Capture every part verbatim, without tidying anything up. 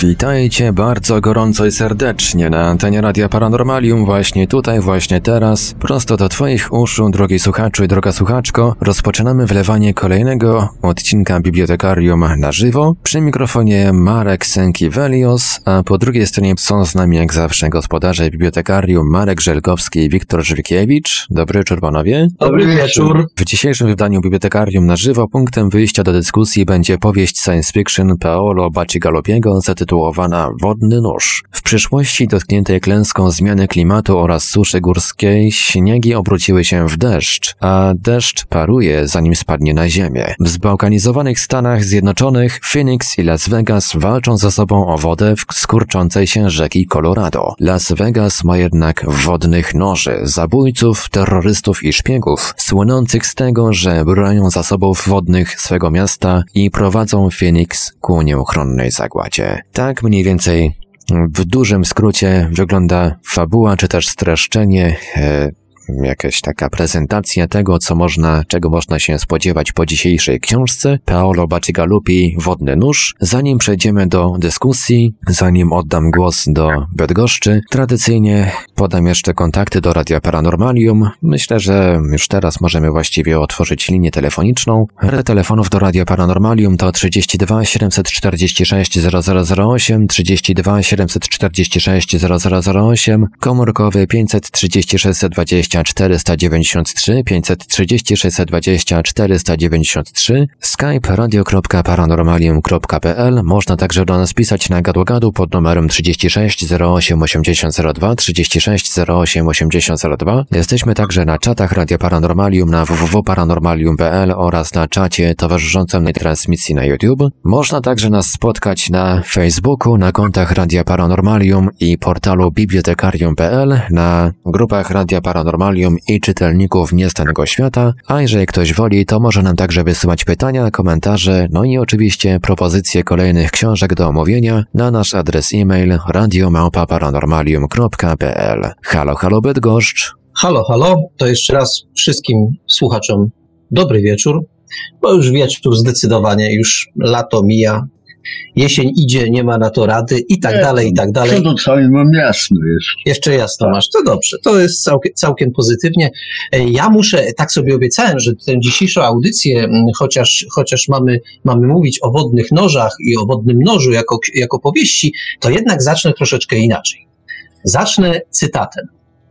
Witajcie bardzo gorąco i serdecznie na antenie Radia Paranormalium, właśnie tutaj, właśnie teraz, prosto do Twoich uszu, drogi słuchaczu i droga słuchaczko, rozpoczynamy wlewanie kolejnego odcinka Bibliotekarium na żywo. Przy mikrofonie Marek Sękiewelios, a po drugiej stronie są z nami jak zawsze gospodarze Bibliotekarium Marek Żelkowski i Wiktor Żywkiewicz. Dobry wieczór, panowie. Dobry wieczór. W dzisiejszym wydaniu Bibliotekarium na żywo punktem wyjścia do dyskusji będzie powieść science fiction Paolo Bacigalupiego zatytułowana Wodny nóż. W przyszłości dotkniętej klęską zmiany klimatu oraz suszy górskiej śniegi obróciły się w deszcz, a deszcz paruje zanim spadnie na ziemię. W zbalkanizowanych Stanach Zjednoczonych Phoenix i Las Vegas walczą ze sobą o wodę w skurczącej się rzeki Colorado. Las Vegas ma jednak wodnych noży, zabójców, terrorystów i szpiegów, słynących z tego, że bronią zasobów wodnych swego miasta i prowadzą Phoenix ku nieuchronnej zagładzie. Tak mniej więcej w dużym skrócie wygląda fabuła, czy też streszczenie, e, jakaś taka prezentacja tego, co można, czego można się spodziewać po dzisiejszej książce Paolo Bacigalupi Wodny nóż. Zanim przejdziemy do dyskusji, zanim oddam głos do Bydgoszczy, tradycyjnie podam jeszcze kontakty do Radia Paranormalium. Myślę, że już teraz możemy właściwie otworzyć linię telefoniczną. Numer telefonów do Radia Paranormalium to trzydzieści dwa siedemset czterdzieści sześć zero zero zero osiem, trzydzieści dwa siedemset czterdzieści sześć zero zero zero osiem, komórkowy pięćset trzydzieści sześć dwadzieścia czterysta dziewięćdziesiąt trzy, pięćset trzydzieści sześć dwadzieścia czterysta dziewięćdziesiąt trzy, skype radio kropka paranormalium kropka p l. Można także do nas pisać na gadu-gadu pod numerem trzydzieści sześć zero osiem osiemdziesiąt zero dwa, trzydzieści sześć zero osiem osiemdziesiąt zero dwa. Jesteśmy także na czatach Radia Paranormalium na w w w kropka paranormalium kropka p l oraz na czacie towarzyszącym tej transmisji na YouTube. Można także nas spotkać na Facebooku, na kontach Radia Paranormalium i portalu bibliotekarium kropka p l, na grupach Radia Paranormalium i czytelników Niestanego Świata, a jeżeli ktoś woli, to może nam także wysyłać pytania, komentarze, no i oczywiście propozycje kolejnych książek do omówienia na nasz adres e-mail radio małpa paranormalium kropka p l. Halo, halo Bydgoszcz. Halo, halo, to jeszcze raz wszystkim słuchaczom dobry wieczór, bo już wieczór zdecydowanie, już lato mija, jesień idzie, nie ma na to rady i tak nie, dalej, i tak dalej. Co do całej mam jasno jeszcze. Jeszcze jasno tak. Masz, to dobrze, to jest całkiem, całkiem pozytywnie. Ja muszę, tak sobie obiecałem, że tę dzisiejszą audycję, chociaż, chociaż mamy, mamy mówić o wodnych nożach i o wodnym nożu jako, jako powieści, to jednak zacznę troszeczkę inaczej. Zacznę cytatem.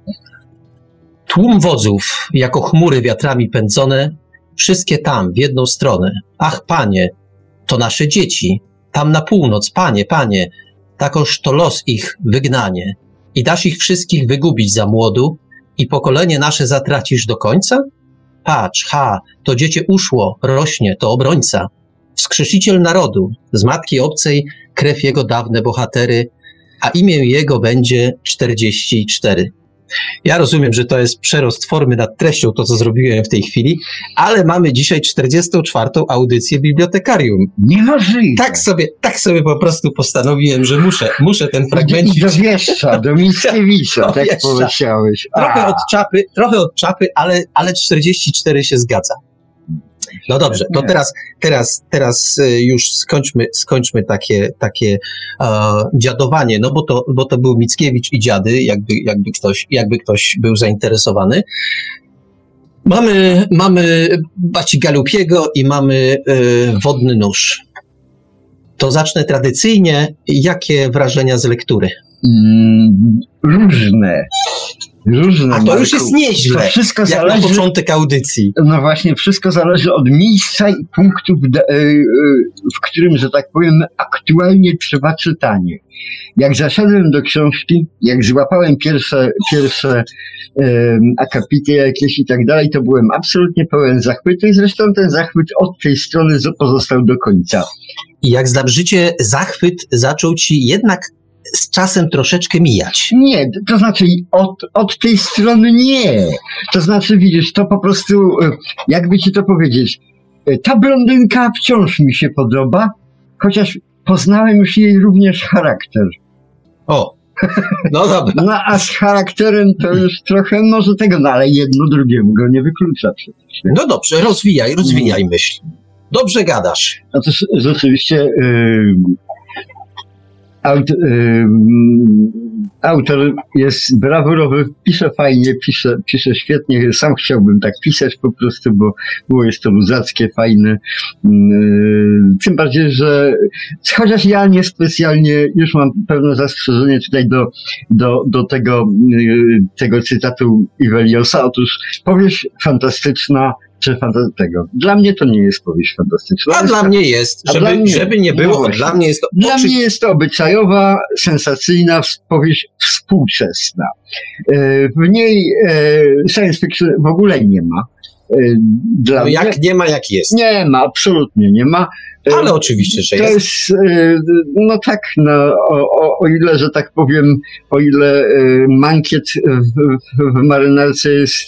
Tłum wodzów, jako chmury wiatrami pędzone, wszystkie tam, w jedną stronę. Ach, panie, to nasze dzieci, tam na północ, panie, panie, takoż to los ich wygnanie. I dasz ich wszystkich wygubić za młodu i pokolenie nasze zatracisz do końca? Patrz, ha, to dziecię uszło, rośnie, to obrońca. Wskrzesiciel narodu, z matki obcej krew jego dawne bohatery, a imię jego będzie czterdzieści cztery. Ja rozumiem, że to jest przerost formy nad treścią, to co zrobiłem w tej chwili, ale mamy dzisiaj czterdziestą czwartą audycję Bibliotekarium. Niemożliwe. Tak sobie, tak sobie po prostu postanowiłem, że muszę, muszę ten fragmencik... I do Wieszcza, do Mickiewicza, tak powiedziałeś. Trochę od czapy, trochę od czapy, ale, ale czterdzieści cztery się zgadza. No dobrze, to teraz, teraz, teraz już skończmy, skończmy takie, takie e, dziadowanie, no bo to, bo to był Mickiewicz i dziady, jakby, jakby ktoś, jakby ktoś był zainteresowany. Mamy, mamy Bacigalupiego i mamy e, Wodny nóż. To zacznę tradycyjnie. Jakie wrażenia z lektury? Mm, różne. Różne. A to Marku. Już jest nieźle, to wszystko jak zależy, na początek audycji. No właśnie, wszystko zależy od miejsca i punktu, w, w którym, że tak powiem, aktualnie trwa czytanie. Jak zaszedłem do książki, jak złapałem pierwsze, pierwsze um, akapity jakieś i tak dalej, to byłem absolutnie pełen zachwytu i zresztą ten zachwyt od tej strony pozostał do końca. I jak znam życie, zachwyt zaczął ci jednak z czasem troszeczkę mijać. Nie, to znaczy od, od tej strony nie. To znaczy, widzisz, to po prostu, jakby ci to powiedzieć, ta blondynka wciąż mi się podoba, chociaż poznałem już jej również charakter. O, no dobra. No a z charakterem to już trochę może tego, no ale jedno drugiemu go nie wyklucza przecież. Nie? No dobrze, rozwijaj, rozwijaj myśl. Dobrze gadasz. No to rzeczywiście... Yy, aut, y, autor jest brawurowy, pisze fajnie, pisze, pisze świetnie. Sam chciałbym tak pisać po prostu, bo, bo jest to luzackie, fajne. Y, tym bardziej, że chociaż ja niespecjalnie już mam pewne zastrzeżenie tutaj do, do, do tego, y, tego cytatu Iweliosa. Otóż powieść fantastyczna, czy tego. Dla mnie to nie jest powieść fantastyczna. A jest dla tak, mnie jest, a żeby, dla mnie, żeby nie było, no dla mnie jest to... Dla mnie jest to obyczajowa, sensacyjna powieść współczesna. W niej science fiction w ogóle nie ma. Dla no mnie, jak nie ma, jak jest. Nie ma, absolutnie nie ma. Ale oczywiście, że to jest. jest. No tak, no, o, o, o ile, że tak powiem, o ile mankiet w, w, w marynarce jest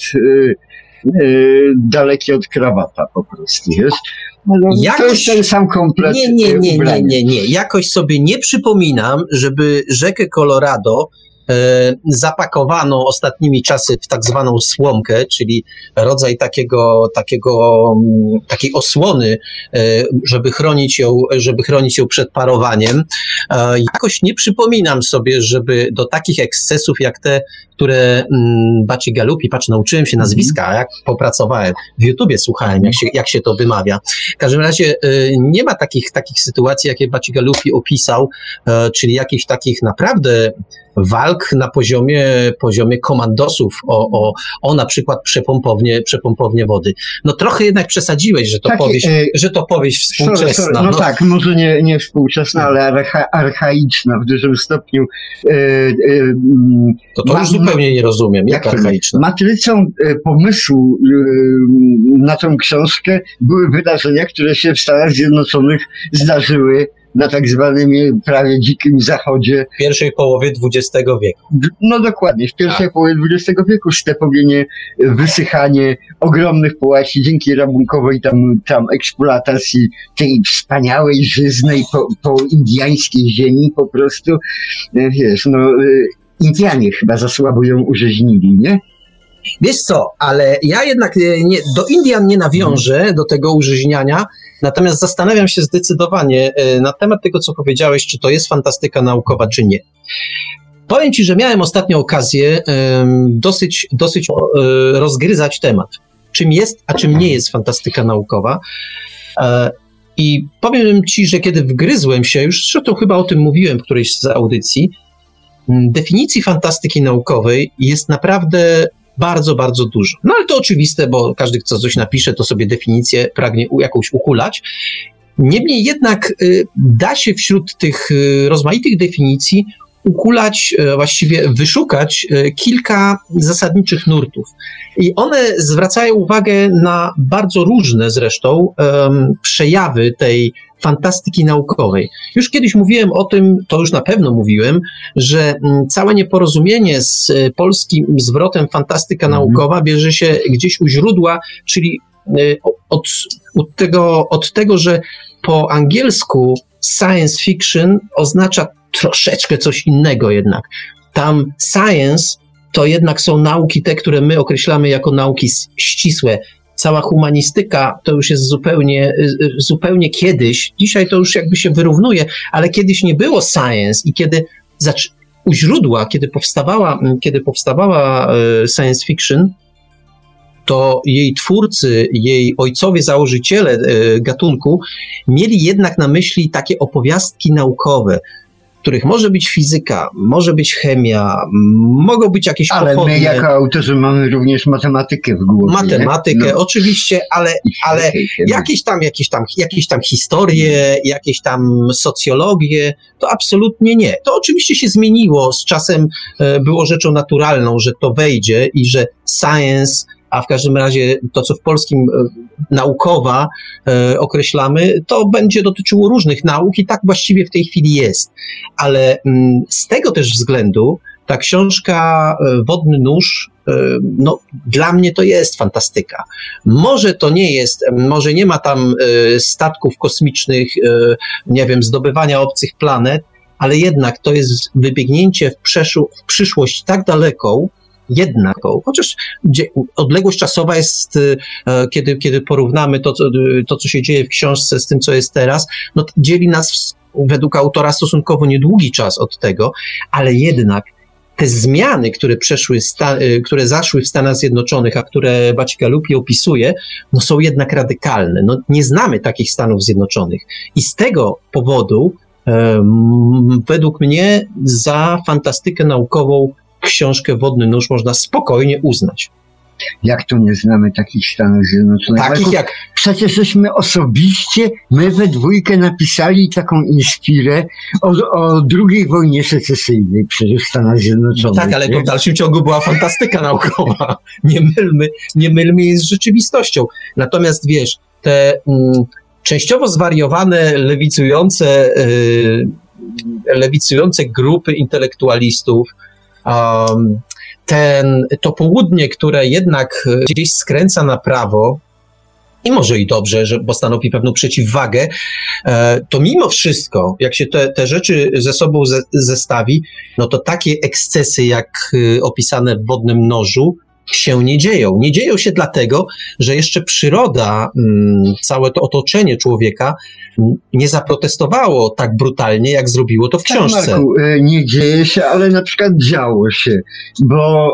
daleki od krawata po prostu, wiesz? No, Jakoś, to jest ten sam komplet. Nie, nie, nie, nie, nie, nie. Jakoś sobie nie przypominam, żeby rzekę Colorado e, zapakowano ostatnimi czasy w tak zwaną słomkę, czyli rodzaj takiego, takiego, takiej osłony, e, żeby chronić ją, żeby chronić ją przed parowaniem. E, jakoś nie przypominam sobie, żeby do takich ekscesów jak te, które mm, Bacigalupi, patrz, nauczyłem się nazwiska, jak popracowałem, w YouTubie słuchałem, jak się, jak się to wymawia. W każdym razie y, nie ma takich, takich sytuacji, jakie Bacigalupi opisał, y, czyli jakichś takich naprawdę walk na poziomie, poziomie komandosów o, o, o na przykład przepompownię, przepompownię wody. No trochę jednak przesadziłeś, że to, Taki, powieść, e, że to powieść współczesna. Sorry, sorry. No, no tak, może nie, nie współczesna, ale archa, archaiczna w dużym stopniu. E, e, to to ma, już zupełnie nie rozumiem, jak, jak archaiczna. Matrycą e, pomysłu e, na tą książkę były wydarzenia, które się w Stanach Zjednoczonych zdarzyły na tak zwanym prawie dzikim zachodzie. W pierwszej połowie dwudziestego wieku. No dokładnie, w pierwszej A. połowie dwudziestego wieku stepowienie, wysychanie ogromnych połaci dzięki rabunkowej tam, tam eksploatacji tej wspaniałej, żyznej, po, po indiańskiej ziemi po prostu, wiesz, no Indianie chyba za słabo ją urzeźnili, nie? Wiesz co, ale ja jednak nie, do Indian nie nawiążę, hmm. do tego użyźniania, natomiast zastanawiam się zdecydowanie na temat tego, co powiedziałeś, czy to jest fantastyka naukowa, czy nie. Powiem ci, że miałem ostatnio okazję um, dosyć, dosyć um, rozgryzać temat, czym jest, a czym nie jest fantastyka naukowa. E, I powiem ci, że kiedy wgryzłem się, już zresztą chyba o tym mówiłem w którejś z audycji, definicji fantastyki naukowej jest naprawdę bardzo, bardzo dużo. No ale to oczywiste, bo każdy, kto coś napisze, to sobie definicję pragnie jakąś ukulać. Niemniej jednak y, da się wśród tych y, rozmaitych definicji ukulać, y, właściwie wyszukać y, kilka zasadniczych nurtów. I one zwracają uwagę na bardzo różne zresztą um, przejawy tej fantastyki naukowej. Już kiedyś mówiłem o tym, to już na pewno mówiłem, że całe nieporozumienie z polskim zwrotem fantastyka naukowa bierze się gdzieś u źródła, czyli od, od, tego, od tego, że po angielsku science fiction oznacza troszeczkę coś innego jednak. Tam science to jednak są nauki te, które my określamy jako nauki ścisłe. Cała humanistyka to już jest zupełnie, zupełnie kiedyś, dzisiaj to już jakby się wyrównuje, ale kiedyś nie było science i kiedy zac- u źródła, kiedy powstawała, kiedy powstawała science fiction, to jej twórcy, jej ojcowie, założyciele gatunku mieli jednak na myśli takie opowiastki naukowe, w których może być fizyka, może być chemia, mogą być jakieś ale pochodnie. Ale my jako autorzy mamy również matematykę w głowie. Matematykę, no. Oczywiście, ale, ale jakieś tam, jakieś tam, jakieś tam historie, jakieś tam socjologię, to absolutnie nie. To oczywiście się zmieniło, z czasem było rzeczą naturalną, że to wejdzie i że science, a w każdym razie to, co w polskim e, naukowa e, określamy, to będzie dotyczyło różnych nauk i tak właściwie w tej chwili jest. Ale m, z tego też względu ta książka e, Wodny nóż, e, no dla mnie to jest fantastyka. Może to nie jest, może nie ma tam e, statków kosmicznych, e, nie wiem, zdobywania obcych planet, ale jednak to jest wybiegnięcie w, przeszu- w przyszłość tak daleką, jednak, chociaż odległość czasowa jest, kiedy, kiedy porównamy to, to, co się dzieje w książce z tym, co jest teraz, no dzieli nas według autora stosunkowo niedługi czas od tego, ale jednak te zmiany, które przeszły, sta, które zaszły w Stanach Zjednoczonych, a które Bacigalupi opisuje, no są jednak radykalne. No, nie znamy takich Stanów Zjednoczonych. I z tego powodu um, według mnie za fantastykę naukową książkę Wodny nóż można spokojnie uznać. Jak to nie znamy takich Stanów Zjednoczonych? Takich Marku, jak... Przecież żeśmy osobiście, my we dwójkę napisali taką inspirę o, o drugiej wojnie secesyjnej przecież w Stanach Zjednoczonych. Tak, ale to w dalszym ciągu była fantastyka naukowa. Nie mylmy, nie mylmy jej z rzeczywistością. Natomiast wiesz, te mm, częściowo zwariowane, lewicujące, y, lewicujące grupy intelektualistów, um, ten, to południe, które jednak gdzieś skręca na prawo, i może i dobrze, że, bo stanowi pewną przeciwwagę, to mimo wszystko, jak się te, te rzeczy ze sobą ze, zestawi, no to takie ekscesy, jak opisane w Wodnym nożu, się nie dzieją. Nie dzieją się dlatego, że jeszcze przyroda, całe to otoczenie człowieka nie zaprotestowało tak brutalnie, jak zrobiło to w książce. Tak, Marku, nie dzieje się, ale na przykład działo się, bo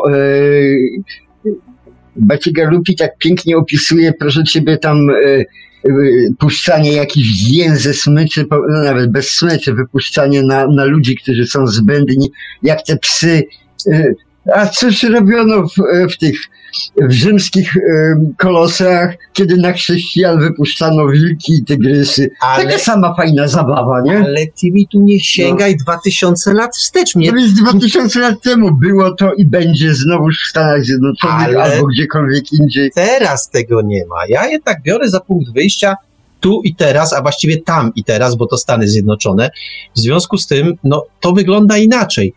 e, Bacigalupi tak pięknie opisuje, proszę ciebie, tam e, puszczanie jakichś wien ze smyczy, no nawet bez smyczy, wypuszczanie na, na ludzi, którzy są zbędni, jak te psy. E, A cóż robiono w, w tych w rzymskich y, kolosach, kiedy na chrześcijan wypuszczano wilki i tygrysy. Ale, Taka sama fajna zabawa, nie? Ale ty mi tu nie sięgaj dwa tysiące lat wstecz. Mnie... To jest dwa tysiące lat temu było to i będzie znowuż w Stanach Zjednoczonych ale albo gdziekolwiek indziej. Teraz tego nie ma. Ja jednak biorę za punkt wyjścia tu i teraz, a właściwie tam i teraz, bo to Stany Zjednoczone. W związku z tym, no, to wygląda inaczej.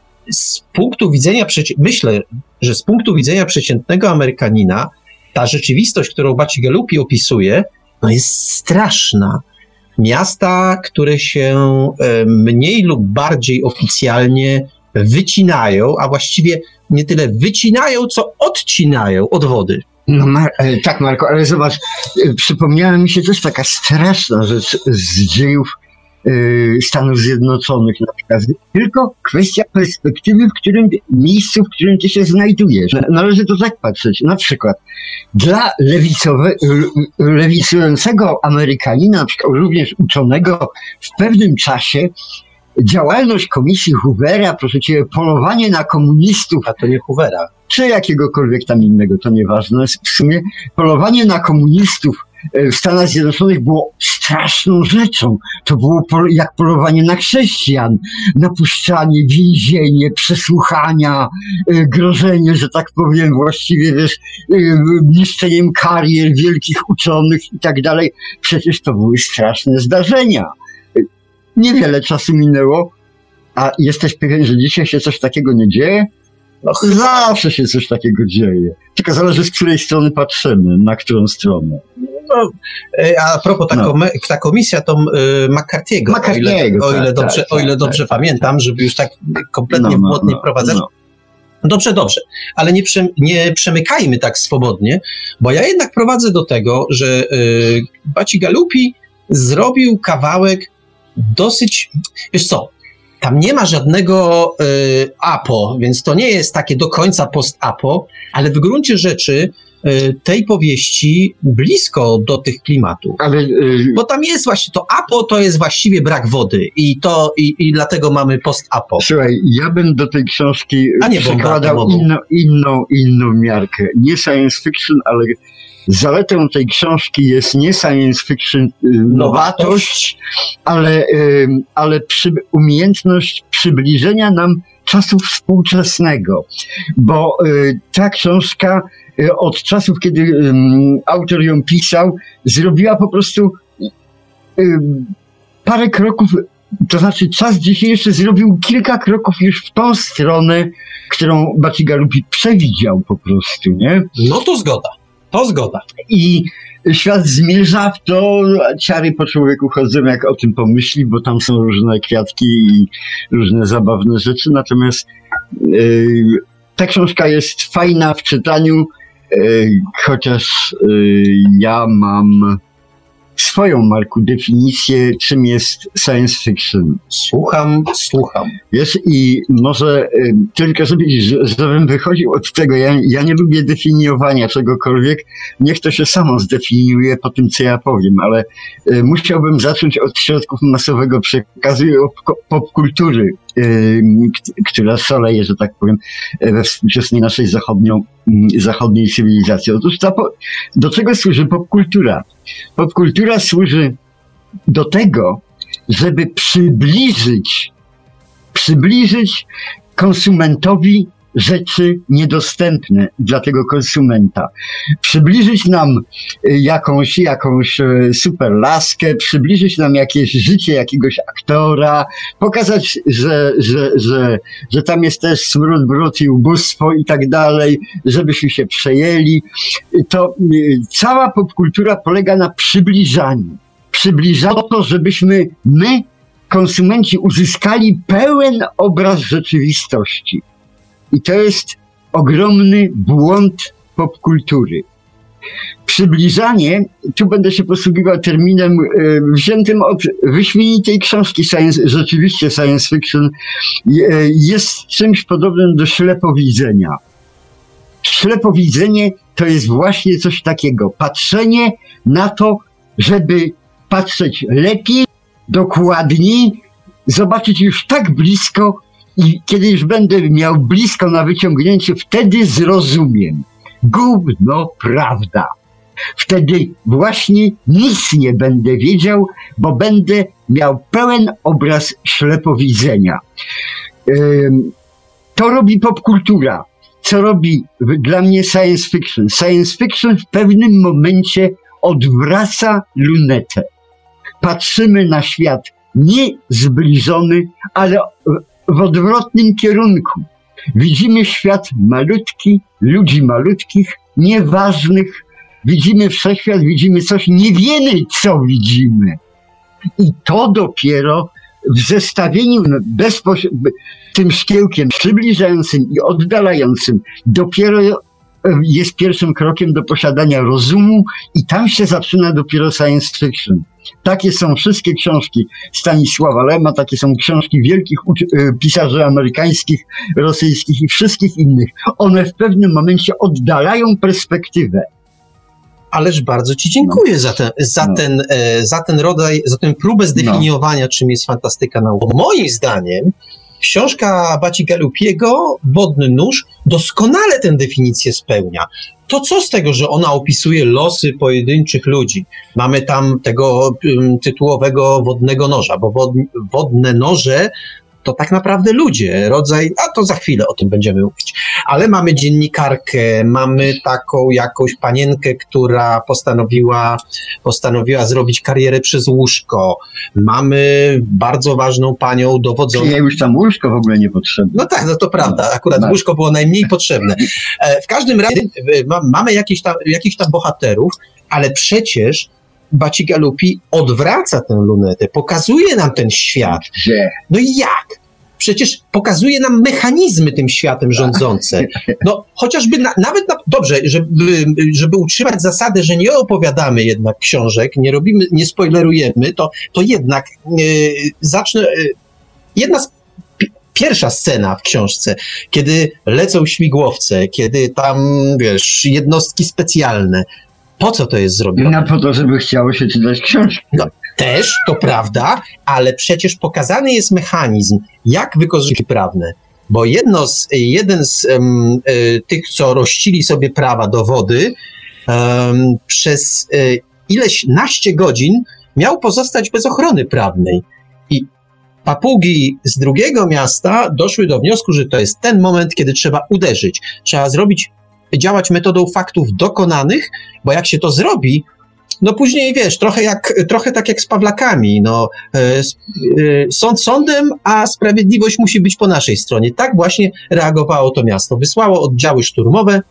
Z punktu widzenia, przeci- myślę, że z punktu widzenia przeciętnego Amerykanina ta rzeczywistość, którą Bacigalupi opisuje, no jest straszna. Miasta, które się e, mniej lub bardziej oficjalnie wycinają, a właściwie nie tyle wycinają, co odcinają od wody. No Mar- tak, Marko, ale zobacz, przypomniała mi się też taka straszna rzecz z dziejów Stanów Zjednoczonych na przykład. Tylko kwestia perspektywy, w którym miejscu, w którym ty się znajdujesz. Należy to tak patrzeć. Na przykład dla lewicowe, lewicującego Amerykanina, na przykład również uczonego w pewnym czasie, działalność komisji Hoovera, proszę cię, polowanie na komunistów, a to nie Hoovera, czy jakiegokolwiek tam innego, to nieważne. W sumie polowanie na komunistów w Stanach Zjednoczonych było straszną rzeczą. To było pol- jak polowanie na chrześcijan. Napuszczanie, więzienie, przesłuchania, y, grożenie, że tak powiem, właściwie wiesz, y, niszczeniem karier wielkich uczonych i tak dalej. Przecież to były straszne zdarzenia. Y, niewiele czasu minęło, a jesteś pewien, że dzisiaj się coś takiego nie dzieje? No, zawsze się coś takiego dzieje. Tylko zależy, z której strony patrzymy, na którą stronę. No, a propos, ta, no. kom- ta komisja to y, McCarthy'ego, McCarthy'ego, o ile, o ile tak, dobrze, tak, o ile tak, dobrze tak, pamiętam, tak. żeby już tak kompletnie no, błotnie no, wprowadzać. No. Dobrze, dobrze, ale nie, prze, nie przemykajmy tak swobodnie, bo ja jednak prowadzę do tego, że y, Bacigalupi zrobił kawałek dosyć, wiesz co, tam nie ma żadnego y, apo, więc to nie jest takie do końca post-apo, ale w gruncie rzeczy y, tej powieści blisko do tych klimatów. Ale, y, Bo tam jest właśnie to apo, to jest właściwie brak wody i to i, i dlatego mamy post-apo. Słuchaj, ja bym do tej książki A nie przykładał inną, inną, inną miarkę. Nie science fiction, ale zaletą tej książki jest nie science fiction, y, nowatość, ale, y, ale przy, umiejętność przybliżenia nam czasu współczesnego. Bo y, ta książka y, od czasów, kiedy y, autor ją pisał, zrobiła po prostu y, parę kroków. To znaczy czas dzisiejszy zrobił kilka kroków już w tą stronę, którą Bacigalupi przewidział po prostu, nie? No to zgoda, to zgoda. I świat zmierza w to, ciary po człowieku chodzą, jak o tym pomyśli, bo tam są różne kwiatki i różne zabawne rzeczy, natomiast yy, ta książka jest fajna w czytaniu, yy, chociaż yy, ja mam swoją, Marku, definicję, czym jest science fiction. Słucham, słucham. Wiesz, i może y, tylko, żeby, żebym wychodził od tego, ja, ja nie lubię definiowania czegokolwiek, niech to się samo zdefiniuje po tym, co ja powiem, ale y, musiałbym zacząć od środków masowego przekazu i od popkultury, y, która szaleje, że tak powiem, we współczesnej naszej zachodnią, y, zachodniej cywilizacji. Otóż ta po, do czego służy popkultura? Popkultura służy do tego, żeby przybliżyć przybliżyć konsumentowi rzeczy niedostępne dla tego konsumenta. Przybliżyć nam jakąś, jakąś super laskę, przybliżyć nam jakieś życie jakiegoś aktora, pokazać, że, że, że, że tam jest też smród, brud i ubóstwo i tak dalej, żebyśmy się przejęli. To cała popkultura polega na przybliżaniu. Przybliża to, żebyśmy my, konsumenci, uzyskali pełen obraz rzeczywistości. I to jest ogromny błąd popkultury. Przybliżanie, tu będę się posługiwał terminem y, wziętym od wyśmienitej książki science, rzeczywiście science fiction, y, jest czymś podobnym do ślepowidzenia. Ślepowidzenie to jest właśnie coś takiego. Patrzenie na to, żeby patrzeć lepiej, dokładniej, zobaczyć już tak blisko i kiedy już będę miał blisko na wyciągnięcie, wtedy zrozumiem. Gówno prawda. Wtedy właśnie nic nie będę wiedział, bo będę miał pełen obraz ślepowidzenia. Ym, to robi popkultura. Co robi dla mnie science fiction? Science fiction w pewnym momencie odwraca lunetę. Patrzymy na świat nie zbliżony, ale w odwrotnym kierunku. Widzimy świat malutki, ludzi malutkich, nieważnych. Widzimy wszechświat, widzimy coś, nie wiemy, co widzimy. I to dopiero w zestawieniu bezpośrednio tym szkiełkiem przybliżającym i oddalającym dopiero jest pierwszym krokiem do posiadania rozumu i tam się zaczyna dopiero science fiction. Takie są wszystkie książki Stanisława Lema, takie są książki wielkich pisarzy amerykańskich, rosyjskich i wszystkich innych. One w pewnym momencie oddalają perspektywę. Ależ bardzo ci dziękuję no. za, ten, za, no. ten, e, za ten rodzaj, za tę próbę zdefiniowania, no. czym jest fantastyka naukowa. Moim zdaniem książka Bacigalupiego, Wodny nóż, doskonale tę definicję spełnia. To co z tego, że ona opisuje losy pojedynczych ludzi? Mamy tam tego um, tytułowego wodnego noża, bo wod, wodne noże to tak naprawdę ludzie, rodzaj, a to za chwilę o tym będziemy mówić. Ale mamy dziennikarkę, mamy taką jakąś panienkę, która postanowiła, postanowiła zrobić karierę przez łóżko. Mamy bardzo ważną panią dowodzącą. Ja już tam łóżko w ogóle nie potrzebne. No tak, no to prawda, akurat no. łóżko było najmniej potrzebne. W każdym razie mamy jakichś tam, jakichś tam bohaterów, ale przecież Bacigalupi odwraca tę lunetę, pokazuje nam ten świat. No i jak? Przecież pokazuje nam mechanizmy tym światem rządzące. No chociażby na, nawet, na, dobrze, żeby, żeby utrzymać zasadę, że nie opowiadamy jednak książek, nie robimy, nie spoilerujemy, to, to jednak yy, zacznę, yy, jedna z Pierwsza scena w książce, kiedy lecą śmigłowce, kiedy tam, wiesz, jednostki specjalne. Po co to jest zrobione? No po to, żeby chciało się czytać książki. No, też, to prawda, ale przecież pokazany jest mechanizm, jak wykorzystać prawne. Bo jedno z, jeden z um, y, tych, co rościli sobie prawa do wody, um, przez y, ileś naście godzin miał pozostać bez ochrony prawnej. I papugi z drugiego miasta doszły do wniosku, że to jest ten moment, kiedy trzeba uderzyć. Trzeba zrobić działać metodą faktów dokonanych, bo jak się to zrobi, no później wiesz, trochę jak, trochę tak jak z Pawlakami, no e, e, sąd sądem, a sprawiedliwość musi być po naszej stronie. Tak właśnie reagowało to miasto. Wysłało oddziały szturmowe,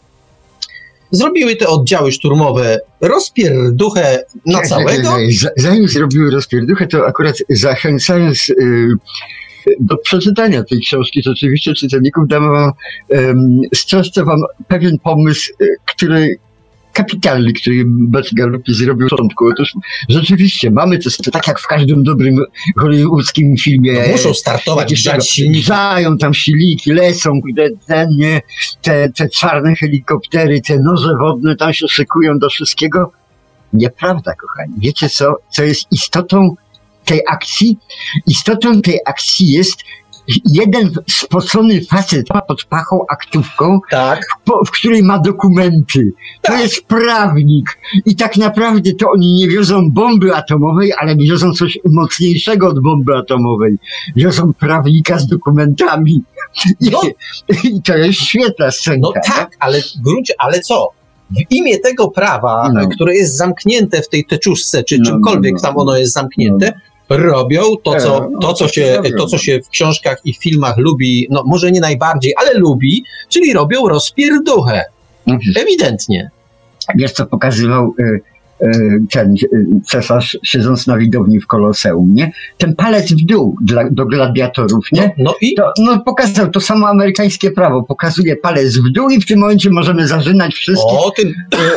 zrobiły te oddziały szturmowe rozpierduchę na całego. Zanim zrobiły rozpierduchę, to akurat zachęcając yy, do przeczytania tej książki, rzeczywiście czytelników dam wam, um, streszczę wam pewien pomysł, który kapitalny, który Bacigalupi zrobił w początku. Otóż rzeczywiście mamy to, to tak jak w każdym dobrym hollywoodzkim filmie. No muszą startować, grzać silniki. Grzają tam silniki, lecą, te, te, nie, te, te czarne helikoptery, te noże wodne tam się szykują do wszystkiego. Nieprawda, kochani. Wiecie co, co jest istotą tej akcji? Istotą tej akcji jest jeden spocony facet ma pod pachą aktówką, tak. w, w której ma dokumenty. To tak. jest prawnik. I tak naprawdę to oni nie wiozą bomby atomowej, ale wiozą coś mocniejszego od bomby atomowej. Wiozą prawnika z dokumentami. I, no. i to jest świetna scenka. No tak, ale w gruncie, ale co? W imię tego prawa, no. które jest zamknięte w tej teczuszce, czy no, czymkolwiek no, no, tam ono jest zamknięte, no. robią to, co, to, co się, to, co się w książkach i w filmach lubi, no może nie najbardziej, ale lubi, czyli robią rozpierduchę. Ewidentnie. Wiesz, co pokazywał y, y, ten y, cesarz, siedząc na widowni w Koloseum, nie? Ten palec w dół dla, do gladiatorów, nie? No, no i? To, no pokazał, to samo amerykańskie prawo, pokazuje palec w dół i w tym momencie możemy zażynać wszystkich. O tym,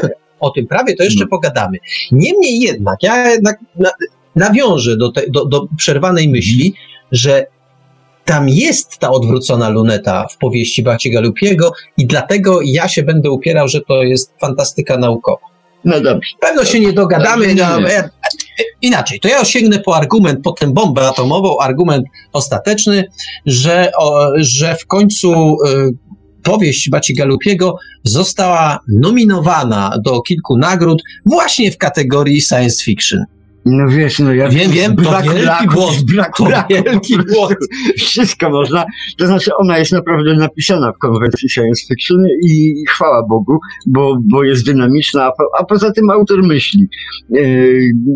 o tym prawie to jeszcze no. pogadamy. Niemniej jednak, ja jednak na, nawiążę do, te, do, do przerwanej myśli, że tam jest ta odwrócona luneta w powieści Bacigalupiego i dlatego ja się będę upierał, że to jest fantastyka naukowa. No dobrze. Pewno się nie dogadamy. No, ja, inaczej, to ja sięgnę po argument, po tę bombę atomową, argument ostateczny, że, o, że w końcu y, powieść Bacigalupiego została nominowana do kilku nagród właśnie w kategorii science fiction. No wiesz, no ja wiem, wiem, brak, to wielki braku, błąd, braku, to braku, wielki błąd. Wszystko można, to znaczy ona jest naprawdę napisana w konwencji science fiction i chwała Bogu, bo, bo jest dynamiczna, a, a poza tym autor myśli. Yy,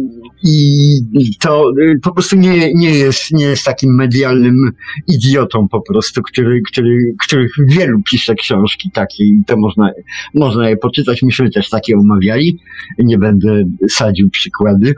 I to yy, po prostu nie, nie, jest, nie jest takim medialnym idiotą po prostu, który, który, których wielu pisze książki takie i to można, można je poczytać. Myśmy też takie omawiali, nie będę sadził przykłady.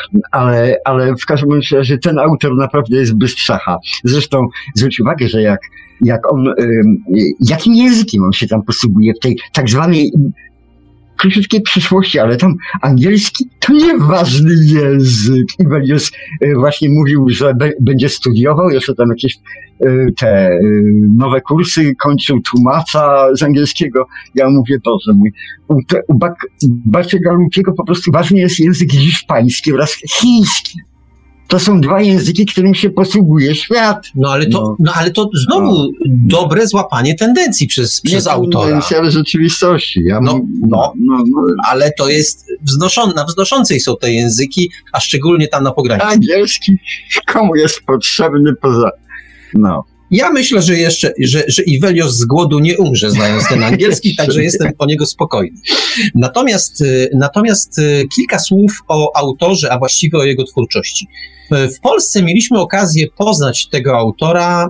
Ale, ale w każdym razie ten autor naprawdę jest bystrzacha. Zresztą zwróć uwagę, że jak, jak on, y, jakim językiem on się tam posługuje w tej tak zwanej króciutkiej przyszłości, ale tam angielski to nieważny język. Ivelios y, właśnie mówił, że be, będzie studiował, jeszcze tam jakieś y, te y, nowe kursy, kończył tłumacza z angielskiego. Ja mówię, Boże mój, u, te, u Bacigalupiego po prostu ważny jest język hiszpański oraz chiński. To są dwa języki, którym się posługuje świat. No ale to, no. No, ale to znowu no. dobre złapanie tendencji przez, przez nie autora. Tendencji, ale rzeczywistości. Ja no, mam, no, no, no, ale to jest wznoszone, na wznoszącej są te języki, a szczególnie tam na pograniczu. Angielski komu jest potrzebny poza... No. Ja myślę, że jeszcze, że, że Ivelios z głodu nie umrze, znając ten angielski, także jestem o niego spokojny. Natomiast, natomiast kilka słów o autorze, a właściwie o jego twórczości. W Polsce mieliśmy okazję poznać tego autora,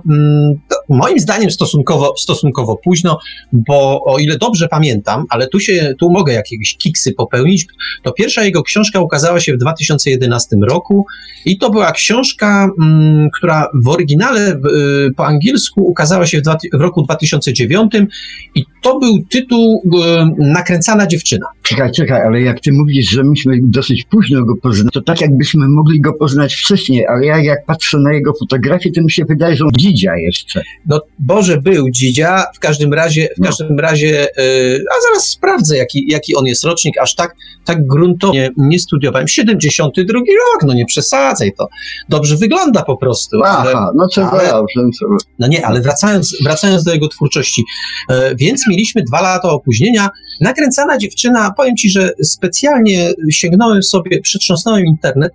moim zdaniem stosunkowo, stosunkowo późno, bo o ile dobrze pamiętam, ale tu się, tu mogę jakieś kiksy popełnić, to pierwsza jego książka ukazała się w dwa tysiące jedenastym roku i to była książka, która w oryginale po angielsku ukazała się w, dwa, w roku dwa tysiące dziewiątym i to był tytuł Nakręcana dziewczyna. Czekaj, czekaj, ale jak ty mówisz, że myśmy dosyć późno go poznali, to tak jakbyśmy mogli go poznać wcześniej, ale ja jak patrzę na jego fotografię, to mi się wydaje, że on dzidzia jeszcze. No Boże, był dzidzia, w każdym razie, w no. każdym razie, yy, a zaraz sprawdzę, jaki, jaki on jest rocznik, aż tak, tak gruntownie nie studiowałem. siedemdziesiąty drugi rok, no nie przesadzaj, to dobrze wygląda po prostu. Aha, ale, no co ale, za No nie, ale wracając, wracając do jego twórczości, yy, więc mieliśmy dwa lata opóźnienia. Nakręcana dziewczyna, powiem ci, że specjalnie sięgnąłem sobie, przetrząsnąłem internet.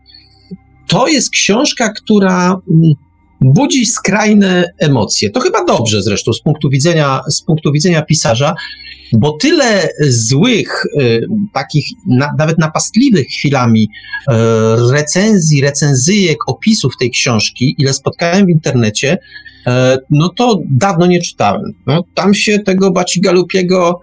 To jest książka, która budzi skrajne emocje. To chyba dobrze zresztą z punktu widzenia, z punktu widzenia pisarza, bo tyle złych, y, takich na, nawet napastliwych chwilami y, recenzji, recenzyjek, opisów tej książki, ile spotkałem w internecie, y, no to dawno nie czytałem. No, tam się tego Bacigalupiego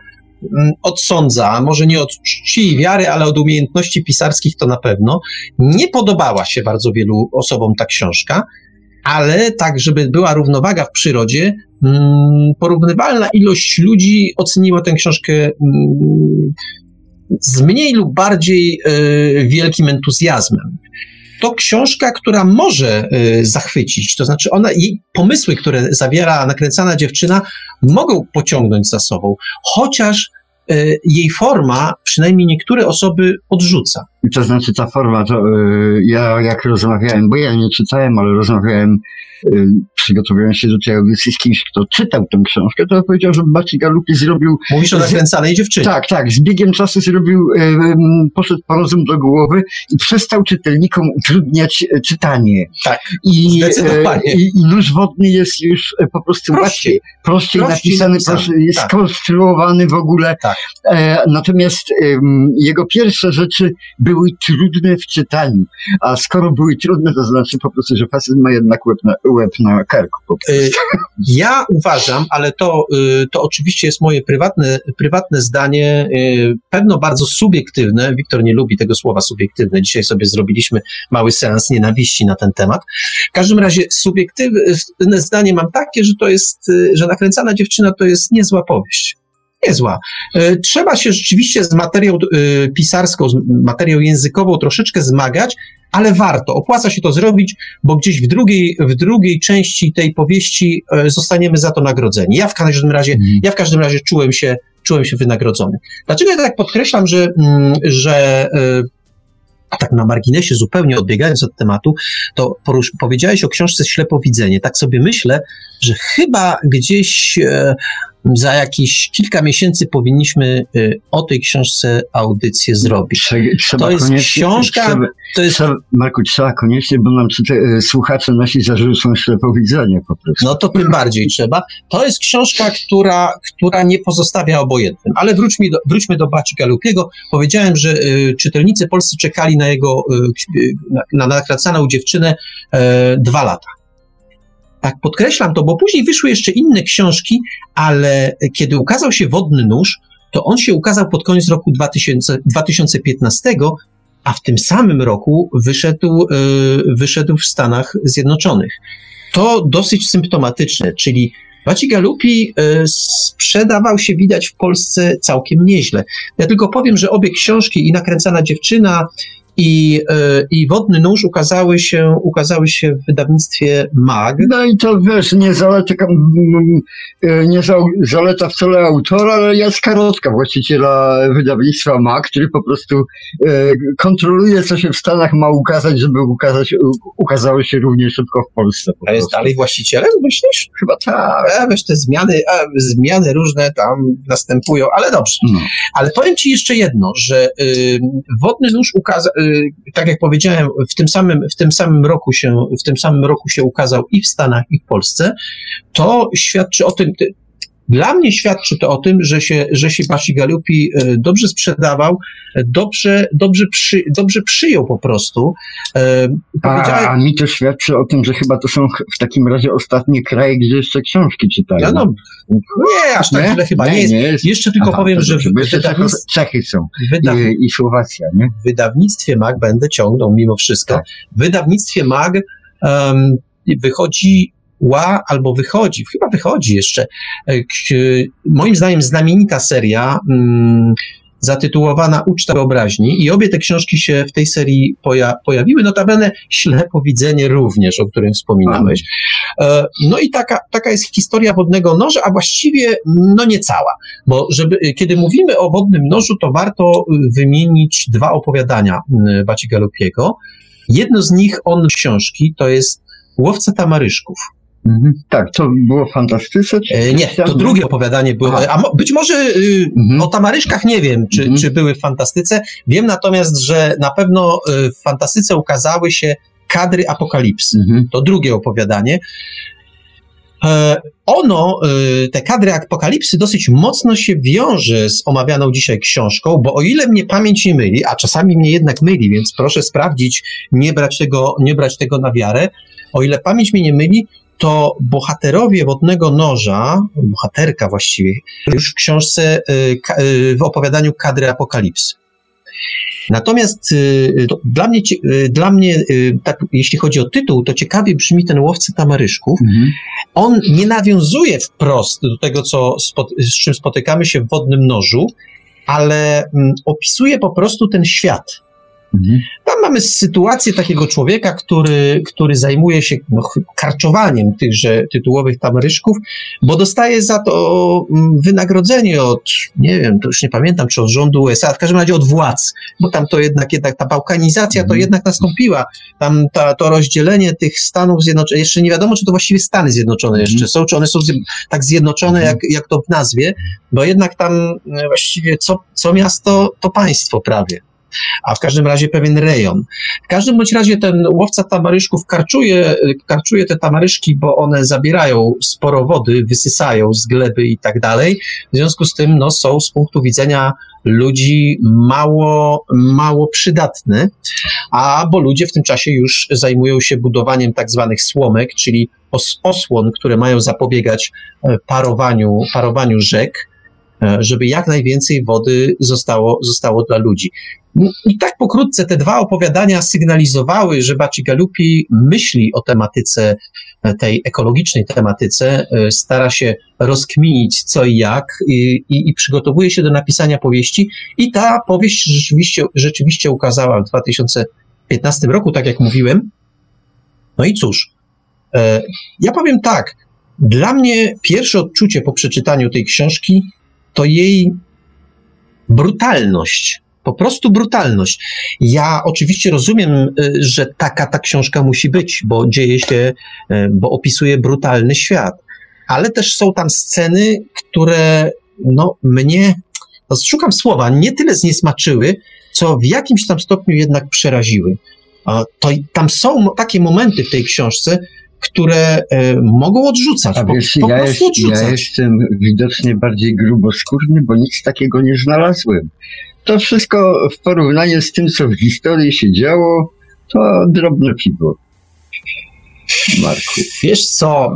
odsądza, może nie od czci i wiary, ale od umiejętności pisarskich to na pewno. Nie podobała się bardzo wielu osobom ta książka, ale tak, żeby była równowaga w przyrodzie, porównywalna ilość ludzi oceniła tę książkę z mniej lub bardziej y, wielkim entuzjazmem. To książka, która może y, zachwycić, to znaczy ona, jej pomysły, które zawiera Nakręcana dziewczyna, mogą pociągnąć za sobą, chociaż y, jej forma przynajmniej niektóre osoby odrzuca. To znaczy ta forma, to y, ja jak rozmawiałem, bo ja nie czytałem, ale rozmawiałem, y, przygotowując się do tej audycji z kimś, kto czytał tę książkę, to powiedział, że Bacigalupi zrobił... Mówisz o Nakręcanej dziewczynie. Tak, tak, z biegiem czasu zrobił, y, y, poszedł po rozum do głowy i przestał czytelnikom utrudniać y, czytanie. Tak, I, zdecydowanie. y, i, I nóż wodny jest już y, po prostu Prościej. łatwiej, prościej, Prościej napisany, napisany, prościej, jest tak. skonstruowany w ogóle. Tak. E, natomiast y, jego pierwsze rzeczy były trudne w czytaniu, a skoro były trudne, to znaczy po prostu, że facet ma jednak łeb na, łeb na karku. Po prostu. Y, Ja uważam, ale to, y, to oczywiście jest moje prywatne, prywatne zdanie, y, pewno bardzo subiektywne. Wiktor nie lubi tego słowa subiektywne. Dzisiaj sobie zrobiliśmy mały seans nienawiści na ten temat. W każdym razie subiektywne zdanie mam takie, że to jest, y, że Nakręcana dziewczyna to jest niezła powieść. Niezła. Y, Trzeba się rzeczywiście z materią y, pisarską, z materią językową troszeczkę zmagać, ale warto. Opłaca się to zrobić, bo gdzieś w drugiej, w drugiej części tej powieści y, zostaniemy za to nagrodzeni. Ja w każdym razie, Mhm. ja w każdym razie czułem się, czułem się wynagrodzony. Dlaczego ja tak podkreślam, że, mm, że y, a tak na marginesie, zupełnie odbiegając od tematu, to porusz, powiedziałeś o książce Ślepowidzenie. Tak sobie myślę, że chyba gdzieś e, za jakieś kilka miesięcy powinniśmy e, o tej książce audycję zrobić. Trze- Trzeba To jest koniecznie, książka, trzeba, to jest, trzeba, Marku, trzeba koniecznie, bo nam czyta, e, słuchacze nasi zarzucą ślepowidzenie po prostu. no to tym bardziej trzeba. To jest książka, która, która nie pozostawia obojętnym. Ale wróćmy do, wróćmy do Bacigalupiego. Powiedziałem, że y, czytelnicy polscy czekali na jego, y, na, na Nakręcaną dziewczynę y, dwa lata. Tak podkreślam to, bo później wyszły jeszcze inne książki, ale kiedy ukazał się Wodny nóż, to on się ukazał pod koniec roku dwa tysiące piętnastego, a w tym samym roku wyszedł, y, wyszedł w Stanach Zjednoczonych. To dosyć symptomatyczne, czyli Bacigalupi y, sprzedawał się, widać, w Polsce całkiem nieźle. Ja tylko powiem, że obie książki, i Nakręcana dziewczyna, i, y, i Wodny nóż ukazały się, ukazały się w wydawnictwie Mag. No i to wiesz, nie zaleta, mm, e, nie za, zaleta wcale autora, ale Jacka właściciela wydawnictwa Mag, który po prostu e, kontroluje, co się w Stanach ma ukazać, żeby ukazać, u, ukazało się równie szybko w Polsce. Po A jest prostu. dalej właścicielem, myślisz? Chyba tak. A wiesz, te zmiany, a, zmiany różne tam następują, ale dobrze. No. Ale powiem ci jeszcze jedno, że y, Wodny nóż ukazał, y, tak jak powiedziałem, w tym samym, w tym samym roku się, w tym samym roku się ukazał i w Stanach, i w Polsce. To świadczy o tym, ty, dla mnie świadczy to o tym, że się, że się Bacigalupi y, dobrze sprzedawał, dobrze, dobrze, przy, dobrze przyjął po prostu. Y, A, a mi to świadczy o tym, że chyba to są ch- w takim razie ostatnie kraje, gdzie jeszcze książki czytają. Ja no, nie, aż tak źle chyba nie jest. nie jest. Jeszcze tylko Aha, powiem, to że dobrze, w bo jeszcze wydawnictwie, Czechy są wyda, i, i Słowacja, nie? w wydawnictwie Mag będę ciągnął mimo wszystko. Tak. W wydawnictwie Mag um, wychodzi ła, albo wychodzi, chyba wychodzi jeszcze, e, k, moim zdaniem znamienita seria um, zatytułowana Uczta wyobraźni, i obie te książki się w tej serii poja- pojawiły, notabene Ślepowidzenie również, o którym wspominałeś. E, no i taka, taka jest historia Wodnego noża, a właściwie no nie cała, bo żeby, kiedy mówimy o Wodnym nożu, to warto wymienić dwa opowiadania m, Bacigalupiego. Jedno z nich, on książki, to jest Łowca tamaryszków. Mhm. Tak, to było w fantastyce? Czy E, nie, to drugie opowiadanie było, Aha. a mo, być może y, Mhm. o tamaryszkach nie wiem, czy, Mhm. czy były w fantastyce. Wiem natomiast, że na pewno y, w fantastyce ukazały się kadry apokalipsy. Mhm. To drugie opowiadanie. E, ono, y, te kadry apokalipsy, dosyć mocno się wiąże z omawianą dzisiaj książką, bo o ile mnie pamięć nie myli, a czasami mnie jednak myli, więc proszę sprawdzić, nie brać tego, nie brać tego na wiarę, o ile pamięć mnie nie myli, to bohaterowie Wodnego noża, bohaterka właściwie, już w książce, y, ka, y, w opowiadaniu Kadry apokalipsy. Natomiast y, to dla mnie, cie- y, dla mnie y, tak, jeśli chodzi o tytuł, to ciekawie brzmi ten Łowca tamaryszków. Mhm. On nie nawiązuje wprost do tego, co spot, z czym spotykamy się w Wodnym nożu, ale mm, opisuje po prostu ten świat. Mhm. Tam mamy sytuację takiego człowieka, który, który zajmuje się no, karczowaniem tychże tytułowych tamaryszków, bo dostaje za to wynagrodzenie od, nie wiem, to już nie pamiętam, czy od rządu U S A, w każdym razie od władz, bo tam to jednak, jednak ta bałkanizacja to jednak nastąpiła. Tam ta, to rozdzielenie tych Stanów Zjednoczonych, jeszcze nie wiadomo, czy to właściwie Stany Zjednoczone jeszcze są, czy one są zje, tak zjednoczone, jak, jak to w nazwie, bo jednak tam właściwie co, co miasto, to państwo prawie. A w każdym razie pewien rejon. W każdym bądź razie ten łowca tamaryszków karczuje, karczuje te tamaryszki, bo one zabierają sporo wody, wysysają z gleby i tak dalej. W związku z tym no, są z punktu widzenia ludzi mało, mało przydatne, a bo ludzie w tym czasie już zajmują się budowaniem tak zwanych słomek, czyli os- osłon, które mają zapobiegać parowaniu, parowaniu rzek, żeby jak najwięcej wody zostało, zostało dla ludzi. I tak pokrótce te dwa opowiadania sygnalizowały, że Bacigalupi myśli o tematyce, tej ekologicznej tematyce, stara się rozkminić co i jak i, i, i przygotowuje się do napisania powieści i ta powieść rzeczywiście, rzeczywiście ukazała w dwa tysiące piętnastym roku, tak jak mówiłem. No i cóż, ja powiem tak, dla mnie pierwsze odczucie po przeczytaniu tej książki to jej brutalność. Po prostu brutalność. Ja oczywiście rozumiem, że taka ta książka musi być, bo dzieje się, bo opisuje brutalny świat. Ale też są tam sceny, które no mnie, no szukam słowa, nie tyle zniesmaczyły, co w jakimś tam stopniu jednak przeraziły. To tam są takie momenty w tej książce, które e, mogą odrzucać. A po, wiesz, po ja, prostu jest, odrzucać. ja jestem widocznie bardziej gruboskórny, bo nic takiego nie znalazłem. To wszystko w porównaniu z tym, co w historii się działo, to drobne piwo. Marku. Wiesz co,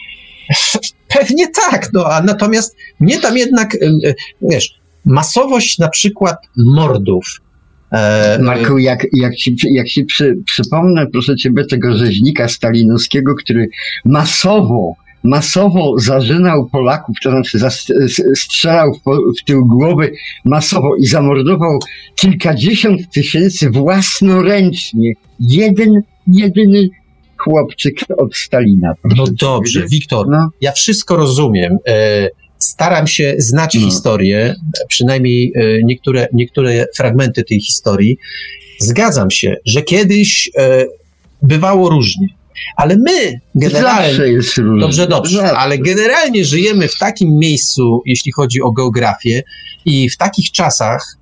pewnie tak, no, a natomiast mnie tam jednak, wiesz, masowość na przykład mordów. E, Marku, jak, jak ci, jak ci przy, przypomnę, proszę ciebie, tego rzeźnika stalinowskiego, który masowo, masowo zażynał Polaków, to znaczy zast, strzelał w, w tył głowy masowo i zamordował kilkadziesiąt tysięcy własnoręcznie. Jeden, jedyny chłopczyk od Stalina. No dobrze, ciebie. Wiktor, no. Ja wszystko rozumiem. E, Staram się znać no. historię, przynajmniej niektóre, niektóre fragmenty tej historii. Zgadzam się, że kiedyś e, bywało różnie, ale my generalnie... Zawsze jest różnie. Dobrze, dobrze, Zawsze. Ale generalnie żyjemy w takim miejscu, jeśli chodzi o geografię i w takich czasach,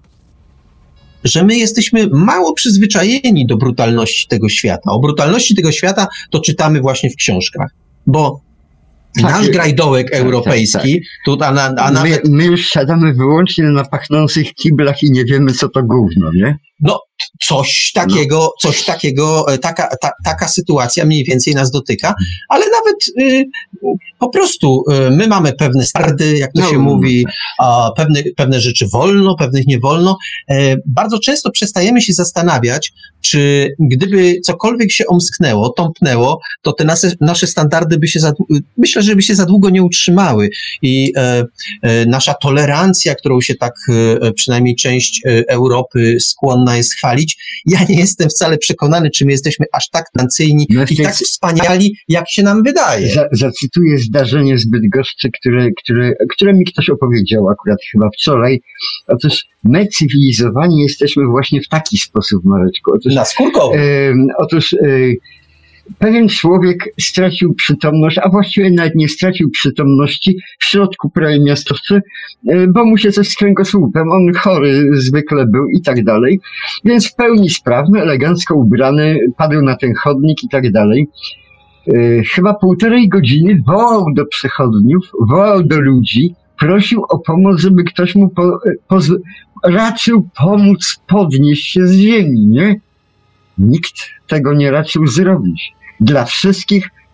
że my jesteśmy mało przyzwyczajeni do brutalności tego świata. O brutalności tego świata to czytamy właśnie w książkach, bo tak, nasz grajdołek tak, europejski, tak, tak. Tu, a, na, a nawet... my, my już siadamy wyłącznie na pachnących kiblach i nie wiemy, co to gówno, nie? No, coś takiego, no. coś takiego, taka, ta, taka sytuacja mniej więcej nas dotyka, ale nawet y, po prostu y, my mamy pewne standardy, jak to no, się no, mówi, a, pewne, pewne rzeczy wolno, pewnych nie wolno. E, bardzo często przestajemy się zastanawiać, czy gdyby cokolwiek się omsknęło, tąpnęło, to te nasze, nasze standardy by się za, myślę, że by się za długo nie utrzymały i e, e, nasza tolerancja, którą się tak e, przynajmniej część e, Europy skłonna jest chwalić, ja nie jestem wcale przekonany, czy my jesteśmy aż tak tolerancyjni no i tak wspaniali, jak się nam wydaje. Za, zacytuję zdarzenie z Bydgoszczy, które, które, które mi ktoś opowiedział akurat chyba wczoraj. Otóż my cywilizowani jesteśmy właśnie w taki sposób, Mareczku. Otóż, na skórkowo. E, otóż e, pewien człowiek stracił przytomność, a właściwie nawet nie stracił przytomności w środku prawie miastowcy, bo mu się coś z kręgosłupem, on chory zwykle był i tak dalej, więc w pełni sprawny, elegancko ubrany, padł na ten chodnik i tak dalej. Chyba półtorej godziny wołał do przechodniów, wołał do ludzi, prosił o pomoc, żeby ktoś mu po, po, raczył pomóc podnieść się z ziemi, nie? Nikt tego nie raczył zrobić. Dla wszystkich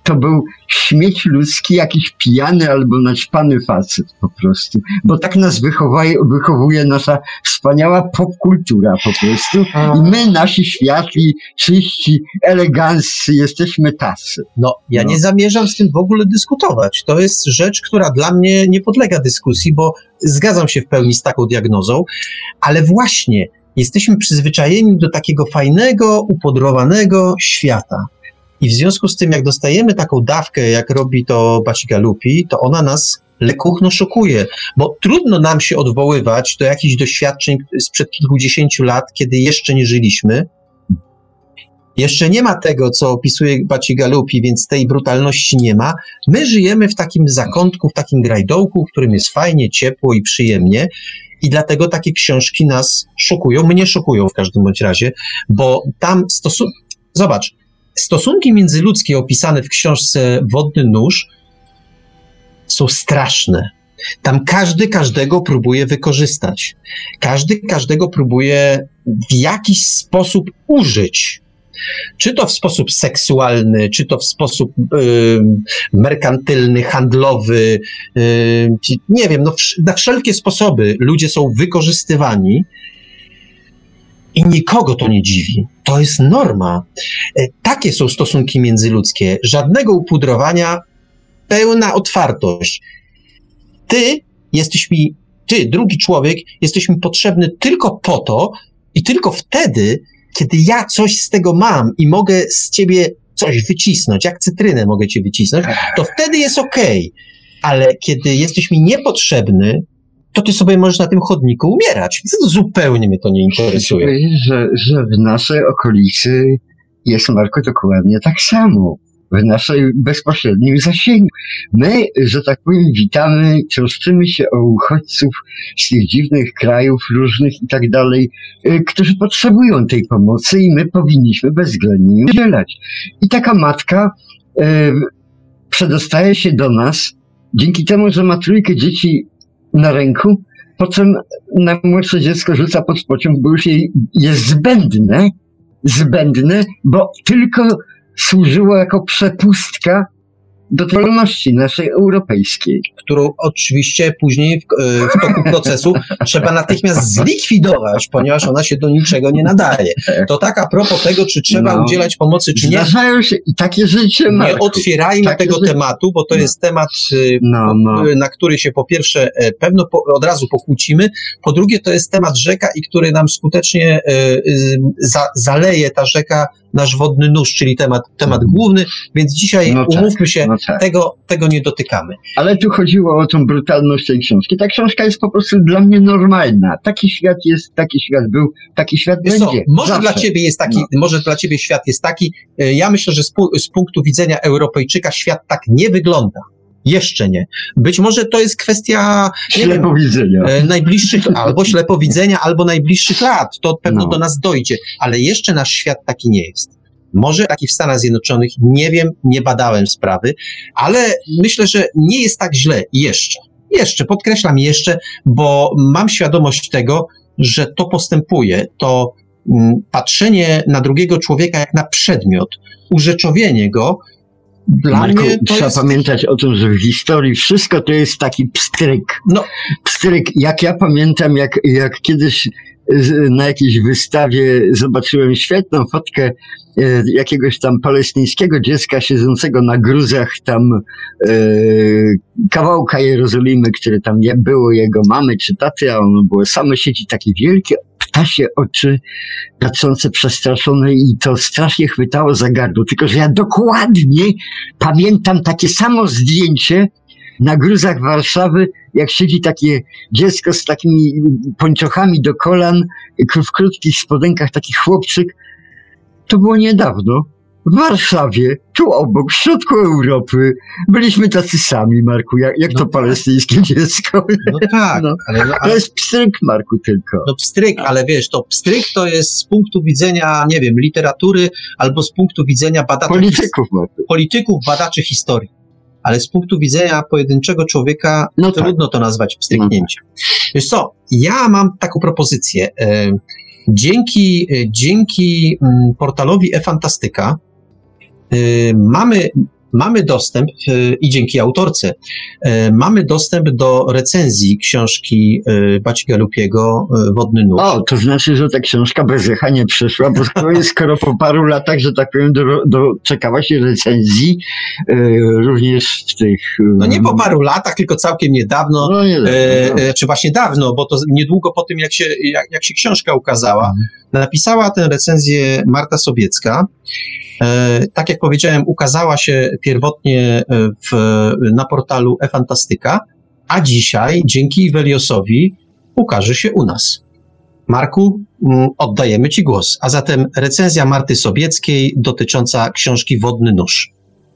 to był śmieć ludzki, jakiś pijany albo naćpany facet po prostu. Bo tak nas wychowuje, wychowuje nasza wspaniała popkultura po prostu. I my, nasi światli, czyści, eleganccy, jesteśmy tacy. No, ja No. nie zamierzam z tym w ogóle dyskutować. To jest rzecz, która dla mnie nie podlega dyskusji, bo zgadzam się w pełni z taką diagnozą, ale właśnie jesteśmy przyzwyczajeni do takiego fajnego, upodrowanego świata. I w związku z tym, jak dostajemy taką dawkę, jak robi to Bacigalupi, to ona nas lekuchno szokuje, bo trudno nam się odwoływać do jakichś doświadczeń sprzed kilkudziesięciu lat, kiedy jeszcze nie żyliśmy. Jeszcze nie ma tego, co opisuje Bacigalupi, więc tej brutalności nie ma. My żyjemy w takim zakątku, w takim grajdołku, w którym jest fajnie, ciepło i przyjemnie. I dlatego takie książki nas szokują. Mnie szokują w każdym bądź razie, bo tam stosunki... Zobacz, stosunki międzyludzkie opisane w książce Wodny nóż są straszne. Tam każdy każdego próbuje wykorzystać. Każdy każdego próbuje w jakiś sposób użyć. Czy to w sposób seksualny, czy to w sposób y, merkantylny, handlowy, y, nie wiem, no, na wszelkie sposoby ludzie są wykorzystywani i nikogo to nie dziwi. To jest norma. Y, takie są stosunki międzyludzkie. Żadnego upudrowania, pełna otwartość. Ty jesteś mi, ty, drugi człowiek, jesteś mi potrzebny tylko po to i tylko wtedy, kiedy ja coś z tego mam i mogę z ciebie coś wycisnąć, jak cytrynę mogę cię wycisnąć, to wtedy jest okej. Ale kiedy jesteś mi niepotrzebny, to ty sobie możesz na tym chodniku umierać. Zupełnie mnie to nie interesuje. Myślę, że, że w naszej okolicy jest, Marko, dokładnie tak samo. W naszej bezpośrednim zasięgu. My, że tak powiem, witamy, troszczymy się o uchodźców z tych dziwnych krajów różnych i tak dalej, którzy potrzebują tej pomocy i my powinniśmy bezwzględnie jej udzielać. I taka matka y, przedostaje się do nas dzięki temu, że ma trójkę dzieci na ręku, po czym najmłodsze dziecko rzuca pod pociąg, bo już jej jest zbędne, zbędne, bo tylko służyło jako przepustka do tej wolności naszej europejskiej. Którą oczywiście później w, w toku procesu trzeba natychmiast zlikwidować, ponieważ ona się do niczego nie nadaje. To tak a propos tego, czy trzeba No. udzielać pomocy, czy nie. Zdarzają się i takie życie, Nie Marku. otwierajmy Takie tego życie. tematu, bo to No. jest temat, y, No, no. po- na który się po pierwsze e, pewno po, od razu pokłócimy, po drugie to jest temat rzeka i który nam skutecznie e, y, za, zaleje ta rzeka nasz wodny nóż, czyli temat, temat główny, więc dzisiaj No tak, umówmy się, no tak. tego, tego nie dotykamy. Ale tu chodziło o tą brutalność tej książki. Ta książka jest po prostu dla mnie normalna. Taki świat jest, taki świat był, taki świat Wiesz co, będzie. może Zawsze. dla ciebie jest taki, No. może dla ciebie świat jest taki, e, ja myślę, że z, pu- z punktu widzenia Europejczyka świat tak nie wygląda. Jeszcze nie. Być może to jest kwestia, nie wiem, Ślepowidzenia. e, najbliższych, albo ślepowidzenia, albo najbliższych lat. To pewno No. do nas dojdzie, ale jeszcze nasz świat taki nie jest. Może taki w Stanach Zjednoczonych, nie wiem, nie badałem sprawy, ale myślę, że nie jest tak źle jeszcze. Jeszcze, podkreślam jeszcze, bo mam świadomość tego, że to postępuje, to mm, patrzenie na drugiego człowieka jak na przedmiot, urzeczowienie go, dla Marku, mnie to trzeba jest... pamiętać o tym, że w historii wszystko to jest taki pstryk. No, Pstryk. Jak ja pamiętam, jak, jak kiedyś z- na jakiejś wystawie zobaczyłem świetną fotkę e, jakiegoś tam palestyńskiego dziecka siedzącego na gruzach tam e, kawałka Jerozolimy, które tam je, było jego mamy czy taty, a ono było same siedzi takie wielkie ptasie oczy, patrzące przestraszone i to strasznie chwytało za gardło. Tylko, że ja dokładnie pamiętam takie samo zdjęcie na gruzach Warszawy, jak siedzi takie dziecko z takimi pończochami do kolan, w krótkich spodenkach, taki chłopczyk. To było niedawno. W Warszawie, tu obok, w środku Europy. Byliśmy tacy sami, Marku, jak, jak No to tak. palestyńskie dziecko. no tak, No. ale, no, To ale jest pstryk, Marku, tylko. to pstryk, ale wiesz, to pstryk to jest z punktu widzenia, nie wiem, literatury albo z punktu widzenia badaczy Polityków, Marku. polityków, badaczy historii. Ale z punktu widzenia pojedynczego człowieka No tak. trudno to nazwać pstryknięciem. Wiesz co, ja mam taką propozycję. E, Dzięki, e, dzięki mm, portalowi eFantastyka e, mamy mamy dostęp i dzięki autorce mamy dostęp do recenzji książki Bacigalupiego Wodny nóż. O, to znaczy, że ta książka bez echa nie przyszła, bo skoro, skoro po paru latach, że tak powiem, do, doczekała się recenzji również w tych... No nie po paru latach, tylko całkiem niedawno, no nie, no. e, czy właśnie dawno, bo to niedługo po tym, jak się, jak, jak się książka ukazała, mhm. napisała tę recenzję Marta Sobiecka. E, tak jak powiedziałem, ukazała się pierwotnie w, na portalu eFantastyka, a dzisiaj dzięki Weliosowi ukaże się u nas. Marku, m, oddajemy Ci głos. A zatem recenzja Marty Sobieckiej dotycząca książki Wodny nóż.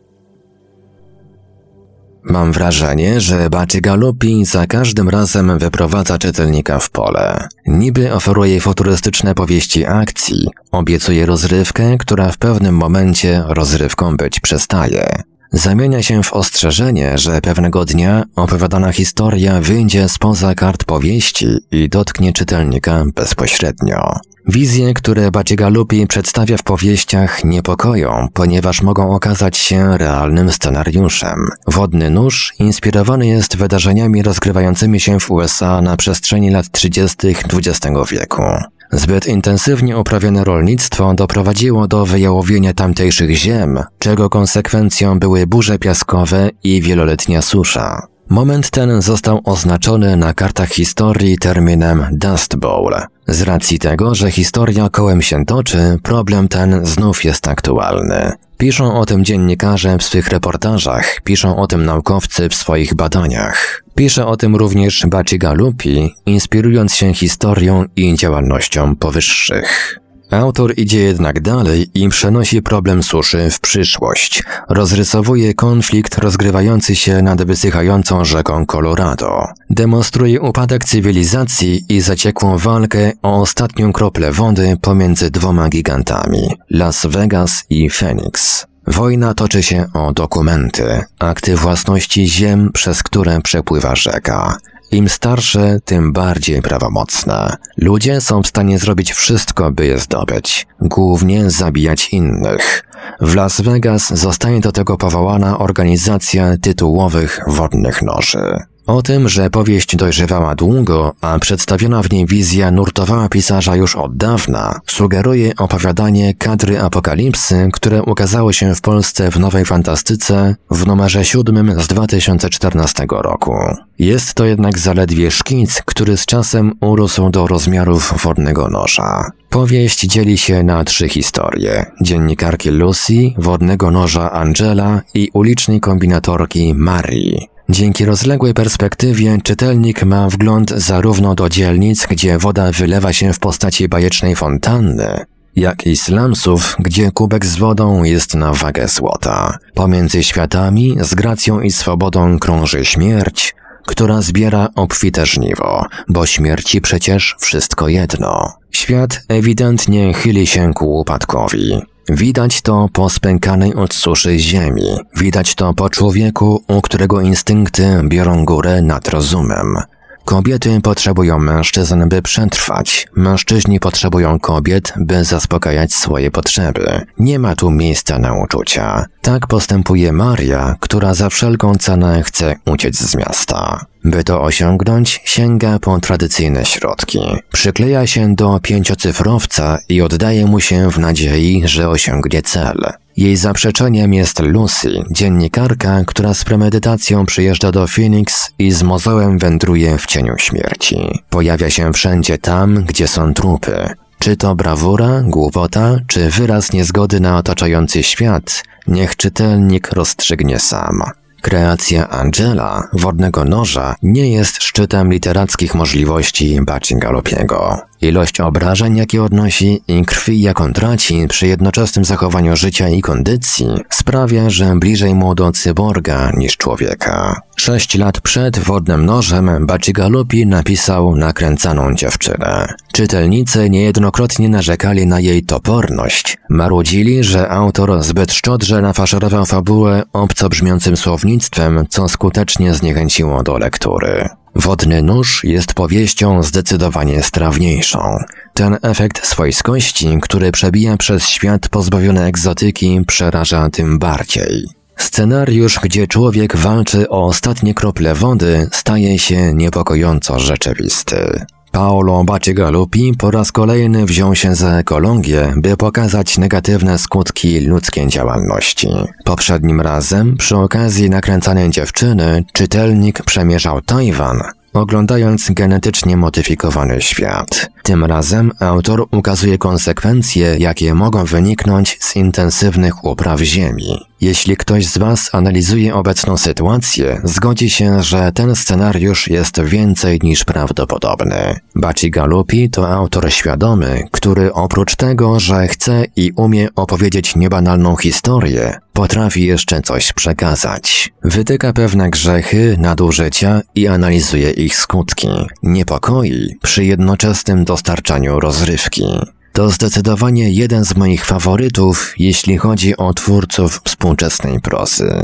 Mam wrażenie, że Bacigalupi za każdym razem wyprowadza czytelnika w pole. Niby oferuje futurystyczne powieści akcji, obiecuje rozrywkę, która w pewnym momencie rozrywką być przestaje. Zamienia się w ostrzeżenie, że pewnego dnia opowiadana historia wyjdzie spoza kart powieści i dotknie czytelnika bezpośrednio. Wizje, które Bacigalupi przedstawia w powieściach, niepokoją, ponieważ mogą okazać się realnym scenariuszem. Wodny nóż inspirowany jest wydarzeniami rozgrywającymi się w U S A na przestrzeni lat trzydziestych dwudziestego wieku. Zbyt intensywnie uprawiane rolnictwo doprowadziło do wyjałowienia tamtejszych ziem, czego konsekwencją były burze piaskowe i wieloletnia susza. Moment ten został oznaczony na kartach historii terminem Dust Bowl. Z racji tego, że historia kołem się toczy, problem ten znów jest aktualny. Piszą o tym dziennikarze w swych reportażach, piszą o tym naukowcy w swoich badaniach. Pisze o tym również Bacigalupi, inspirując się historią i działalnością powyższych. Autor idzie jednak dalej i przenosi problem suszy w przyszłość. Rozrysowuje konflikt rozgrywający się nad wysychającą rzeką Colorado. Demonstruje upadek cywilizacji i zaciekłą walkę o ostatnią kroplę wody pomiędzy dwoma gigantami – Las Vegas i Phoenix. Wojna toczy się o dokumenty, akty własności ziem, przez które przepływa rzeka. Im starsze, tym bardziej prawomocne. Ludzie są w stanie zrobić wszystko, by je zdobyć, głównie zabijać innych. W Las Vegas zostanie do tego powołana organizacja tytułowych wodnych noży. O tym, że powieść dojrzewała długo, a przedstawiona w niej wizja nurtowała pisarza już od dawna, sugeruje opowiadanie Kadry Apokalipsy, które ukazało się w Polsce w Nowej Fantastyce w numerze siódmym z dwa tysiące czternastego roku. Jest to jednak zaledwie szkic, który z czasem urósł do rozmiarów Wodnego noża. Powieść dzieli się na trzy historie. Dziennikarki Lucy, Wodnego noża Angela i ulicznej kombinatorki Marii. Dzięki rozległej perspektywie czytelnik ma wgląd zarówno do dzielnic, gdzie woda wylewa się w postaci bajecznej fontanny, jak i slumsów, gdzie kubek z wodą jest na wagę złota. Pomiędzy światami z gracją i swobodą krąży śmierć, która zbiera obfite żniwo, bo śmierci przecież wszystko jedno. Świat ewidentnie chyli się ku upadkowi. Widać to po spękanej od suszy ziemi. Widać to po człowieku, u którego instynkty biorą górę nad rozumem. Kobiety potrzebują mężczyzn, by przetrwać. Mężczyźni potrzebują kobiet, by zaspokajać swoje potrzeby. Nie ma tu miejsca na uczucia. Tak postępuje Maria, która za wszelką cenę chce uciec z miasta. By to osiągnąć, sięga po tradycyjne środki. Przykleja się do pięciocyfrowca i oddaje mu się w nadziei, że osiągnie cel. Jej zaprzeczeniem jest Lucy, dziennikarka, która z premedytacją przyjeżdża do Phoenix i z mozołem wędruje w cieniu śmierci. Pojawia się wszędzie tam, gdzie są trupy. Czy to brawura, głupota, czy wyraz niezgody na otaczający świat, niech czytelnik rozstrzygnie sam. Kreacja Angela, Wodnego noża, nie jest szczytem literackich możliwości Bacigalupiego. Ilość obrażeń, jakie odnosi, i krwi, jaką traci przy jednoczesnym zachowaniu życia i kondycji, sprawia, że bliżej mu do cyborga niż człowieka. Sześć lat przed Wodnym nożem Bacigalupi napisał Nakręcaną dziewczynę. Czytelnicy niejednokrotnie narzekali na jej toporność. Marudzili, że autor zbyt szczodrze nafaszerował fabułę obco brzmiącym słownictwem, co skutecznie zniechęciło do lektury. Wodny nóż jest powieścią zdecydowanie strawniejszą. Ten efekt swojskości, który przebija przez świat pozbawiony egzotyki, przeraża tym bardziej. Scenariusz, gdzie człowiek walczy o ostatnie krople wody, staje się niepokojąco rzeczywisty. Paolo Bacigalupi po raz kolejny wziął się za ekologię, by pokazać negatywne skutki ludzkiej działalności. Poprzednim razem, przy okazji nakręcanej dziewczyny, czytelnik przemierzał Tajwan, oglądając genetycznie modyfikowany świat. Tym razem autor ukazuje konsekwencje, jakie mogą wyniknąć z intensywnych upraw ziemi. Jeśli ktoś z Was analizuje obecną sytuację, zgodzi się, że ten scenariusz jest więcej niż prawdopodobny. Bacigalupi to autor świadomy, który oprócz tego, że chce i umie opowiedzieć niebanalną historię, potrafi jeszcze coś przekazać. Wytyka pewne grzechy, nadużycia i analizuje ich skutki. Niepokoi przy jednoczesnym dostarczaniu rozrywki. To zdecydowanie jeden z moich faworytów, jeśli chodzi o twórców współczesnej prozy.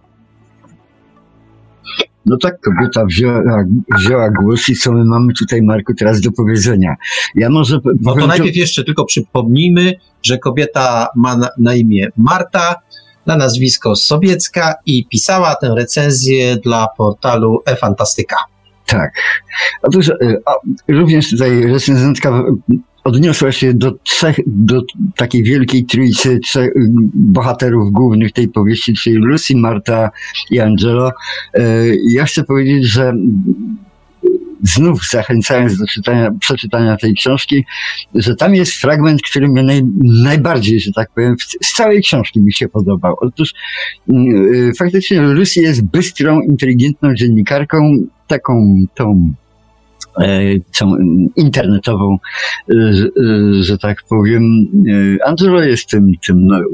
No tak, kobieta wzięła, wzięła głos i co my mamy tutaj, Marku, teraz do powiedzenia. Ja może... No to najpierw jeszcze tylko przypomnijmy, że kobieta ma na, na imię Marta, na nazwisko Sobiecka i pisała tę recenzję dla portalu eFantastyka. Tak. Otóż a, również tutaj recenzentka odniosła się do trzech, do takiej wielkiej trójcy trzech bohaterów głównych tej powieści, czyli Lucy, Marta i Angelo. Ja chcę powiedzieć, że znów zachęcając do czytania, przeczytania tej książki, że tam jest fragment, który mnie naj, najbardziej, że tak powiem, z całej książki mi się podobał. Otóż yy, faktycznie Lucy jest bystrą, inteligentną dziennikarką, taką tą tą internetową, że tak powiem. Angelo jest tym, tym no,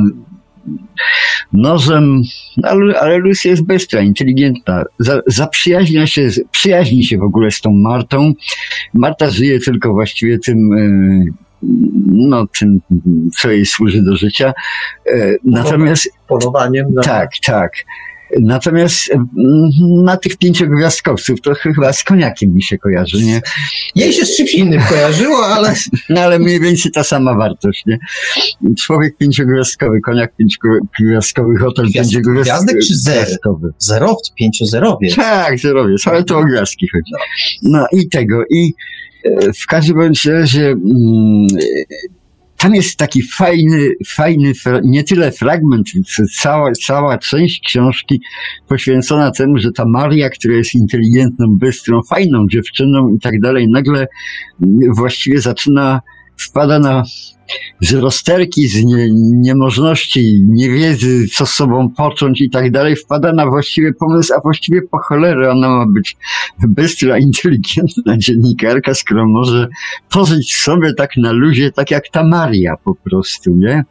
nożem, ale, ale Lucy jest bystra, inteligentna, za, zaprzyjaźnia się, przyjaźni się w ogóle z tą Martą. Marta żyje tylko właściwie tym, no, tym, co jej służy do życia. Natomiast... Polowaniem. Na... Tak, tak. Natomiast na tych pięciogwiazdkowców to chyba z koniakiem mi się kojarzy, nie? Jej się z czymś innym kojarzyło, ale... No ale mniej więcej ta sama wartość, nie? Człowiek pięciogwiazdkowy, koniak pięciogwiazdkowy, hotel pięciogwiazdkowy. Gwiazdek czy zer? Zerowcy, pięciozerowiec. Tak, zerowiec, ale to o gwiazdki chodzi. No i tego, i w każdym bądź razie... Mm, tam jest taki fajny, fajny, nie tyle fragment, cała, cała część książki poświęcona temu, że ta Maria, która jest inteligentną, bystrą, fajną dziewczyną i tak dalej, nagle właściwie zaczyna, wpada na z rozterki, z nie, niemożności, niewiedzy, co z sobą począć i tak dalej, wpada na właściwie pomysł, a właściwie po cholerę ona ma być bystra, inteligentna dziennikarka, skoro może pożyć sobie tak na luzie, tak jak ta Maria po prostu, nie?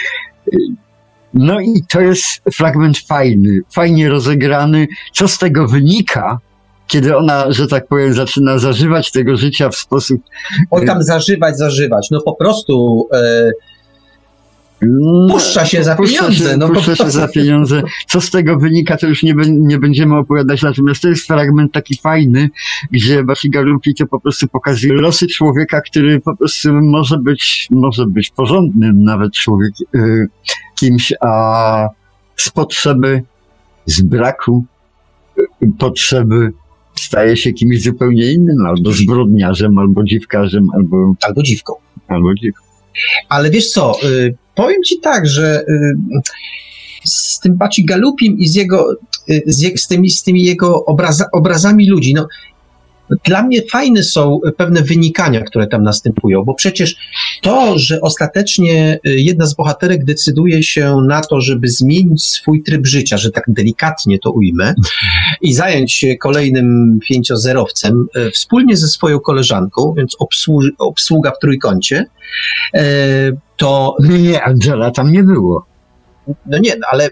No i to jest fragment fajny, fajnie rozegrany. Co z tego wynika, kiedy ona, że tak powiem, zaczyna zażywać tego życia w sposób... Oj tam zażywać, zażywać. No po prostu e, puszcza się za puszcza pieniądze. Się, no puszcza się za pieniądze. Co z tego wynika, to już nie, nie będziemy opowiadać, natomiast to jest fragment taki fajny, gdzie Bacigalupi to po prostu pokazuje losy człowieka, który po prostu może być, może być porządnym nawet człowiek, y, kimś, a z potrzeby, z braku y, potrzeby staje się kimś zupełnie innym, albo zbrodniarzem, albo dziwkarzem, albo... Albo dziwką. Albo dziwką. Ale wiesz co, y, powiem ci tak, że y, z tym Bacigalupim i z jego, y, z, je, z, tymi, z tymi jego obraza, obrazami ludzi, no dla mnie fajne są pewne wynikania, które tam następują, bo przecież to, że ostatecznie jedna z bohaterek decyduje się na to, żeby zmienić swój tryb życia, że tak delikatnie to ujmę, i zająć się kolejnym pięciozerowcem wspólnie ze swoją koleżanką, więc obsłu- obsługa w trójkącie, to... Nie, Angela tam nie było. No nie, no ale...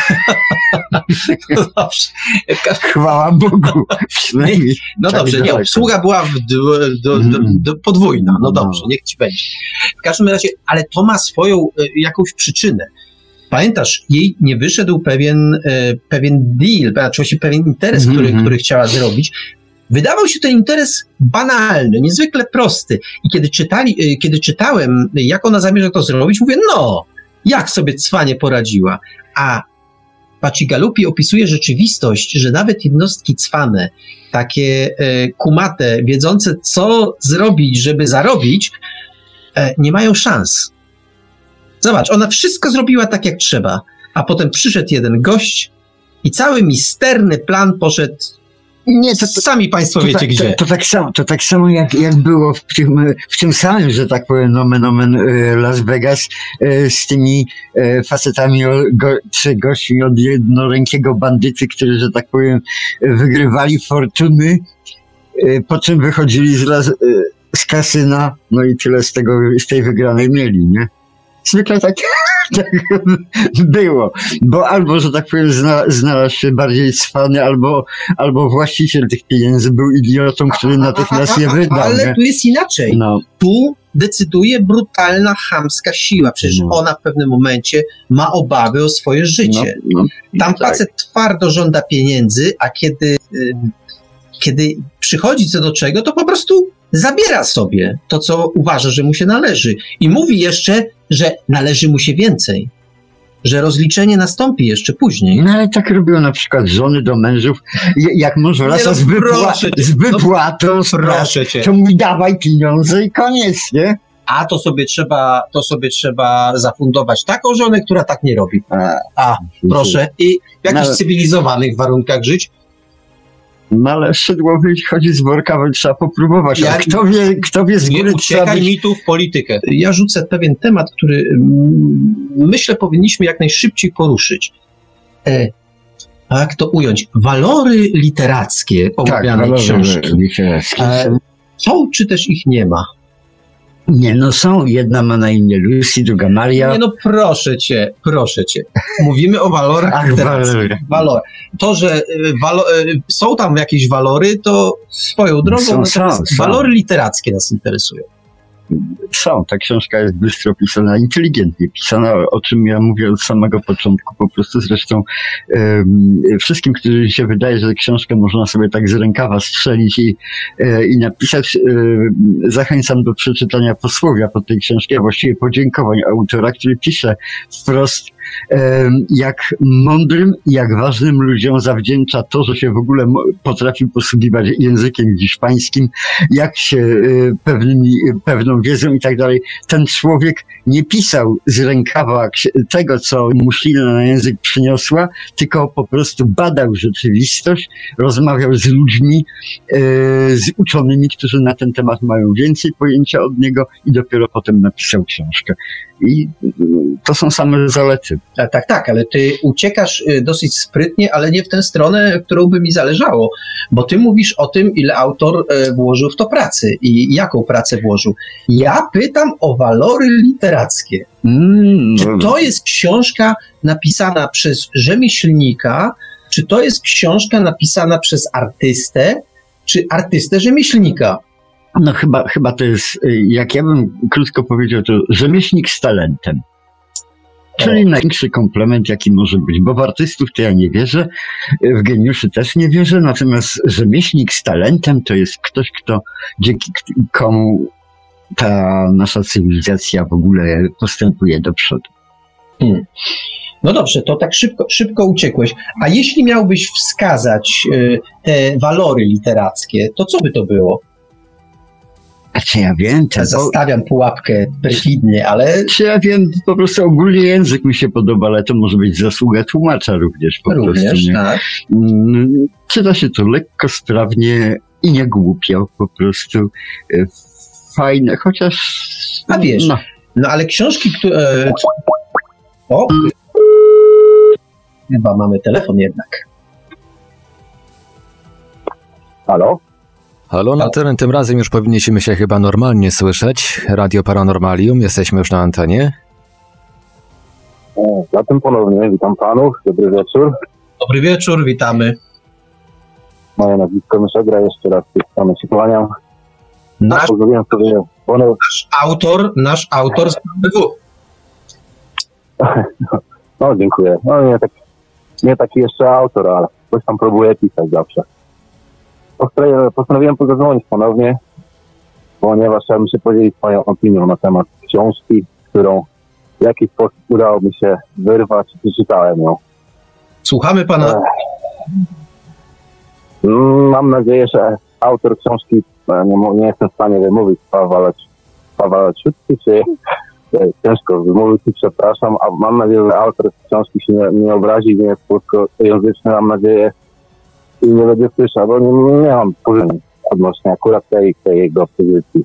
no dobrze. Chwała Bogu. Przynajmniej no tak dobrze, nie, daleko. obsługa była w do, do, do, do podwójna, no dobrze, niech ci będzie. W każdym razie, ale to ma swoją y, jakąś przyczynę. Pamiętasz, jej nie wyszedł pewien, y, pewien deal, znaczy pewien interes, Mm-hmm. który, który chciała zrobić. Wydawał się ten interes banalny, niezwykle prosty. I kiedy, czytali, y, kiedy czytałem, jak ona zamierza to zrobić, mówię, no, jak sobie cwanie poradziła. A Bacigalupi opisuje rzeczywistość, że nawet jednostki cwane, takie e, kumate, wiedzące co zrobić, żeby zarobić, e, nie mają szans. Zobacz, ona wszystko zrobiła tak jak trzeba, a potem przyszedł jeden gość i cały misterny plan poszedł. Nie, to, to sami państwo to, wiecie to, gdzie. To, to tak samo, to tak samo jak, jak było w tym, w tym samym, że tak powiem, nomen omen Las Vegas z tymi facetami, go, czy gośćmi od jednorękiego bandyty, którzy, że tak powiem, wygrywali fortuny, po czym wychodzili z, las, z kasyna, no i tyle z tego, z tej wygranej mieli, nie? Zwykle tak, tak było, bo albo, że tak powiem, zna, znalazł się bardziej cwany, albo, albo właściciel tych pieniędzy był idiotą, który natychmiast je wydał. Ale nie? tu jest inaczej. No. Tu decyduje brutalna, chamska siła. Przecież No. ona w pewnym momencie ma obawy o swoje życie. No, no, Tam tak. facet twardo żąda pieniędzy, a kiedy, y, kiedy przychodzi co do czego, to po prostu zabiera sobie to, co uważa, że mu się należy. I mówi jeszcze, że należy mu się więcej. Że rozliczenie nastąpi jeszcze później. No ale tak robią na przykład żony do mężów. Je- Jak mąż wraca no, z, wypła- proszę cię, z wypłatą, z Proszę cię. to mi dawaj pieniądze i koniec, nie? A to sobie trzeba, to sobie trzeba zafundować taką żonę, która tak nie robi. A, A, proszę. I w jakichś No. cywilizowanych warunkach żyć. No ale szydło wychodzi z worka, bo trzeba popróbować. Ja- A kto wie, kto wie z Nie góry trzeba uciekaj być... mi tu w politykę. Ja rzucę pewien temat, który mm, myślę powinniśmy jak najszybciej poruszyć. E, a jak to ująć? Walory literackie Tak, omawianej walory książki. literackie. E, są, czy też ich nie ma? Nie, no są. Jedna ma na imię Lucy, druga Maria. Nie, no proszę cię, proszę cię. Mówimy o walorach Ach, literackich. walory. Walor. To, że y, walo, y, są tam jakieś walory, to swoją drogą, Są, natomiast są, są. walory literackie nas interesują. Są, ta książka jest bystro pisana, inteligentnie pisana, o czym ja mówię od samego początku, po prostu zresztą um, wszystkim, którzy się wydaje, że książkę można sobie tak z rękawa strzelić i, e, i napisać, e, zachęcam do przeczytania posłowia pod tej książki, a właściwie podziękowań autora, który pisze wprost, e, jak mądrym i jak ważnym ludziom zawdzięcza to, że się w ogóle mo- potrafi posługiwać językiem hiszpańskim, jak się e, pewnymi, pewną wiedzą i tak dalej. Ten człowiek nie pisał z rękawa ksi- tego, co muślina na język przyniosła, tylko po prostu badał rzeczywistość, rozmawiał z ludźmi, e, z uczonymi, którzy na ten temat mają więcej pojęcia od niego i dopiero potem napisał książkę. I mm, to są same zalety. Tak, tak, tak, ale ty uciekasz y, dosyć sprytnie, ale nie w tę stronę, którą by mi zależało, bo ty mówisz o tym, ile autor y, włożył w to pracy i jaką pracę włożył. Ja pytam o walory literackie. Mm, Czy no, to jest książka napisana przez rzemieślnika, czy to jest książka napisana przez artystę, czy artystę rzemieślnika? no chyba, chyba to jest, y, jak ja bym krótko powiedział, to rzemieślnik z talentem. Czyli największy komplement, jaki może być, bo w artystów to ja nie wierzę, w geniuszy też nie wierzę, natomiast rzemieślnik z talentem to jest ktoś, kto, dzięki k- komu ta nasza cywilizacja w ogóle postępuje do przodu. Hmm. No dobrze, to tak szybko, szybko uciekłeś. A jeśli miałbyś wskazać y, te walory literackie, to co by to było? A czy ja wiem, Ja to, zastawiam pułapkę perfidnie, ale czy ja wiem, po prostu ogólnie język mi się podoba, ale to może być zasługa tłumacza również po również, prostu. Nie? tak. Mm, Czyta się to lekko, sprawnie i nie głupio, po prostu e, fajne, chociaż... A wiesz, no, No ale książki, które... O! Chyba mamy telefon jednak. Halo? Halo, na teren tym razem już powinniśmy się chyba normalnie słyszeć. Radio Paranormalium, jesteśmy już na antenie. O, zatem ponownie witam panów, dobry wieczór. Dobry wieczór, witamy. Moje nazwisko Myszegra, jeszcze raz z tej strony się kłaniam. Nasz, Pozwoliłem sobie ponownie. nasz autor, nasz autor z P W. No dziękuję. No nie, tak, nie taki jeszcze autor, ale coś tam próbuję pisać zawsze. Postra- Postanowiłem zadzwonić ponownie, ponieważ chciałbym się podzielić swoją opinią na temat książki, którą w jakiś sposób udało mi się wyrwać i przeczytałem ją. Słuchamy pana. Mam nadzieję, że autor książki, nie, mo- nie jestem w stanie wymówić, Pawalczycki, czy e, ciężko wymówić, przepraszam, a mam nadzieję, że autor książki się nie, nie obrazi, nie jest polskojęzyczny, mam nadzieję, i nie będzie słyszał, bo nie, nie mam później odnośnie akurat tej, tej jego pozycji.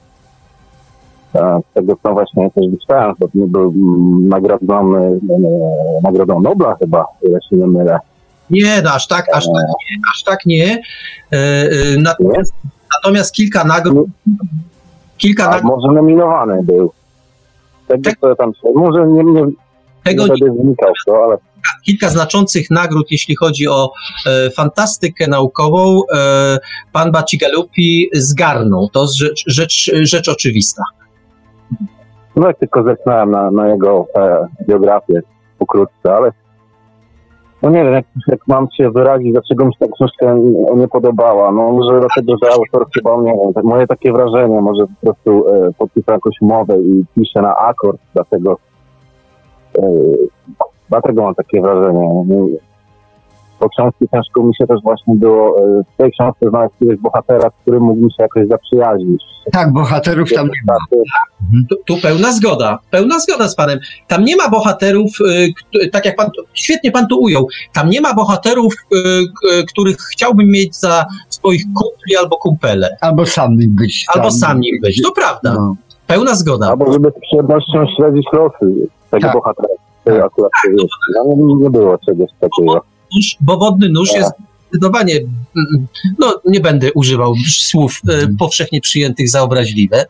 Z tego co właśnie też wyczytałem, to nie był mm, nagrodzony e, nagrodą Nobla chyba, ile się nie mylę. Nie, no aż tak, aż tak nie, aż tak nie. E, e, natomiast, natomiast kilka nagród, kilka A nagród, może nominowany był. Tego Tak. co tam się, może nie, nie, tego nie będę wnikał w to, ale kilka znaczących nagród, jeśli chodzi o e, fantastykę naukową, e, pan Bacigalupi zgarnął. To rzecz, rzecz, rzecz oczywista. no jak tylko zerknąłem na, na jego e, biografię pokrótce, ale no nie wiem, jak, jak mam się wyrazić, dlaczego mi się ta książka nie, nie podobała. No może dlatego, że autor chyba, nie wiem, tak moje takie wrażenie, może po prostu e, podpisał jakąś umowę i pisze na akord, dlatego e, dlatego mam takie wrażenie. Po książce ciężko mi się też właśnie było e, w tej książce znaleźć jakiegoś bohatera, z którym mógłbym się jakoś zaprzyjaźnić. Tak, bohaterów tam nie ma. Tu, tu pełna zgoda, pełna zgoda z panem. Tam nie ma bohaterów, y, k- tak jak pan, świetnie pan to ujął, tam nie ma bohaterów, y, k- których chciałbym mieć za swoich kumpli albo kumpele, Albo sam nim być. albo tam. sam nim być. To prawda, No. pełna zgoda. Albo żeby z przyjemnością śledzić losy tego Tak. bohatera, który akurat to jest. No, nie, nie było czegoś takiego. Nóż, bo wodny nóż Tak. jest zdecydowanie, mm, no nie będę używał słów y, powszechnie przyjętych za obraźliwe.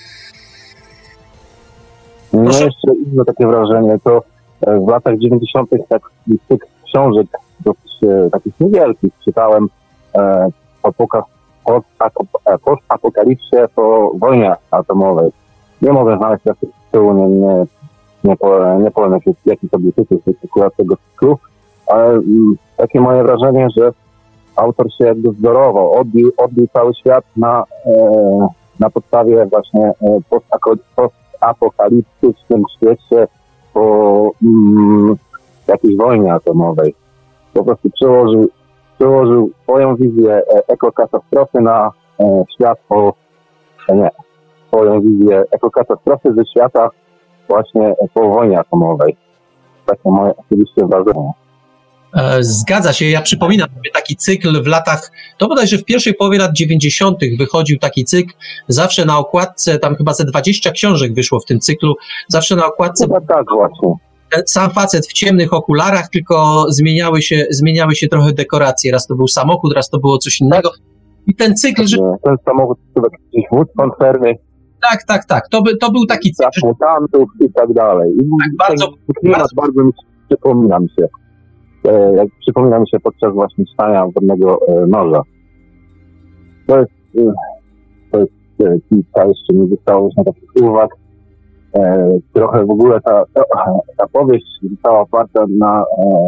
No Proszę. jeszcze inne takie wrażenie, to e, w latach dziewięćdziesiątych tak z tych książek dosyć e, takich niewielkich czytałem e, o poka- post- postapokalipsie po wojnie atomowej. Nie mogę znaleźć takiego tytułu, nie, nie, nie, po, nie powiem jaki, jaki to był tytuł akurat tego cyklu, ale mm, takie moje wrażenie, że autor się jakby wzorował, odbił, odbił cały świat na, e, na podstawie właśnie e, postako- postapokaliptycznym świecie po mm, jakiejś wojnie atomowej. Po prostu przełożył, przełożył swoją wizję e, ekokatastrofy na e, świat po, e, nie, swoją wizję ekokatastrofy ze świata właśnie e, po wojnie atomowej. Takie moje oczywiście wrażenie. E, Zgadza się, ja przypominam sobie taki cykl w latach, to bodajże w pierwszej połowie lat dziewięćdziesiątych wychodził taki cykl, zawsze na okładce, tam chyba ze dwadzieścia książek wyszło w tym cyklu, zawsze na okładce Chyba tak właśnie. ten sam facet w ciemnych okularach, tylko zmieniały się, zmieniały się trochę dekoracje, raz to był samochód, raz to było coś innego i ten cykl, że Nie, ten samochód chyba jakiś wóz pancerny, tak, tak, tak, to, by, to był taki strach cykl, mutantów i tak dalej. I Tak, bardzo- ten klimat bardzo- bardzo mi się, przypomina mi się. E, jak przypomina mi się podczas właśnie czytania wodnego e, noża. To jest, e, to jest e, kilka jeszcze nie zostało właśnie takich uwag. E, trochę w ogóle ta, ta, ta powieść została oparta na,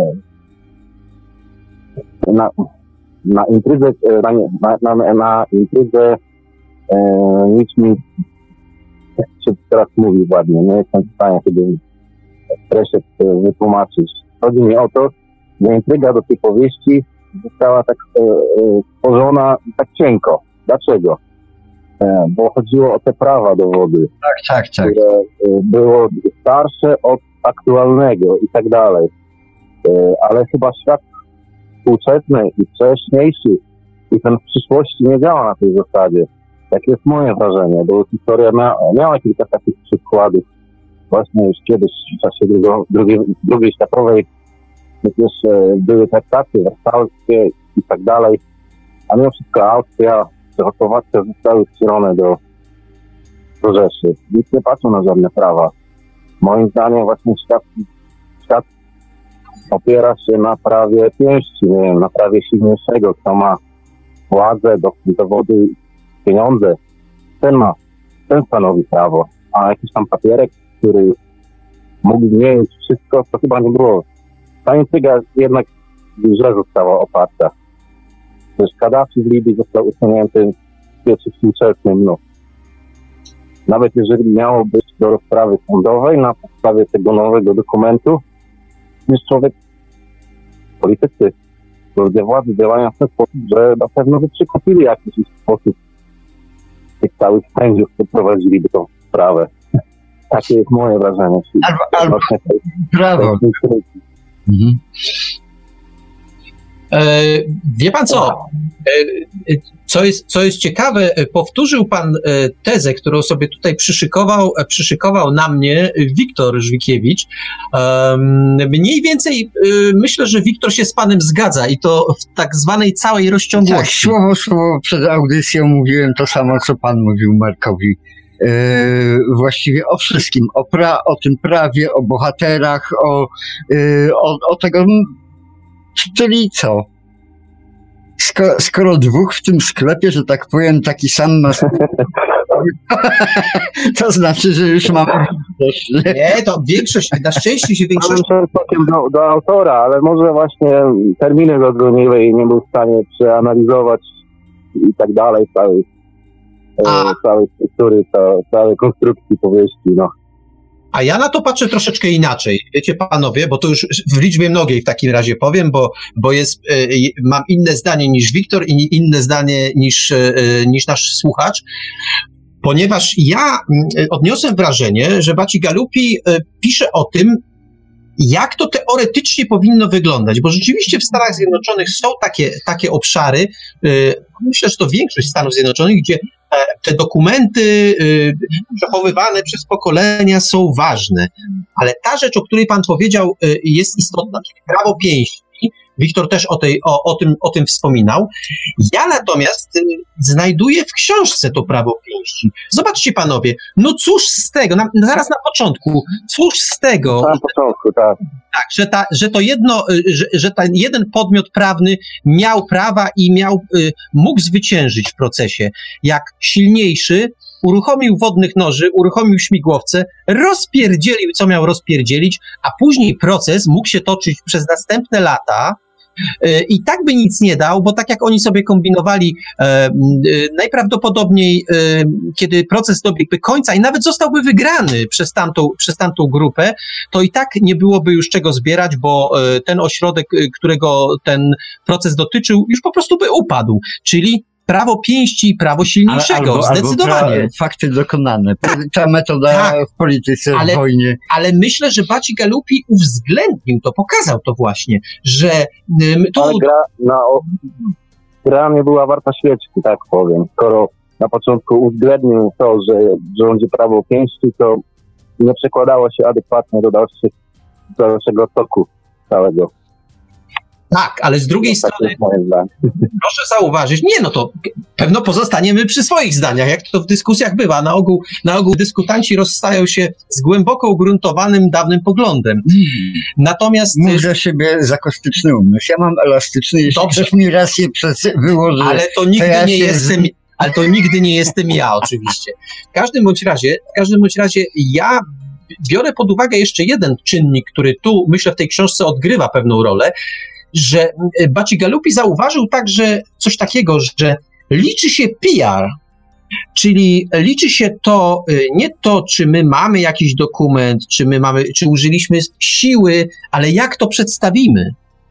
e, na, na intrydze, e, na, nie- na, na, na intrydze e, nic mi jak się teraz mówi ładnie, nie jestem w stanie sobie w tresie e, wytłumaczyć. Chodzi mi o to, że intryga do tej powieści została tak e, e, stworzona tak cienko. Dlaczego? E, bo chodziło o te prawa do wody, Tak, tak, tak. które e, było starsze od aktualnego i tak dalej. E, ale chyba świat współczesny i wcześniejszy i ten w przyszłości nie działa na tej zasadzie. Takie jest moje wrażenie, bo historia mia, miała kilka takich przykładów. Właśnie już kiedyś w czasie drugo, drugiej, drugiej światowej przecież e, były traktacje wersalskie i tak dalej, a mimo wszystko Austria, Czechosłowacja zostały wcielone do, do Rzeszy. Nic nie patrzą na żadne prawa. Moim zdaniem właśnie świat, świat opiera się na prawie pięści, nie wiem, na prawie silniejszego, kto ma władzę, do, do wody, pieniądze. Ten ma, ten stanowi prawo, a jakiś tam papierek, który mógł zmienić wszystko, to chyba nie było. Ta intryga jednak źle została oparta. Przecież Kaddafi w Libii został usunięty w wieku współczesnym. No. Nawet jeżeli miało być do rozprawy sądowej na podstawie tego nowego dokumentu, przecież człowiek politycy, ludzie władzy działają w ten sposób, że na pewno by przekupili jakiś sposób tych całych sędziów, którzy prowadziliby tą sprawę. Takie jest moje wrażenie. Albo, albo prawo. Mhm. E, wie pan co? E, co, jest, co jest ciekawe, powtórzył pan tezę, którą sobie tutaj przyszykował, przyszykował na mnie Wiktor Żwikiewicz. E, mniej więcej e, myślę, że Wiktor się z panem zgadza i to w tak zwanej całej rozciągłości. Tak, słowo słowo przed audycją mówiłem to samo, co pan mówił Markowi. Yy, właściwie o wszystkim, o, pra, o tym prawie, o bohaterach, o, yy, o, o tego, czyli co? Skoro, skoro dwóch w tym sklepie, że tak powiem, taki sam ma... to znaczy, że już mamy... Nie, to większość, na szczęście się większość... Ja do, do autora, ale może właśnie terminy zadzwoniły i nie był w stanie przeanalizować i tak dalej, całej A... całej struktury, całej konstrukcji powieści, no. A ja na to patrzę troszeczkę inaczej. Wiecie, panowie, bo to już w liczbie mnogiej w takim razie powiem, bo, bo jest, y, mam inne zdanie niż Wiktor i inne zdanie niż, y, niż nasz słuchacz, ponieważ ja y, odniosłem wrażenie, że Bacigalupi y, pisze o tym, jak to teoretycznie powinno wyglądać, bo rzeczywiście w Stanach Zjednoczonych są takie, takie obszary, y, myślę, że to większość Stanów Zjednoczonych, gdzie te dokumenty przechowywane przez pokolenia są ważne, ale ta rzecz, o której pan powiedział, jest istotna, czyli prawo pięści. Wiktor też o, tej, o, o, tym, o tym wspominał. Ja natomiast znajduję w książce to prawo pięści. Zobaczcie panowie, no cóż z tego, na, zaraz na początku, cóż z tego, na początku, tak. Tak, że, ta, że to jedno, że, że ten jeden podmiot prawny miał prawa i miał, mógł zwyciężyć w procesie, jak silniejszy uruchomił wodnych noży, uruchomił śmigłowce, rozpierdzielił, co miał rozpierdzielić, a później proces mógł się toczyć przez następne lata i tak by nic nie dał, bo tak jak oni sobie kombinowali, najprawdopodobniej kiedy proces dobiegłby końca i nawet zostałby wygrany przez tamtą, przez tamtą grupę, to i tak nie byłoby już czego zbierać, bo ten ośrodek, którego ten proces dotyczył, już po prostu by upadł, czyli prawo pięści, prawo silniejszego, albo, zdecydowanie. Albo pra, fakty dokonane. Ta metoda tak, w polityce, ale, w wojnie. Ale myślę, że Bacigalupi uwzględnił to, pokazał to właśnie, że... Um, to... Ale gra, na, gra nie była warta świeczki, tak powiem. Skoro na początku uwzględnił to, że rządzi prawo pięści, to nie przekładało się adekwatnie do dalszych, dalszego toku całego. Tak, ale z drugiej no, strony, tak proszę zauważyć, nie, no to pewno pozostaniemy przy swoich zdaniach, jak to w dyskusjach bywa. Na ogół, na ogół dyskutanci rozstają się z głęboko ugruntowanym, dawnym poglądem. Natomiast... Mów za siebie zakostyczny umysł. Ja mam elastyczny, jeśli Dobrze. Ktoś mi rację wyłoży. Ale to nigdy to ja nie się... jestem... Ale to nigdy nie jestem ja, oczywiście. W każdym bądź razie, w każdym bądź razie ja biorę pod uwagę jeszcze jeden czynnik, który tu, myślę, w tej książce odgrywa pewną rolę, że Bacigalupi zauważył także coś takiego, że liczy się P R, czyli liczy się to, nie to, czy my mamy jakiś dokument, czy my mamy, czy użyliśmy siły, ale jak to przedstawimy.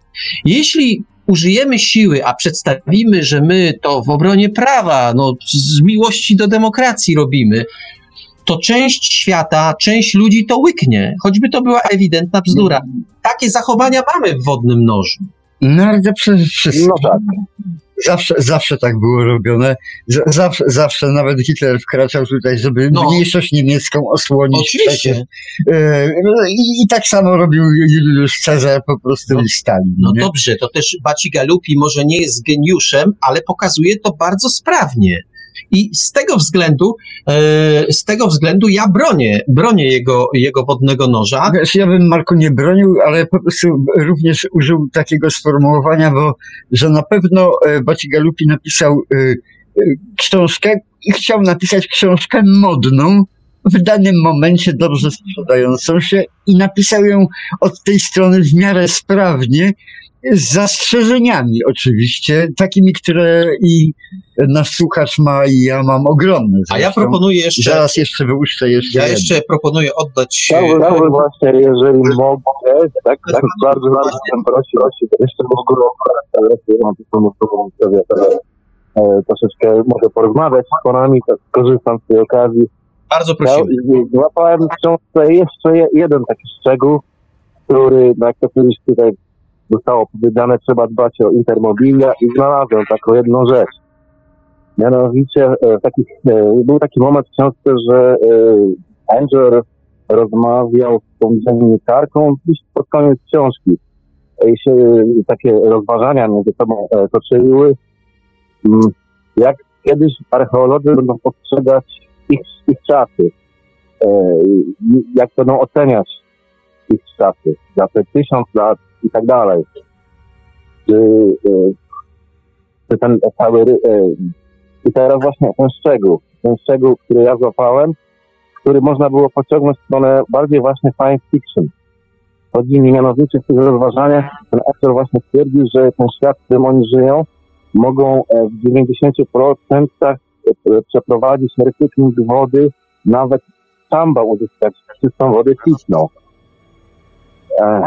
Jeśli użyjemy siły, a przedstawimy, że my to w obronie prawa, no, z miłości do demokracji robimy, to część świata, część ludzi to łyknie, choćby to była ewidentna bzdura. Takie zachowania mamy w wodnym nożu. No ale przede wszystkim no tak. zawsze, zawsze tak było robione. Z- zawsze, zawsze nawet Hitler wkraczał tutaj, żeby no. mniejszość niemiecką osłonić. Oczywiście. Yy, i, I tak samo robił Juliusz Cezar po prostu no, i Stalin. No nie? dobrze, to też Bacigalupi może nie jest geniuszem, ale pokazuje to bardzo sprawnie. I z tego względu, e, z tego względu ja bronię, bronię jego, jego wodnego noża. Wiesz, ja bym Marku nie bronił, ale po prostu również użył takiego sformułowania, bo że na pewno Bacigalupi napisał y, y, książkę i chciał napisać książkę modną, w danym momencie dobrze sprzedającą się i napisał ją od tej strony w miarę sprawnie z zastrzeżeniami oczywiście, takimi, które i nasz słuchacz ma i ja mam ogromne. A ja proponuję jeszcze... Zaraz jeszcze wyłuszczę jeszcze Ja jedno. jeszcze proponuję oddać... Chciałbym właśnie, jeżeli mogę, tak, tak, bardzo, bardzo bym prosił, prosił, jeszcze w ogóle o mam tylko sobie e, troszeczkę mogę porozmawiać z panami, tak skorzystam z tej okazji. Bardzo prosimy. Ja złapałem w książce jeszcze je- jeden taki szczegół, który, no jak to kiedyś tutaj zostało powiedziane, trzeba dbać o intermobilia i znalazłem taką jedną rzecz. Mianowicie e, takich, e, był taki moment w książce, że e, Angel rozmawiał z tą dziennikarką gdzieś pod koniec książki. I się e, takie rozważania między sobą e, toczyły, m, jak kiedyś archeolodzy będą postrzegać ich, ich czasy, e, jak będą oceniać ich czasy za te tysiąc lat i tak dalej. Czy, e, czy ten cały... E, I teraz właśnie ten szczegół, ten szczegół, który ja złapałem, który można było pociągnąć w stronę bardziej właśnie science fiction. Chodzi mi mianowicie w tych rozważaniach, ten autor właśnie stwierdził, że ten świat, w którym oni żyją, mogą w dziewięćdziesięciu procentach przeprowadzić recykling wody, nawet szamba uzyskać czystą wodę pitną. Ech.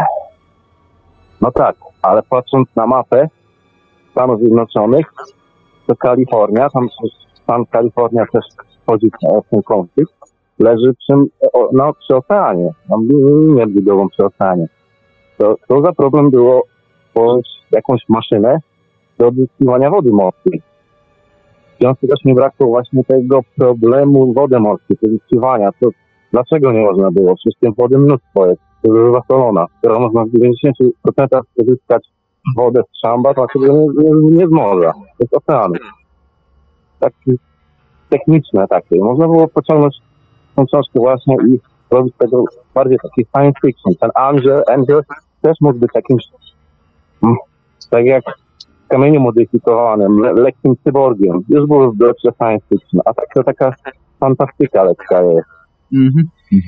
No tak, ale patrząc na mapę Stanów Zjednoczonych, to Kalifornia, tam stan Kalifornia też wchodzi w ten konflikt, leży przy, no, przy oceanie, tam linię brzegową przy oceanie. To, to za problem było jakąś maszynę do odzyskiwania wody morskiej. W związku też mi brakło właśnie tego problemu wody morskiej, pozyskiwania. To dlaczego nie można było? Przecież tym wody mnóstwo jest, to jest zasolona. Skoro można w dziewięćdziesięciu procentach pozyskać wodę z szamba, to dlaczego nie, nie, nie z morza? To jest oceanu. Tak techniczne takie. Można było pociągnąć tą książkę właśnie i robić tego bardziej taki science fiction. Ten Angel, Angel też mógł być jakimś, tak jak w kamieniu modyfikowanym, le, lekkim cyborgiem. Już było lepsze science fiction, a tak to taka fantastyka lekka jest. Mm-hmm.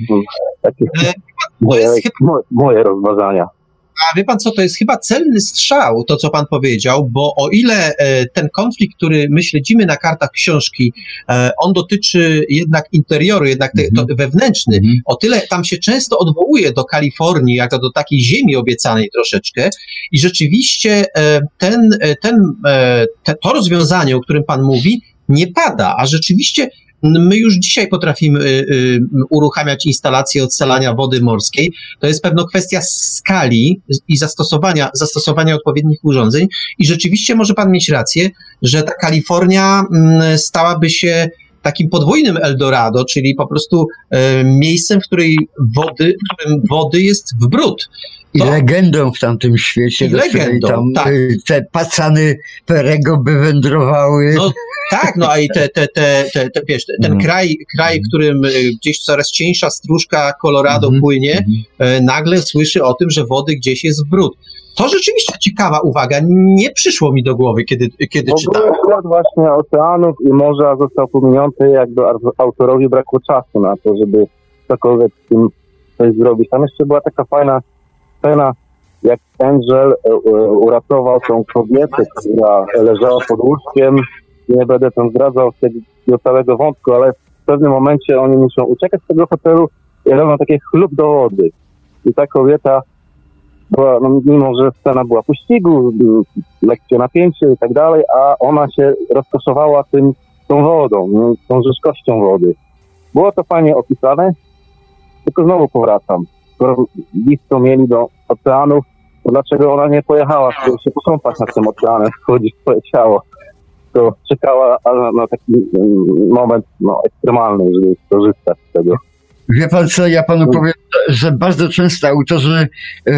Takie moje, chyba... moje rozważania. A wie pan co, to jest chyba celny strzał, to co pan powiedział, bo o ile e, ten konflikt, który my śledzimy na kartach książki, e, on dotyczy jednak interioru, jednak te, to wewnętrzny, mm-hmm. o tyle tam się często odwołuje do Kalifornii, jako do takiej ziemi obiecanej troszeczkę i rzeczywiście e, ten, ten, e, te, to rozwiązanie, o którym pan mówi, nie pada, a rzeczywiście my już dzisiaj potrafimy y, y, uruchamiać instalacje odsalania wody morskiej. To jest pewno kwestia skali i zastosowania, zastosowania odpowiednich urządzeń. I rzeczywiście może pan mieć rację, że ta Kalifornia y, stałaby się takim podwójnym Eldorado, czyli po prostu y, miejscem, w której wody, w którym wody jest w bród. I to... legendą w tamtym świecie, I do legendą, tam tak. te pacany Perego by wędrowały. No tak, no a i te, te, te, te, te, wiesz, ten mm. kraj, kraj, w którym gdzieś coraz cieńsza stróżka Colorado mm. płynie, mm. nagle słyszy o tym, że wody gdzieś jest w bród. To rzeczywiście ciekawa uwaga, nie przyszło mi do głowy, kiedy, kiedy czytałem. Skład właśnie oceanów i morza został pominięty, jakby autorowi brakło czasu na to, żeby cokolwiek z tym coś zrobić. Tam jeszcze była taka fajna scena, jak Angel uratował tą kobietę, która leżała pod łóżkiem. Nie będę tam zdradzał tego całego wątku, ale w pewnym momencie oni muszą uciekać z tego hotelu i robią takie chlub do wody. I ta kobieta była, no, mimo że scena była pościgu, lekkie napięcie i tak dalej, a ona się rozkoszowała tym, tą wodą, tą rzeźkością wody. Było to fajnie opisane, tylko znowu powracam. Skoro blisko mieli do oceanów, to dlaczego ona nie pojechała się pokąpać nad tym oceanem, schodzić swoje ciało? To czekała na, na taki moment no, ekstremalny, żeby skorzystać z tego. Wie pan co, ja panu powiem, że bardzo często autorzy y,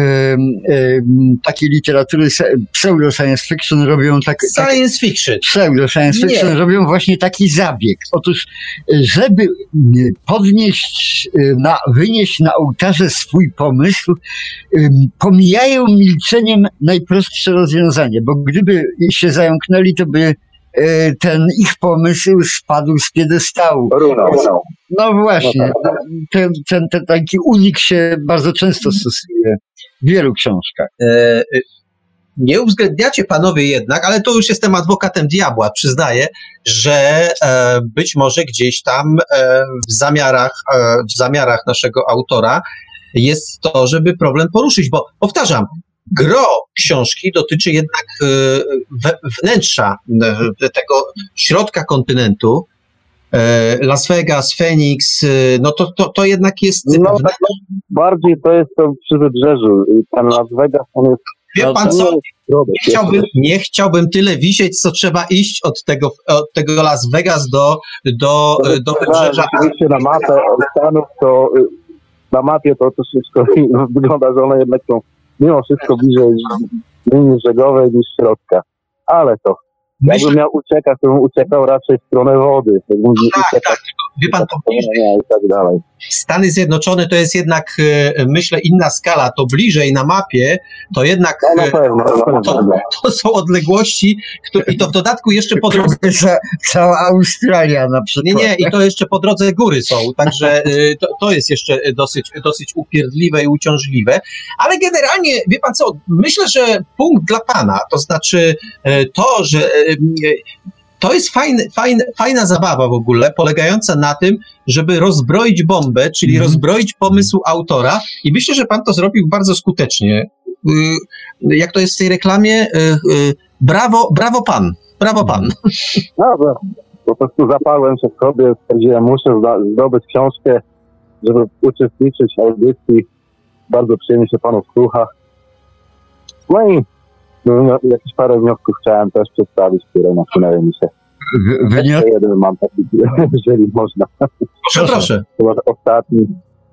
y, takiej literatury pseudo science fiction robią tak... Science fiction. Pseudo science fiction Nie. robią właśnie taki zabieg. Otóż, żeby podnieść, na, wynieść na ołtarze swój pomysł, y, pomijają milczeniem najprostsze rozwiązanie, bo gdyby się zająknęli, to by ten ich pomysł spadł z piedestału. Runął. No właśnie, ten, ten, ten taki unik się bardzo często stosuje w wielu książkach. nie uwzględniacie panowie jednak, ale to już jestem adwokatem diabła, przyznaję, że e, być może gdzieś tam e, w zamiarach, e, w zamiarach naszego autora jest to, żeby problem poruszyć, bo powtarzam, gro książki dotyczy jednak e, we, wnętrza e, tego środka kontynentu. E, Las Vegas, Phoenix, e, no to, to, to jednak jest... No tak bardziej to jest to przy wybrzeżu. Ten Las Vegas, on jest... Wie pan co? Nie chciałbym, nie chciałbym tyle wisieć, co trzeba iść od tego, od tego Las Vegas do, do, do wybrzeża. Oczywiście na mapę Stanów, to na mapie to troszeczkę wygląda, że one jednak są mimo wszystko bliżej linii brzegowej niż środka. Ale to, jakbym Myślę, miał uciekać, to bym uciekał raczej w stronę wody. Jakbym tak, uciekał tak. Wie pan, to bliżej. i tak dalej. Stany Zjednoczone to jest jednak, e, myślę, inna skala. To bliżej na mapie, to jednak No na e, pewno, na pewno. to, to są odległości, które, i to w dodatku jeszcze po drodze. Ca- Cała Australia na przykład. Nie, nie, i to jeszcze po drodze góry są, także y, to, to jest jeszcze dosyć, dosyć upierdliwe i uciążliwe, ale generalnie, wie pan co, myślę, że punkt dla pana, to znaczy y, to, że y, y, to jest fajny, fajny, fajna zabawa w ogóle, polegająca na tym, żeby rozbroić bombę, czyli Mhm. rozbroić pomysł autora i myślę, że pan to zrobił bardzo skutecznie. Y, jak to jest w tej reklamie? Y, y, brawo, brawo pan, brawo pan. No, bo po prostu zaparłem się w sobie, stwierdziłem, muszę zda- zdobyć książkę, żeby uczestniczyć w audycji. Bardzo przyjemnie się panów słucha. No i no, jakieś parę wniosków chciałem też przedstawić, które nasunęły mi się. W- Wynios- Jeszcze jeden mam taki, jeżeli można. Proszę, proszę. Chyba ostatni.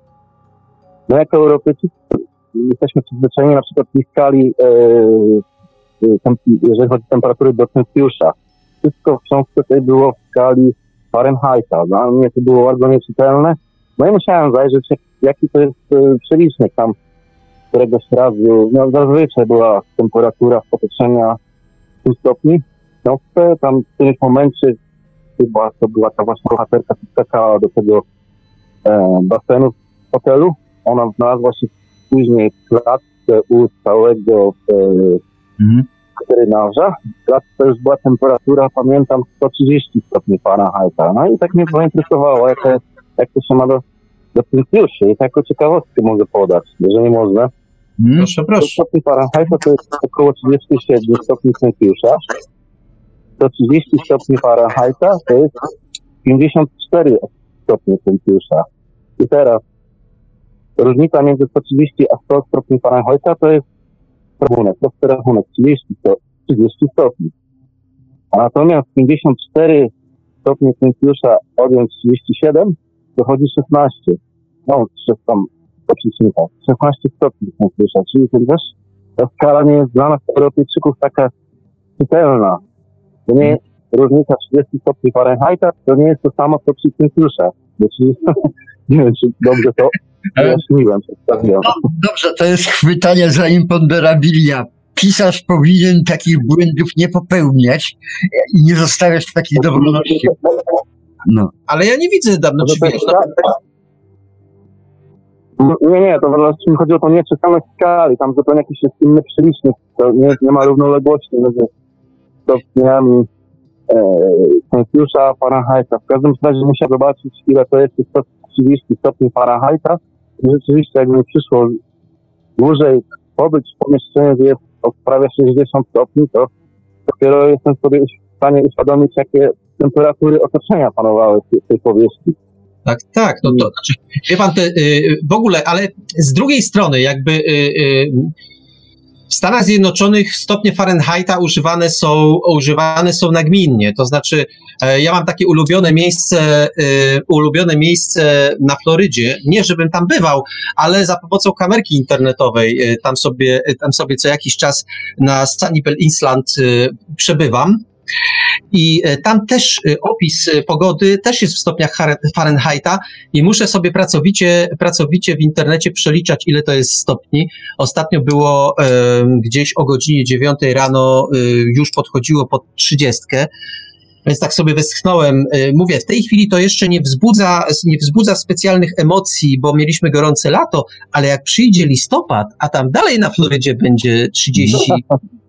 No jako Europejczycy jesteśmy przyzwyczajeni na przykład w skali, e, tem, jeżeli chodzi o temperatury do Celsjusza. Wszystko w książce tej było w skali Fahrenheita. Dla mnie to było bardzo nieczytelne. No i musiałem zajrzeć, jak, jaki to jest e, przelicznik tam któregoś razu. No zazwyczaj była temperatura otoczenia stu stopni w książce. Tam w którymś momencie chyba to była ta właśnie bohaterka, która skakała do tego e, basenu w hotelu. Ona znalazła się później w klatce u całego e, Mhm. weterynarza. W klatce już była temperatura, pamiętam, sto trzydzieści stopni Fahrenheita. No i tak mnie zainteresowało, jak, jak to się ma do, do Celsjusza. I taką ciekawostkę mogę podać, jeżeli można. Mhm. Proszę, sto proszę. stopni Fahrenheita to jest około trzydzieści siedem stopni Celsjusza. sto trzydzieści stopni Fahrenheita to jest pięćdziesiąt cztery stopnie Celsjusza. I teraz różnica między sto trzydzieści a sto stopni Fahrenheita to jest rachunek, prosty rachunek, trzydzieści, trzydzieści stopni. A natomiast pięćdziesiąt cztery stopnie Celsjusza odjąć trzydzieści siedem dochodzi szesnaście. No, przez tam przeciwnika. szesnaście stopni Celsjusza, czyli to też ta skala nie jest dla nas Europejczyków taka czytelna. To nie jest różnica trzydzieści stopni Fahrenheita, to nie jest to samo co przy Celsjusza. Czyli, nie wiem, czy dobrze to wyjaśniłem, przedstawiłem. No, dobrze, to jest chwytanie za imponderabilia. Pisarz powinien takich błędów nie popełniać i nie zostawiać takich dowolności. No. Ale ja nie widzę dawno, czy wiesz, no, No, nie, nie, to właściwie chodzi o to nieczytelność skali, tam zupełnie jakiś jest inny przelicznik, to nie, nie ma równoległości między stopniami e, Celsjusza a Fahrenheita. W każdym razie musiał zobaczyć, ile to jest sto trzydzieści stopni Fahrenheita. I rzeczywiście, jakby mi przyszło dłużej pobyć w pomieszczeniu, gdzie jest o prawie sześćdziesiąt stopni, to dopiero jestem sobie w stanie uświadomić, jakie temperatury otoczenia panowały w tej powierzchni. tak, tak, no to znaczy, wie pan, te, y, w ogóle, ale z drugiej strony jakby y, y, w Stanach Zjednoczonych stopnie Fahrenheita używane są, używane są nagminnie, to znaczy e, ja mam takie ulubione miejsce, y, ulubione miejsce na Florydzie, nie żebym tam bywał, ale za pomocą kamerki internetowej y, tam sobie, y, tam sobie co jakiś czas na Sanibel Island y, przebywam. I e, tam też e, opis e, pogody też jest w stopniach Har- Fahrenheita i muszę sobie pracowicie, pracowicie w internecie przeliczać, ile to jest stopni. Ostatnio było e, gdzieś o godzinie dziewiątej rano, e, już podchodziło pod trzydziestkę. Więc tak sobie westchnąłem. E, Mówię, w tej chwili to jeszcze nie wzbudza, nie wzbudza specjalnych emocji, bo mieliśmy gorące lato, ale jak przyjdzie listopad, a tam dalej na Florydzie będzie trzydzieści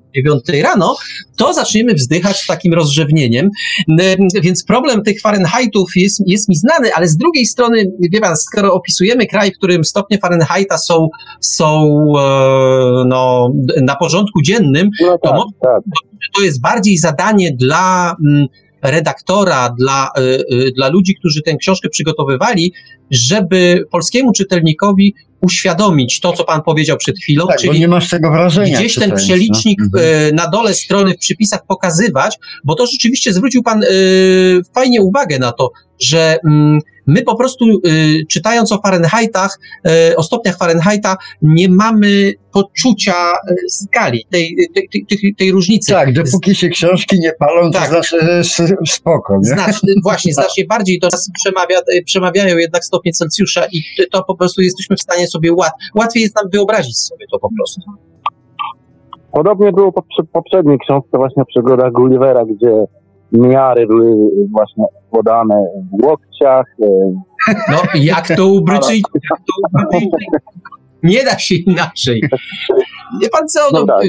dziewiątej rano, to zaczniemy wzdychać z takim rozrzewnieniem. Więc problem tych Fahrenheitów jest, jest mi znany, ale z drugiej strony, wie pan, skoro opisujemy kraj, w którym stopnie Fahrenheita są, są e, no, na porządku dziennym, No to tak, może tak. to jest bardziej zadanie dla mm, redaktora, dla, y, y, dla ludzi, którzy tę książkę przygotowywali, żeby polskiemu czytelnikowi uświadomić to, co pan powiedział przed chwilą, Tak, czyli bo nie masz tego wrażenia. gdzieś ten czytając, przelicznik no. y, na dole strony w przypisach pokazywać, bo to rzeczywiście zwrócił pan y, fajnie uwagę na to, że mm, my po prostu y, czytając o Fahrenheitach, y, o stopniach Fahrenheita, nie mamy poczucia y, skali, tej, tej, tej, tej, tej różnicy. Tak, dopóki się książki nie palą, to Tak. znaczy, że jest spoko, nie? Znacznie, właśnie, znacznie bardziej do nas przemawia, przemawiają jednak stopnie Celsjusza i to po prostu jesteśmy w stanie sobie łat, łatwiej jest nam wyobrazić sobie to po prostu. Podobnie było po przy poprzedniej książce właśnie Przygoda Gullivera, gdzie miary były właśnie podane w łokciach. No, jak to u Brytyjczyków? Jak to u Brytyjczyków? Nie da się inaczej. Wie pan co? No, No tak.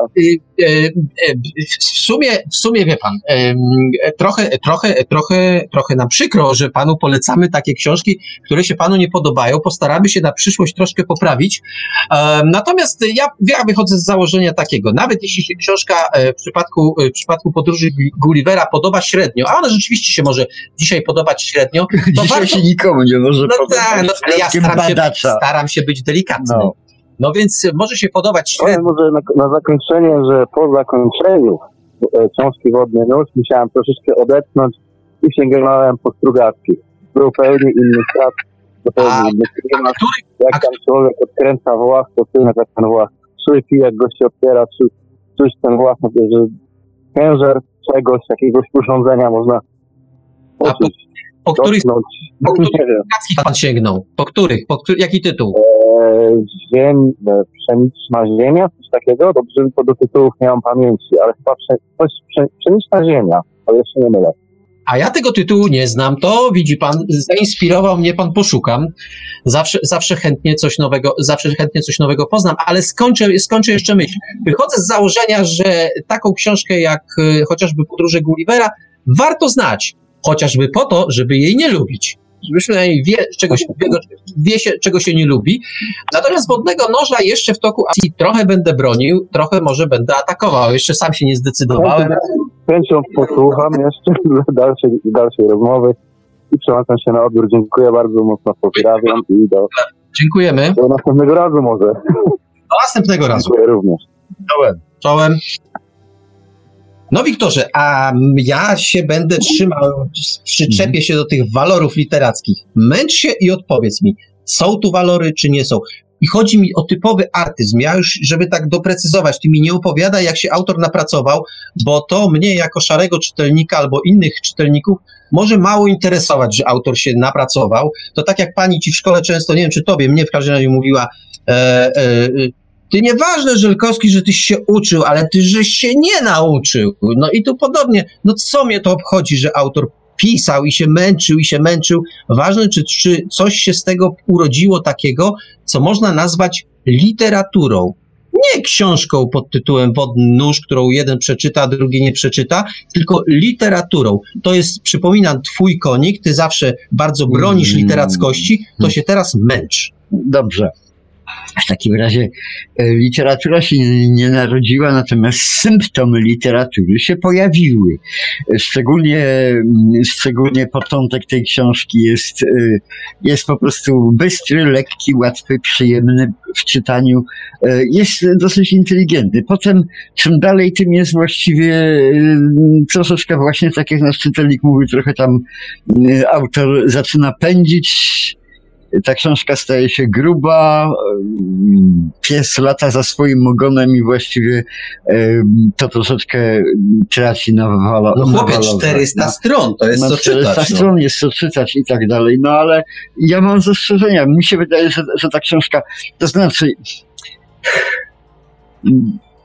w sumie, w sumie wie pan, trochę, trochę, trochę, trochę nam przykro, że panu polecamy takie książki, które się panu nie podobają. Postaramy się na przyszłość troszkę poprawić. Natomiast ja, ja wychodzę z założenia takiego, nawet jeśli się książka w przypadku, w przypadku Podróży Gullivera podoba średnio, a ona rzeczywiście się może dzisiaj podobać średnio, to Dzisiaj warto... się nikomu nie może No podobać. tak, no, ale ja staram się, badacza. staram się być delikatny. No. No więc może się podobać Powiem średnio. może na, na zakończenie, że po zakończeniu e, książki Wodny Nóż musiałem troszeczkę odetchnąć i sięgnąłem po Strugackich. Zupełnie inny świat, zupełnie A- inny klimat. który- Jak a- tam człowiek odkręca włas, to słychać jak ten włas szypi, jak go się otwiera, czy czuć ten włas, że ciężar czegoś, jakiegoś urządzenia można A po, poczuć, po których dotknąć. po których Nie wiem. Strugackich pan sięgnął? Po których? Po których? Jaki tytuł? E, ziem, e, pszeniczna ziemia, coś takiego, dobrze, to do tytułów nie mam pamięci, ale chyba prze, coś, prze, pszeniczna ziemia, ale jeszcze nie mylę. A ja tego tytułu nie znam, to widzi pan, zainspirował mnie pan, poszukam. Zawsze, zawsze chętnie coś nowego, zawsze chętnie coś nowego poznam, ale skończę, skończę jeszcze myśl. Wychodzę z założenia, że taką książkę jak e, chociażby Podróże Gullivera warto znać, chociażby po to, żeby jej nie lubić. Żeby przynajmniej wie, czego się, wie, wie się, czego się nie lubi. Natomiast Wodnego Noża jeszcze w toku akcji trochę będę bronił, trochę może będę atakował. Jeszcze sam się nie zdecydowałem. Z chęcią posłucham jeszcze dalszej, dalszej rozmowy i przełączam się na odbiór. Dziękuję bardzo, mocno pozdrawiam i do, Dziękujemy. do następnego razu może. Do następnego razu. Dziękuję również. Czołem. No Wiktorze, a ja się będę trzymał, przyczepię się do tych walorów literackich. Męcz się i odpowiedz mi, są tu walory, czy nie są? I chodzi mi o typowy artyzm. Ja już, żeby tak doprecyzować, ty mi nie opowiadaj, jak się autor napracował, bo to mnie jako szarego czytelnika albo innych czytelników może mało interesować, że autor się napracował. To tak jak pani ci w szkole często, nie wiem czy tobie, mnie w każdym razie mówiła, e, e, ty nieważne, Żelkowski, że tyś się uczył, ale ty żeś się nie nauczył. No i tu podobnie. No co mnie to obchodzi, że autor pisał i się męczył i się męczył. Ważne, czy, czy coś się z tego urodziło takiego, co można nazwać literaturą. Nie książką pod tytułem Wodny Nóż, którą jeden przeczyta, a drugi nie przeczyta, tylko literaturą. To jest, przypominam, twój konik, ty zawsze bardzo bronisz literackości, to się teraz męcz. Dobrze. W takim razie e, literatura się nie, nie narodziła, natomiast symptomy literatury się pojawiły. E, Szczególnie, mm, szczególnie początek tej książki jest, e, jest po prostu bystry, lekki, łatwy, przyjemny w czytaniu. E, Jest dosyć inteligentny. Potem czym dalej, tym jest właściwie e, troszeczkę właśnie tak jak nasz czytelnik mówi, trochę tam e, autor zaczyna pędzić. Ta książka staje się gruba, pies lata za swoim ogonem i właściwie to troszeczkę traci na walorze. No chłopie, czterysta stron, to jest Na co czterysta czytać. No. stron jest co czytać i tak dalej, no ale ja mam zastrzeżenia. Mi się wydaje, że, że ta książka, to znaczy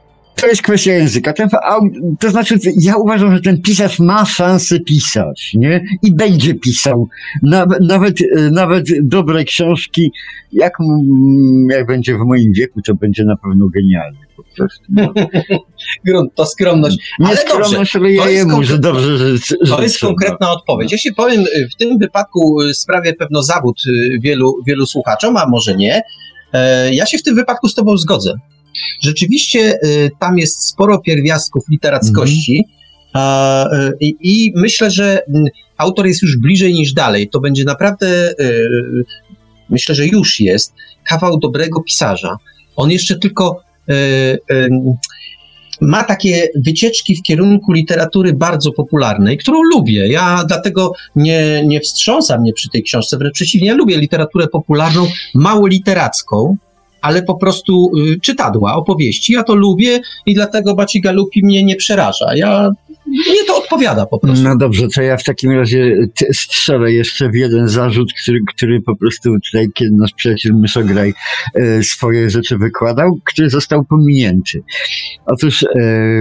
to jest kwestia języka. Ten, to znaczy, ja uważam, że ten pisarz ma szansę pisać, nie? I będzie pisał. Nawet, nawet, nawet dobre książki, jak, jak będzie w moim wieku, to będzie na pewno genialny po prostu. Grunt, to skromność. Nie Ale skromność, dobrze, ale ja to jest jemu, że konkre- dobrze, że, że To jest trzeba. konkretna odpowiedź. Ja się powiem, w tym wypadku sprawię pewno zawód wielu, wielu słuchaczom, a może nie. Ja się w tym wypadku z tobą zgodzę. Rzeczywiście tam jest sporo pierwiastków literackości mm-hmm. i, i myślę, że autor jest już bliżej niż dalej. To będzie naprawdę, myślę, że już jest kawał dobrego pisarza. On jeszcze tylko ma takie wycieczki w kierunku literatury bardzo popularnej, którą lubię. Ja dlatego nie, nie wstrząsa mnie przy tej książce, wręcz przeciwnie, ja lubię literaturę popularną, mało literacką, ale po prostu y, czytadła, opowieści. Ja to lubię i dlatego Bacigalupi mnie nie przeraża. Ja, mnie to odpowiada po prostu. No dobrze, to ja w takim razie strzelę jeszcze w jeden zarzut, który, który po prostu tutaj, kiedy nasz przyjaciel Myszograj e, swoje rzeczy wykładał, który został pominięty. Otóż e,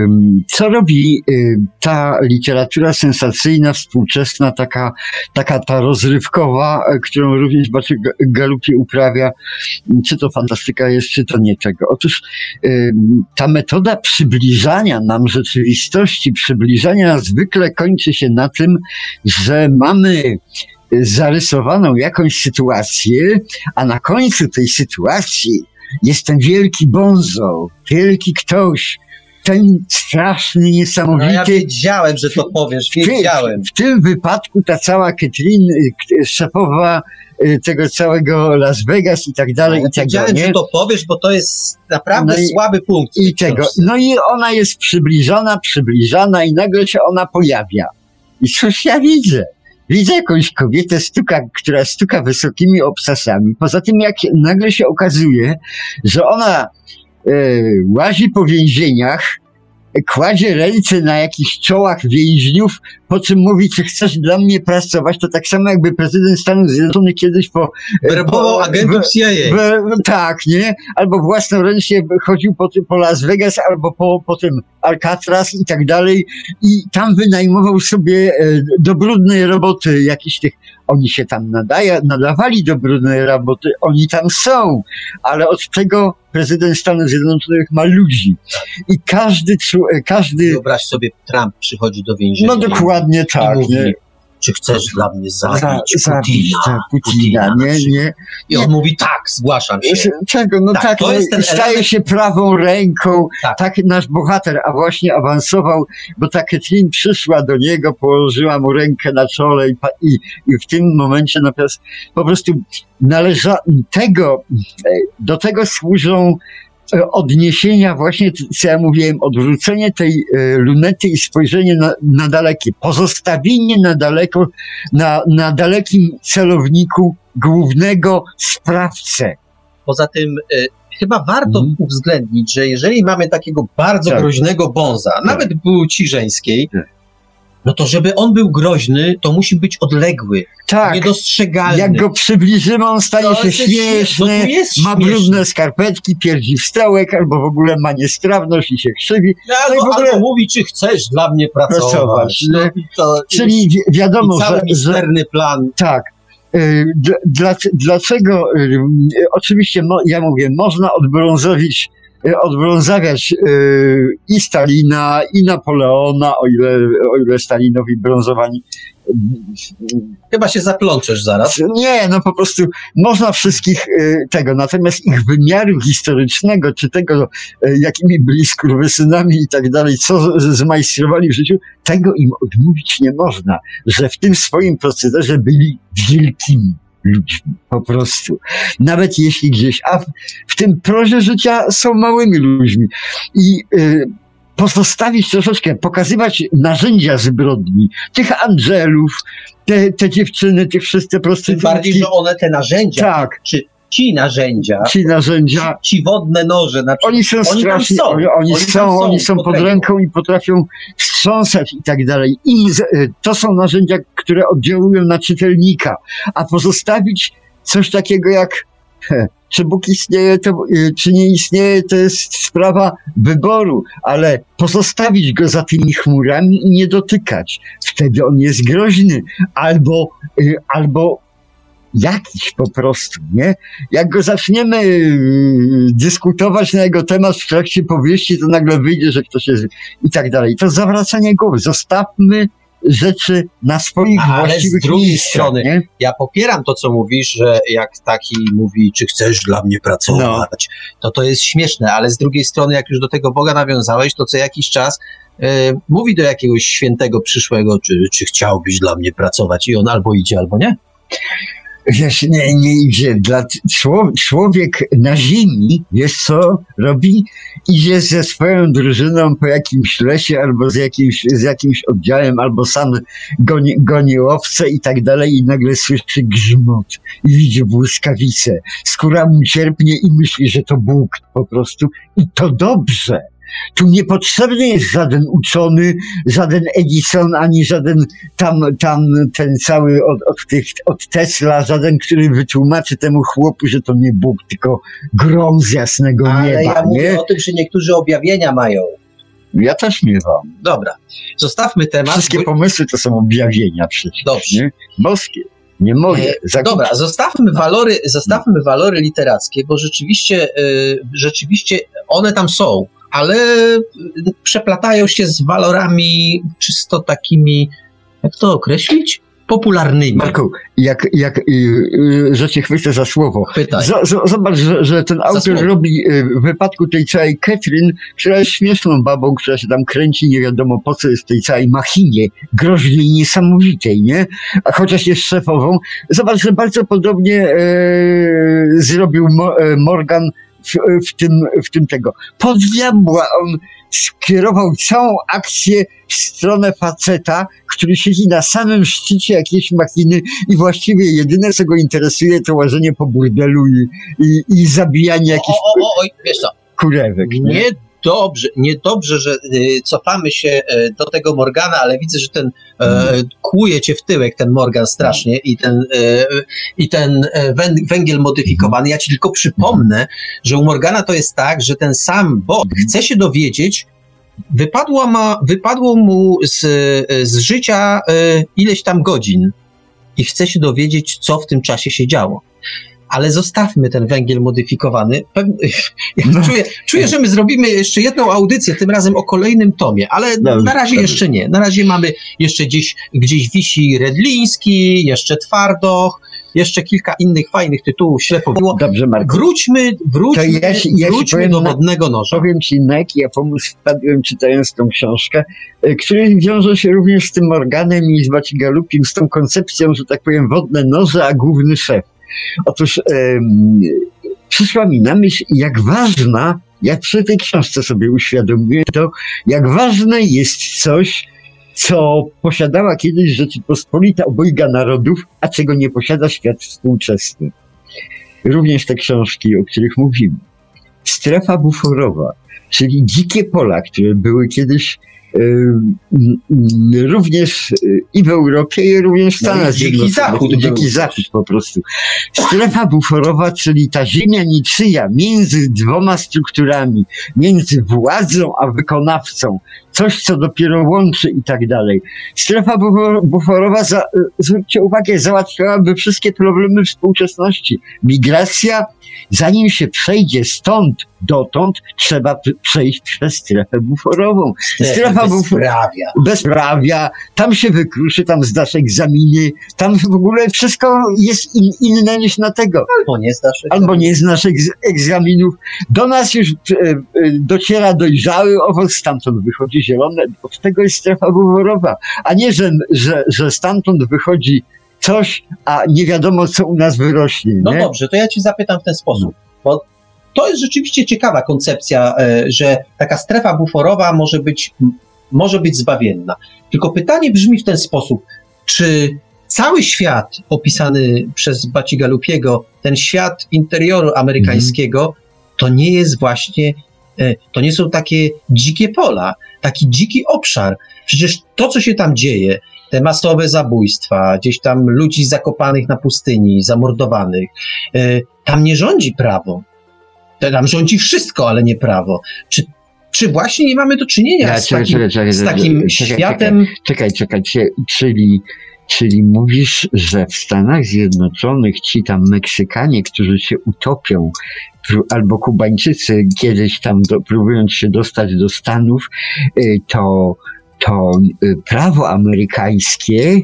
co robi e, ta literatura sensacyjna, współczesna, taka, taka ta rozrywkowa, e, którą również Bacigalupi uprawia, czy to fantastyka jest, czy to nie tego. Otóż e, ta metoda przybliżania nam rzeczywistości, przybliżania zwykle kończy się na tym, że mamy zarysowaną jakąś sytuację, a na końcu tej sytuacji jest ten wielki bonzo, wielki ktoś, ten straszny, niesamowity. No ja wiedziałem, że to powiesz, wiedziałem. W, w tym wypadku ta cała Katrin, szefowa tego całego Las Vegas i tak dalej. No, ja i tak wiedziałem, dalej, że to powiesz, bo to jest naprawdę no i, słaby punkt. I tego. No i ona jest przybliżona, przybliżana i nagle się ona pojawia. I cóż ja widzę? Widzę jakąś kobietę, stuka, która stuka wysokimi obcasami. Poza tym, jak nagle się okazuje, że ona e, łazi po więzieniach, kładzie ręce na jakichś czołach więźniów, po czym mówi, czy chcesz dla mnie pracować, to tak samo jakby prezydent Stanów Zjednoczonych kiedyś po... Werbował agentów C I A. Be, tak, nie? Albo własnoręcznie chodził po, po Las Vegas, albo po, po tym Alcatraz i tak dalej i tam wynajmował sobie e, do brudnej roboty jakichś tych... Oni się tam nadaja, nadawali do brudnej roboty, oni tam są, ale od tego prezydent Stanów Zjednoczonych ma ludzi. I każdy, każdy... Wyobraź sobie, Trump przychodzi do więzienia. No dokładnie tak, mówi, nie? Czy chcesz dla mnie zabić Za, Putina? Putina, Putina, nie, nie. I on mówi, tak, zgłaszam się. Czego? No tak, tak to no, jest ten staje element... się prawą ręką, tak. tak nasz bohater, a właśnie awansował, bo ta Katrin przyszła do niego, położyła mu rękę na czole i, i, i w tym momencie natomiast po prostu należa tego, do tego służą odniesienia właśnie, co ja mówiłem, odwrócenie tej e, lunety i spojrzenie na, na dalekie, pozostawienie na daleko, na, na dalekim celowniku głównego sprawcę. Poza tym e, chyba warto mm. uwzględnić, że jeżeli mamy takiego bardzo tak. groźnego bonza, tak. nawet płci żeńskiej, tak. no to żeby on był groźny, to musi być odległy, tak. niedostrzegalny. Jak go przybliżymy, on stanie to się śmieszny, no ma brudne skarpetki, pierdzi w stołek, albo w ogóle ma niestrawność i się krzywi. No, albo, no w ogóle... albo mówi, czy chcesz dla mnie pracować. pracować no, to, czyli wi- wiadomo, i cały że... misterny że, plan. Tak. Dla, dlaczego? Oczywiście, ja mówię, można odbrązowić odbrązawiać yy, i Stalina, i Napoleona, o ile, o ile Stalinowi brązowani. Chyba się zaplączesz zaraz. Nie, no po prostu można wszystkich yy, tego, natomiast ich wymiaru historycznego, czy tego, yy, jakimi byli skurwysynami i tak dalej, co z, zmajstrowali w życiu, tego im odmówić nie można, że w tym swoim procederze byli wielkimi ludźmi, po prostu. Nawet jeśli gdzieś, a w, w tym prozie życia są małymi ludźmi. I y, pozostawić troszeczkę, pokazywać narzędzia zbrodni, tych Angelów, te, te dziewczyny, tych wszystkie prostytutki. Tym bardziej, że one te narzędzia, tak. czy ci narzędzia, ci narzędzia, ci, ci wodne noże, znaczy, oni są oni straszni, są, oni, oni, są, są, oni są pod ręką. ręką i potrafią wstrząsać i tak dalej. I to są narzędzia, które oddziałują na czytelnika, a pozostawić coś takiego jak he, czy Bóg istnieje, to, czy nie istnieje, to jest sprawa wyboru, ale pozostawić go za tymi chmurami i nie dotykać. Wtedy on jest groźny, albo, albo jakiś po prostu, nie? Jak go zaczniemy dyskutować na jego temat w trakcie powieści, to nagle wyjdzie, że ktoś jest i tak dalej. To zawracanie głowy. Zostawmy rzeczy na swoich Ale właściwych z drugiej miejscach, strony, nie? ja popieram to, co mówisz, że jak taki mówi, czy chcesz dla mnie pracować, no. to to jest śmieszne, ale z drugiej strony, jak już do tego Boga nawiązałeś, to co jakiś czas y, mówi do jakiegoś świętego przyszłego, czy, czy chciałbyś dla mnie pracować i on albo idzie, albo nie. Wiesz, nie, nie idzie. Dla, człowiek na ziemi, wiesz co robi? Idzie ze swoją drużyną po jakimś lesie albo z jakimś, z jakimś oddziałem, albo sam goni, goni owce i tak dalej i nagle słyszy grzmot i widzi błyskawicę. Skóra mu cierpnie i myśli, że to Bóg po prostu. I to dobrze. Tu niepotrzebny jest żaden uczony, żaden Edison, ani żaden tam, tam ten cały od, od, tych, od Tesla, żaden, który wytłumaczy temu chłopu, że to nie Bóg, tylko grom z jasnego Ale nieba. ja mówię nie? o tym, że niektórzy objawienia mają. Ja też miewam. Dobra, zostawmy temat. Wszystkie bo... pomysły to są objawienia przecież. Dobrze. Nie? Boskie. Nie moje. E, dobra, zostawmy walory, zostawmy walory literackie, bo rzeczywiście, y, rzeczywiście one tam są, ale przeplatają się z walorami czysto takimi, jak to określić? Popularnymi. Marku, jak, jak, y, y, że cię chwycę za słowo. Pytaj. Z, z, zobacz, że, że ten autor robi y, w wypadku tej całej Catherine, która jest śmieszną babą, która się tam kręci, nie wiadomo po co jest w tej całej machinie, groźnej, niesamowitej, nie? A chociaż jest szefową. Zobacz, że bardzo podobnie y, zrobił Mo, y, Morgan w, w, tym, w tym tego. Pod diabła on skierował całą akcję w stronę faceta, który siedzi na samym szczycie jakiejś machiny i właściwie jedyne, co go interesuje, to łażenie po burdelu i, i, i zabijanie jakichś O, o, o, wiesz co, kurewek. Nie? Niedobrze, niedobrze, że y, cofamy się y, do tego Morgana, ale widzę, że ten y, kłuje cię w tyłek, ten Morgan strasznie i ten, y, i ten y, węgiel modyfikowany. Ja ci tylko przypomnę, że u Morgana to jest tak, że ten sam Bóg chce się dowiedzieć, wypadło, ma, wypadło mu z, z życia y, ileś tam godzin i chce się dowiedzieć, co w tym czasie się działo. Ale zostawmy ten węgiel modyfikowany. Pewnie, ja No. czuję, czuję, że my zrobimy jeszcze jedną audycję, tym razem o kolejnym tomie, ale Dobrze, na razie dobrze. jeszcze nie. Na razie mamy jeszcze gdzieś, gdzieś wisi Redliński, jeszcze Twardoch, jeszcze kilka innych fajnych tytułów ślepo było. Dobrze, Marku. Wróćmy, wróćmy, To ja ci- ja ci wróćmy powiem do na- wodnego noża. Powiem ci, na jaki ja pomysł wpadłem czytając tą książkę, y, który wiąże się również z tym Morganem i z Bacigalupim, z tą koncepcją, że tak powiem, wodne noże, a główny szef. Otóż em, przyszła mi na myśl, jak ważna, ja przy tej książce sobie uświadomiłem to, jak ważne jest coś, co posiadała kiedyś Rzeczypospolita obojga narodów, a czego nie posiada świat współczesny. Również te książki, o których mówimy. Strefa buforowa, czyli dzikie pola, które były kiedyś y, y, również y, i w Europie, i również w No i Stanach dziki Zjednoczonych. zachód Dziki był. zachód po prostu. Strefa buforowa, czyli ta ziemia niczyja między dwoma strukturami, między władzą a wykonawcą, coś, co dopiero łączy i tak dalej. Strefa bufor- buforowa, za, zwróćcie uwagę, załatwiałaby wszystkie problemy współczesności. Migracja, zanim się przejdzie stąd dotąd, trzeba p- przejść przez strefę buforową. Strefa bufor- bezprawia. bezprawia, tam się wykruszy, tam zdasz egzaminy, tam w ogóle wszystko jest in, inne niż na tego. Albo nie zdasz. Albo nie znasz egz, egzaminów. Do nas już e, e, dociera dojrzały owoc, stamtąd wychodzi zielone. Od tego jest strefa buforowa. A nie, że, że, że stamtąd wychodzi coś, a nie wiadomo, co u nas wyrośnie. No nie? dobrze, to ja ci zapytam w ten sposób, bo to jest rzeczywiście ciekawa koncepcja, e, że taka strefa buforowa może być, m- może być zbawienna. Tylko pytanie brzmi w ten sposób, czy cały świat opisany przez Bacigalupiego, ten świat interioru amerykańskiego, to nie jest właśnie, e, to nie są takie dzikie pola, taki dziki obszar. Przecież to, co się tam dzieje, te masowe zabójstwa, gdzieś tam ludzi zakopanych na pustyni, zamordowanych, tam nie rządzi prawo. Tam rządzi wszystko, ale nie prawo. Czy, czy właśnie nie mamy do czynienia Ja, z czekaj, takim, czekaj, czekaj, z takim czekaj, światem... Czekaj, czekaj, czekaj, czyli, czyli mówisz, że w Stanach Zjednoczonych ci tam Meksykanie, którzy się utopią, albo Kubańczycy kiedyś tam do, próbując się dostać do Stanów, to, to prawo amerykańskie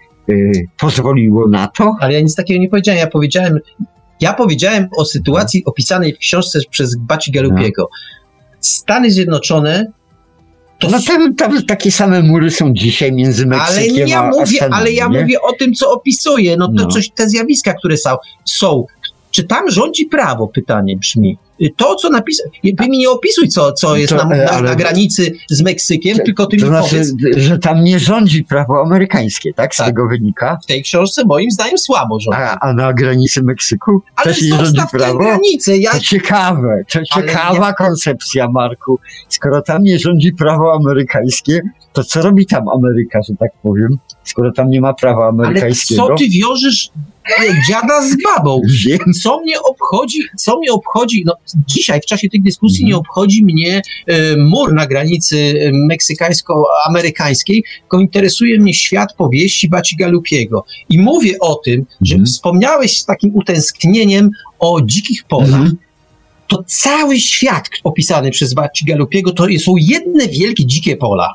pozwoliło na to? Ale ja nic takiego nie powiedziałem. Ja powiedziałem, ja powiedziałem o sytuacji opisanej w książce przez Bacigalupiego. Stany Zjednoczone to... No tam, tam takie same mury są dzisiaj między Meksykiem ale ja a, mówię, a Stanami, Ale ja nie? mówię o tym, co opisuję. No to No. coś, te zjawiska, które są, są. Czy tam rządzi prawo? Pytanie brzmi. To, co napisał... Ty mi nie opisuj, co, co jest To, na, na, ale- na granicy z Meksykiem, To- tylko ty to mi znaczy, powiedz. że tam nie rządzi prawo amerykańskie, tak? Z Tak. tego wynika. W tej książce moim zdaniem słabo rządzi. A, a na granicy Meksyku Ale też nie rządzi zostaw tę prawo? granicę. Ja, To ciekawe, to Ale ciekawa ja- koncepcja, Marku. Skoro tam nie rządzi prawo amerykańskie, to co robi tam Ameryka, że tak powiem? Skoro tam nie ma prawa ale amerykańskiego. co ty wiążesz e, dziada z babą? Wiem. Co mnie obchodzi, co mnie obchodzi, no dzisiaj w czasie tych dyskusji Mhm. nie obchodzi mnie e, mur na granicy e, meksykańsko-amerykańskiej, tylko interesuje mnie świat powieści Bacigalupiego. I mówię o tym, że Mhm. wspomniałeś z takim utęsknieniem o dzikich polach. Mhm. To cały świat opisany przez Bacigalupiego to są jedne wielkie dzikie pola.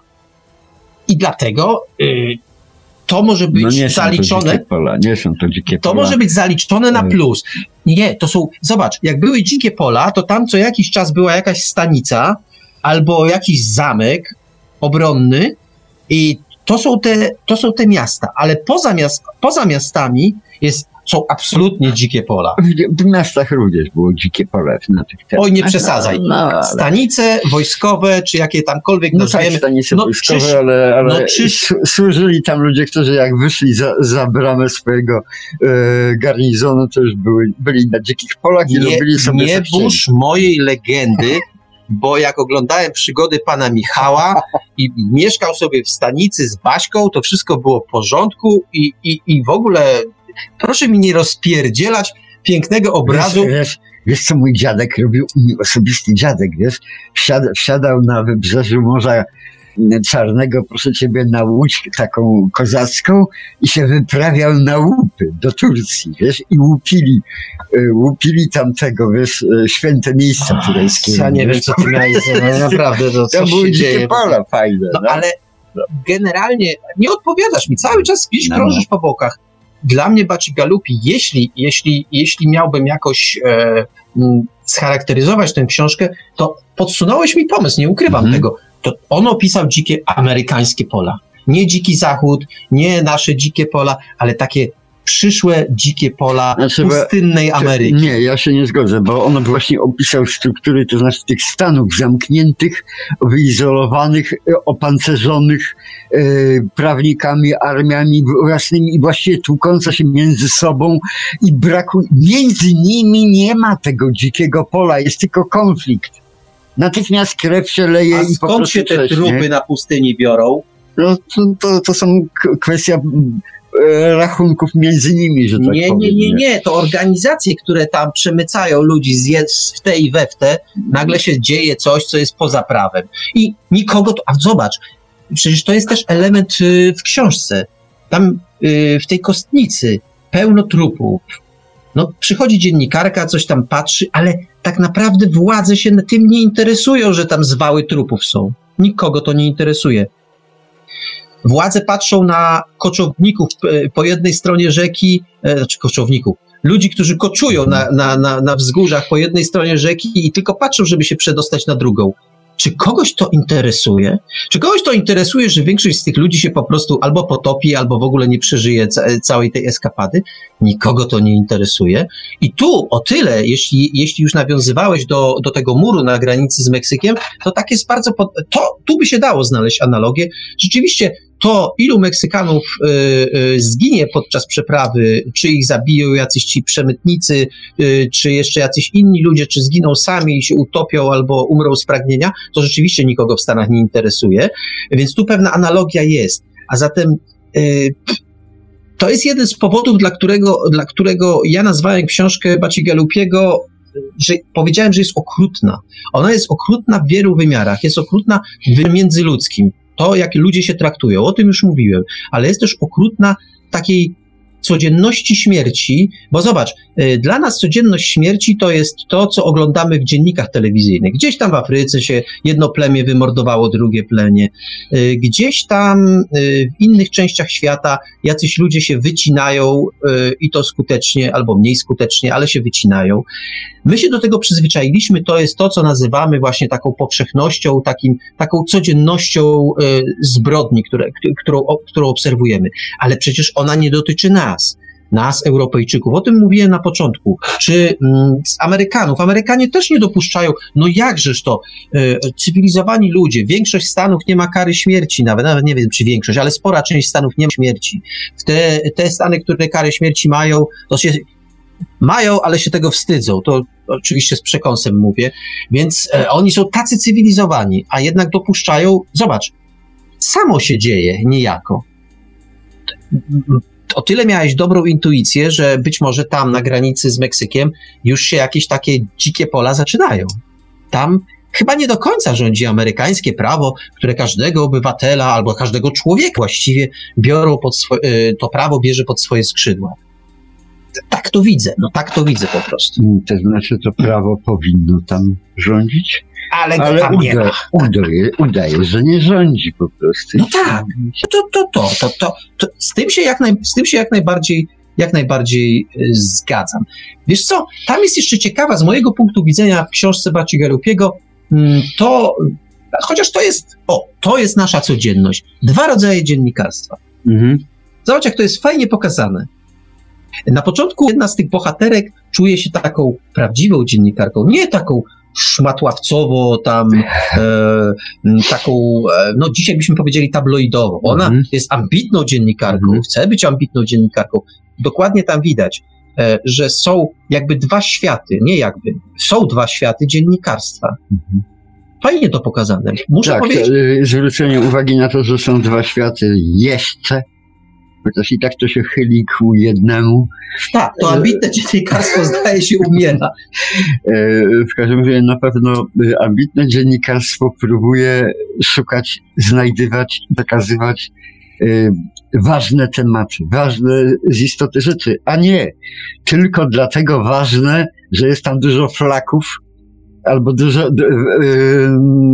I dlatego y, to może być No nie są to zaliczone. dzikie pola, nie są to dzikie To pola. może być zaliczone na Mm. plus. Nie, to są, zobacz, jak były dzikie pola, to tam co jakiś czas była jakaś stanica albo jakiś zamek obronny i to są te, to są te miasta, ale poza, miast, poza miastami jest, są absolutnie dzikie pola. W, w miastach również było dzikie pole na tych terenach. Oj, nie przesadzaj. No, ale... Stanice wojskowe, czy jakie tamkolwiek No tak, nazwiemy, stanice no wojskowe, czyż- ale, ale no czyż- s- służyli tam ludzie, którzy jak wyszli za, za bramę swojego e, garnizonu, to już były, byli na dzikich polach i nie, robili sobie nie co chcieli. burz mojej legendy, bo jak oglądałem przygody pana Michała i mieszkał sobie w stanicy z Baśką, to wszystko było w porządku i, i, i w ogóle proszę mi nie rozpierdzielać pięknego obrazu. Wiesz, wiesz, wiesz, co mój dziadek robił? Mój osobisty dziadek, wiesz? Wsiad, wsiadał na wybrzeżu Morza Czarnego, proszę ciebie, na łódź taką kozacką i się wyprawiał na łupy do Turcji, wiesz? I łupili, y, łupili tamtego, wiesz, y, święte miejsca tureckie. Ja nie wiem, co ty miałeś, no, naprawdę, to To coś były się dzikie dzieje. pola fajne. No no. ale generalnie nie odpowiadasz mi, cały czas gdzieś No. krążysz po bokach. Dla mnie Bacigalupi, jeśli, jeśli, jeśli miałbym jakoś e, m, scharakteryzować tę książkę, to podsunąłeś mi pomysł, nie ukrywam Mhm. tego. To on opisał dzikie amerykańskie pola. Nie dziki zachód, nie nasze dzikie pola, ale takie przyszłe dzikie pola Znaczy, bo- pustynnej Ameryki. Nie, ja się nie zgodzę, bo on właśnie opisał struktury, to znaczy tych stanów zamkniętych, wyizolowanych, e, opancerzonych e, prawnikami, armiami własnymi i właściwie tłukące się między sobą i braku, między nimi nie ma tego dzikiego pola, jest tylko konflikt. Natychmiast krew się leje A i po skąd prostu się te trześnie. trupy na pustyni biorą? No, to, to, to są k- kwestia e, rachunków między nimi, że tak Nie, powiem. nie, nie, nie. To organizacje, które tam przemycają ludzi z je- w te i we w te, nagle się dzieje coś, co jest poza prawem. I nikogo to... A zobacz, przecież to jest też element y, w książce. Tam y, w tej kostnicy pełno trupów. No, przychodzi dziennikarka, coś tam patrzy, ale tak naprawdę władze się tym nie interesują, że tam zwały trupów są. Nikogo to nie interesuje. Władze patrzą na koczowników e, po jednej stronie rzeki, e, znaczy koczowników, ludzi, którzy koczują na, na, na, na wzgórzach po jednej stronie rzeki i tylko patrzą, żeby się przedostać na drugą. Czy kogoś to interesuje? Czy kogoś to interesuje, że większość z tych ludzi się po prostu albo potopi, albo w ogóle nie przeżyje ca- całej tej eskapady? Nikogo to nie interesuje. I tu o tyle, jeśli, jeśli już nawiązywałeś do, do tego muru na granicy z Meksykiem, to tak jest bardzo, pod... to tu by się dało znaleźć analogię. Rzeczywiście to, ilu Meksykanów y, y, zginie podczas przeprawy, czy ich zabiją jacyś ci przemytnicy, y, czy jeszcze jacyś inni ludzie, czy zginą sami i się utopią albo umrą z pragnienia, to rzeczywiście nikogo w Stanach nie interesuje. Więc tu pewna analogia jest. A zatem to jest jeden z powodów, dla którego, dla którego ja nazwałem książkę Bacigalupiego, że powiedziałem, że jest okrutna. Ona jest okrutna w wielu wymiarach. Jest okrutna w wymiarze międzyludzkim. To, jak ludzie się traktują, o tym już mówiłem, ale jest też okrutna w takiej codzienności śmierci, bo zobacz, dla nas codzienność śmierci to jest to, co oglądamy w dziennikach telewizyjnych. Gdzieś tam w Afryce się jedno plemię wymordowało drugie plemię. Gdzieś tam w innych częściach świata jacyś ludzie się wycinają i to skutecznie albo mniej skutecznie, ale się wycinają. My się do tego przyzwyczailiśmy, to jest to, co nazywamy właśnie taką powszechnością, takim, taką codziennością zbrodni, które, którą, którą obserwujemy. Ale przecież ona nie dotyczy nas. Nas, Europejczyków. O tym mówiłem na początku. Czy mm, z Amerykanów. Amerykanie też nie dopuszczają, no jakżeż to, y, cywilizowani ludzie, większość stanów nie ma kary śmierci, nawet, nawet nie wiem, czy większość, ale spora część stanów nie ma śmierci. W te, te stany, które karę śmierci mają, to się mają, ale się tego wstydzą. To oczywiście z przekąsem mówię. Więc e, oni są tacy cywilizowani, a jednak dopuszczają, zobacz, samo się dzieje niejako. O tyle miałeś dobrą intuicję, że być może tam na granicy z Meksykiem już się jakieś takie dzikie pola zaczynają. Tam chyba nie do końca rządzi amerykańskie prawo, które każdego obywatela albo każdego człowieka właściwie biorą pod swoje, to prawo bierze pod swoje skrzydła. Tak to widzę, no tak to widzę po prostu. To znaczy to prawo powinno tam rządzić? Ale, Ale tam nie uda, ma. udaje, udaje, że nie rządzi po prostu. No tak, to, to, to, to, to, to z tym się jak, naj, z tym się jak najbardziej, jak najbardziej y, zgadzam. Wiesz co, tam jest jeszcze ciekawa z mojego punktu widzenia w książce Bacigalupiego, y, to, chociaż to jest, o, to jest nasza codzienność. Dwa rodzaje dziennikarstwa. Mhm. Zobacz, jak to jest fajnie pokazane. Na początku jedna z tych bohaterek czuje się taką prawdziwą dziennikarką, nie taką szmatławcowo, tam e, taką, e, no dzisiaj byśmy powiedzieli tabloidową. Ona Mhm. jest ambitną dziennikarką, Mhm. chce być ambitną dziennikarką. Dokładnie tam widać, e, że są jakby dwa światy, nie jakby, są dwa światy dziennikarstwa. Mhm. Fajnie to pokazane. Muszę Tak, powiedzieć, y, zwrócenie uwagi na to, że są dwa światy jeszcze, chociaż i tak to się chyli ku jednemu. tak, to ambitne dziennikarstwo zdaje się umiera. E, W każdym razie na pewno y, ambitne dziennikarstwo próbuje szukać, znajdywać, pokazywać y, ważne tematy, ważne z istoty rzeczy, a nie tylko dlatego ważne, że jest tam dużo flaków, albo dużo d- y,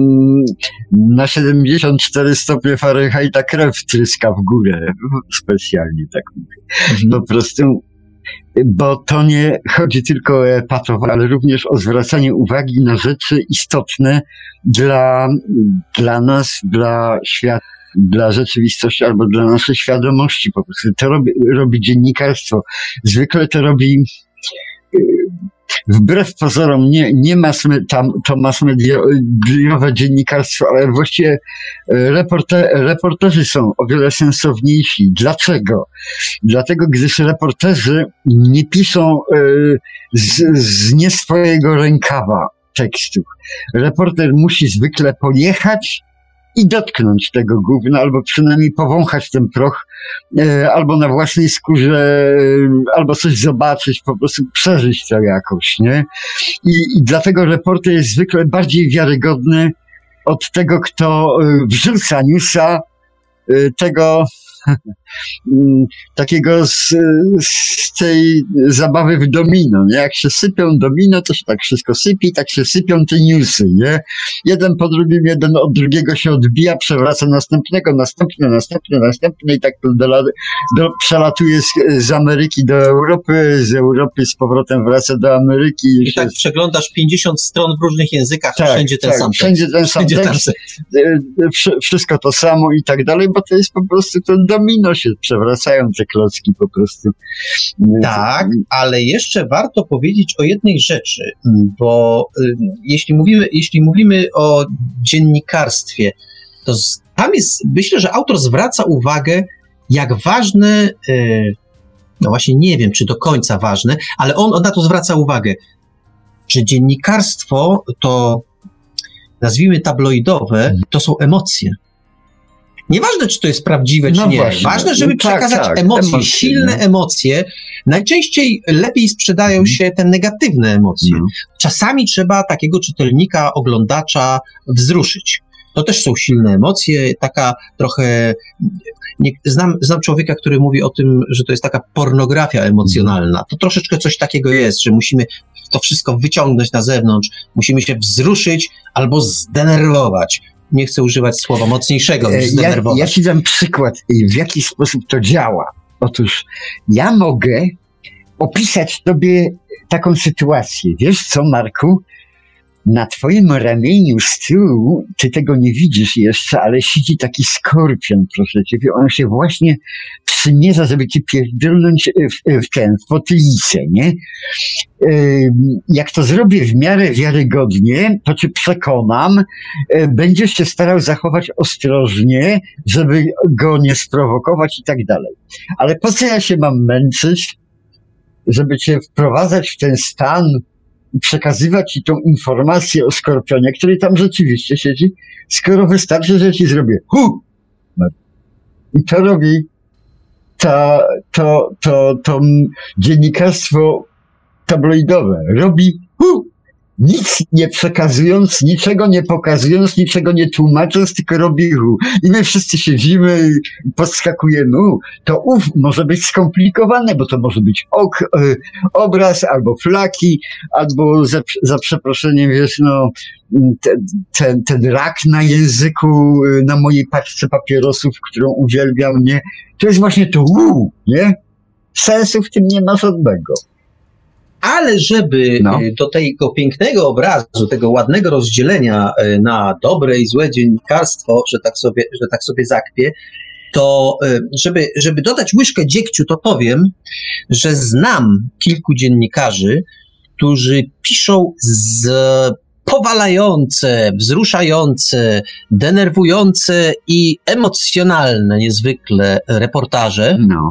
na siedemdziesiąt cztery stopnie Fahrenheita krew tryska w górę, specjalnie tak mówię. Po prostu, bo to nie chodzi tylko o epatowanie, ale również o zwracanie uwagi na rzeczy istotne dla, dla nas, dla świata, dla rzeczywistości albo dla naszej świadomości. Po prostu to robi, robi dziennikarstwo. Zwykle to robi wbrew pozorom nie, nie mass, tam, to mass-mediowe dziennikarstwo, ale właściwie reporter, reporterzy są o wiele sensowniejsi. Dlaczego? Dlatego, gdyż reporterzy nie piszą y, z, z nie swojego rękawa tekstów. Reporter musi zwykle pojechać i dotknąć tego gówna, albo przynajmniej powąchać ten proch, e, albo na własnej skórze, e, albo coś zobaczyć, po prostu przeżyć to jakoś, nie? I, i dlatego reporter jest zwykle bardziej wiarygodny od tego, kto e, wrzuca newsa, e, tego takiego z, z tej zabawy w domino, nie? Jak się sypią domino, to się tak wszystko sypie i tak się sypią te newsy, nie? Jeden po drugim, jeden od drugiego się odbija, przewraca następnego, następny, następny, następny i tak to do, do, przelatuje z, z Ameryki do Europy, z Europy z powrotem wraca do Ameryki. I tak jest... przeglądasz pięćdziesiąt stron w różnych językach, tak, wszędzie ten tak, sam wszędzie tekst. ten sam wszędzie tekst, ten wszystko to samo i tak dalej, bo to jest po prostu to domino się przewracają te klocki po prostu. Tak, ale jeszcze warto powiedzieć o jednej rzeczy, bo y, jeśli mówimy, jeśli mówimy o dziennikarstwie, to z, tam jest, myślę, że autor zwraca uwagę, jak ważne, y, no właśnie nie wiem, czy do końca ważne, ale on, on na to zwraca uwagę, że dziennikarstwo to, nazwijmy tabloidowe, to są emocje. Nieważne, czy to jest prawdziwe, czy No nie. właśnie. Ważne, żeby No tak, przekazać tak, emocje, emocje, silne no. emocje. Najczęściej lepiej sprzedają się te negatywne emocje. No. Czasami trzeba takiego czytelnika, oglądacza wzruszyć. To też są silne emocje, taka trochę... Nie, znam, znam człowieka, który mówi o tym, że to jest taka pornografia emocjonalna. To troszeczkę coś takiego jest, że musimy to wszystko wyciągnąć na zewnątrz, musimy się wzruszyć albo zdenerwować. Nie chcę używać słowa mocniejszego niż Ja, zdenerwować. ja ci dam przykład, w jaki sposób to działa. Otóż ja mogę opisać tobie taką sytuację. Wiesz co, Marku? Na twoim ramieniu z tyłu, ty tego nie widzisz jeszcze, ale siedzi taki skorpion, proszę ciebie. On się właśnie przymierza, żeby ci pierdolnąć w, w ten, w potylicę, nie? Yy, jak to zrobię w miarę wiarygodnie, to cię przekonam, yy, będziesz się starał zachować ostrożnie, żeby go nie sprowokować i tak dalej. Ale po co ja się mam męczyć, żeby cię wprowadzać w ten stan, przekazywać ci tą informację o skorpionie, który tam rzeczywiście siedzi, skoro wystarczy, że ci zrobię hu! I to robi ta, to, to, to dziennikarstwo tabloidowe. Robi hu! Nic nie przekazując, niczego nie pokazując, niczego nie tłumacząc, tylko robi hu. I my wszyscy siedzimy i podskakujemy. U, to ów może być skomplikowane, bo to może być ok, y, obraz, albo flaki, albo za, za przeproszeniem, wiesz, no, ten, ten, ten rak na języku, y, na mojej paczce papierosów, którą uwielbiam, nie? To jest właśnie to u, nie? Sensu w tym nie ma żadnego. Ale żeby No. do tego pięknego obrazu, tego ładnego rozdzielenia na dobre i złe dziennikarstwo, że tak sobie, że tak sobie zakpię, to żeby, żeby dodać łyżkę dziegciu, to powiem, że znam kilku dziennikarzy, którzy piszą z powalające, wzruszające, denerwujące i emocjonalne niezwykle reportaże. No.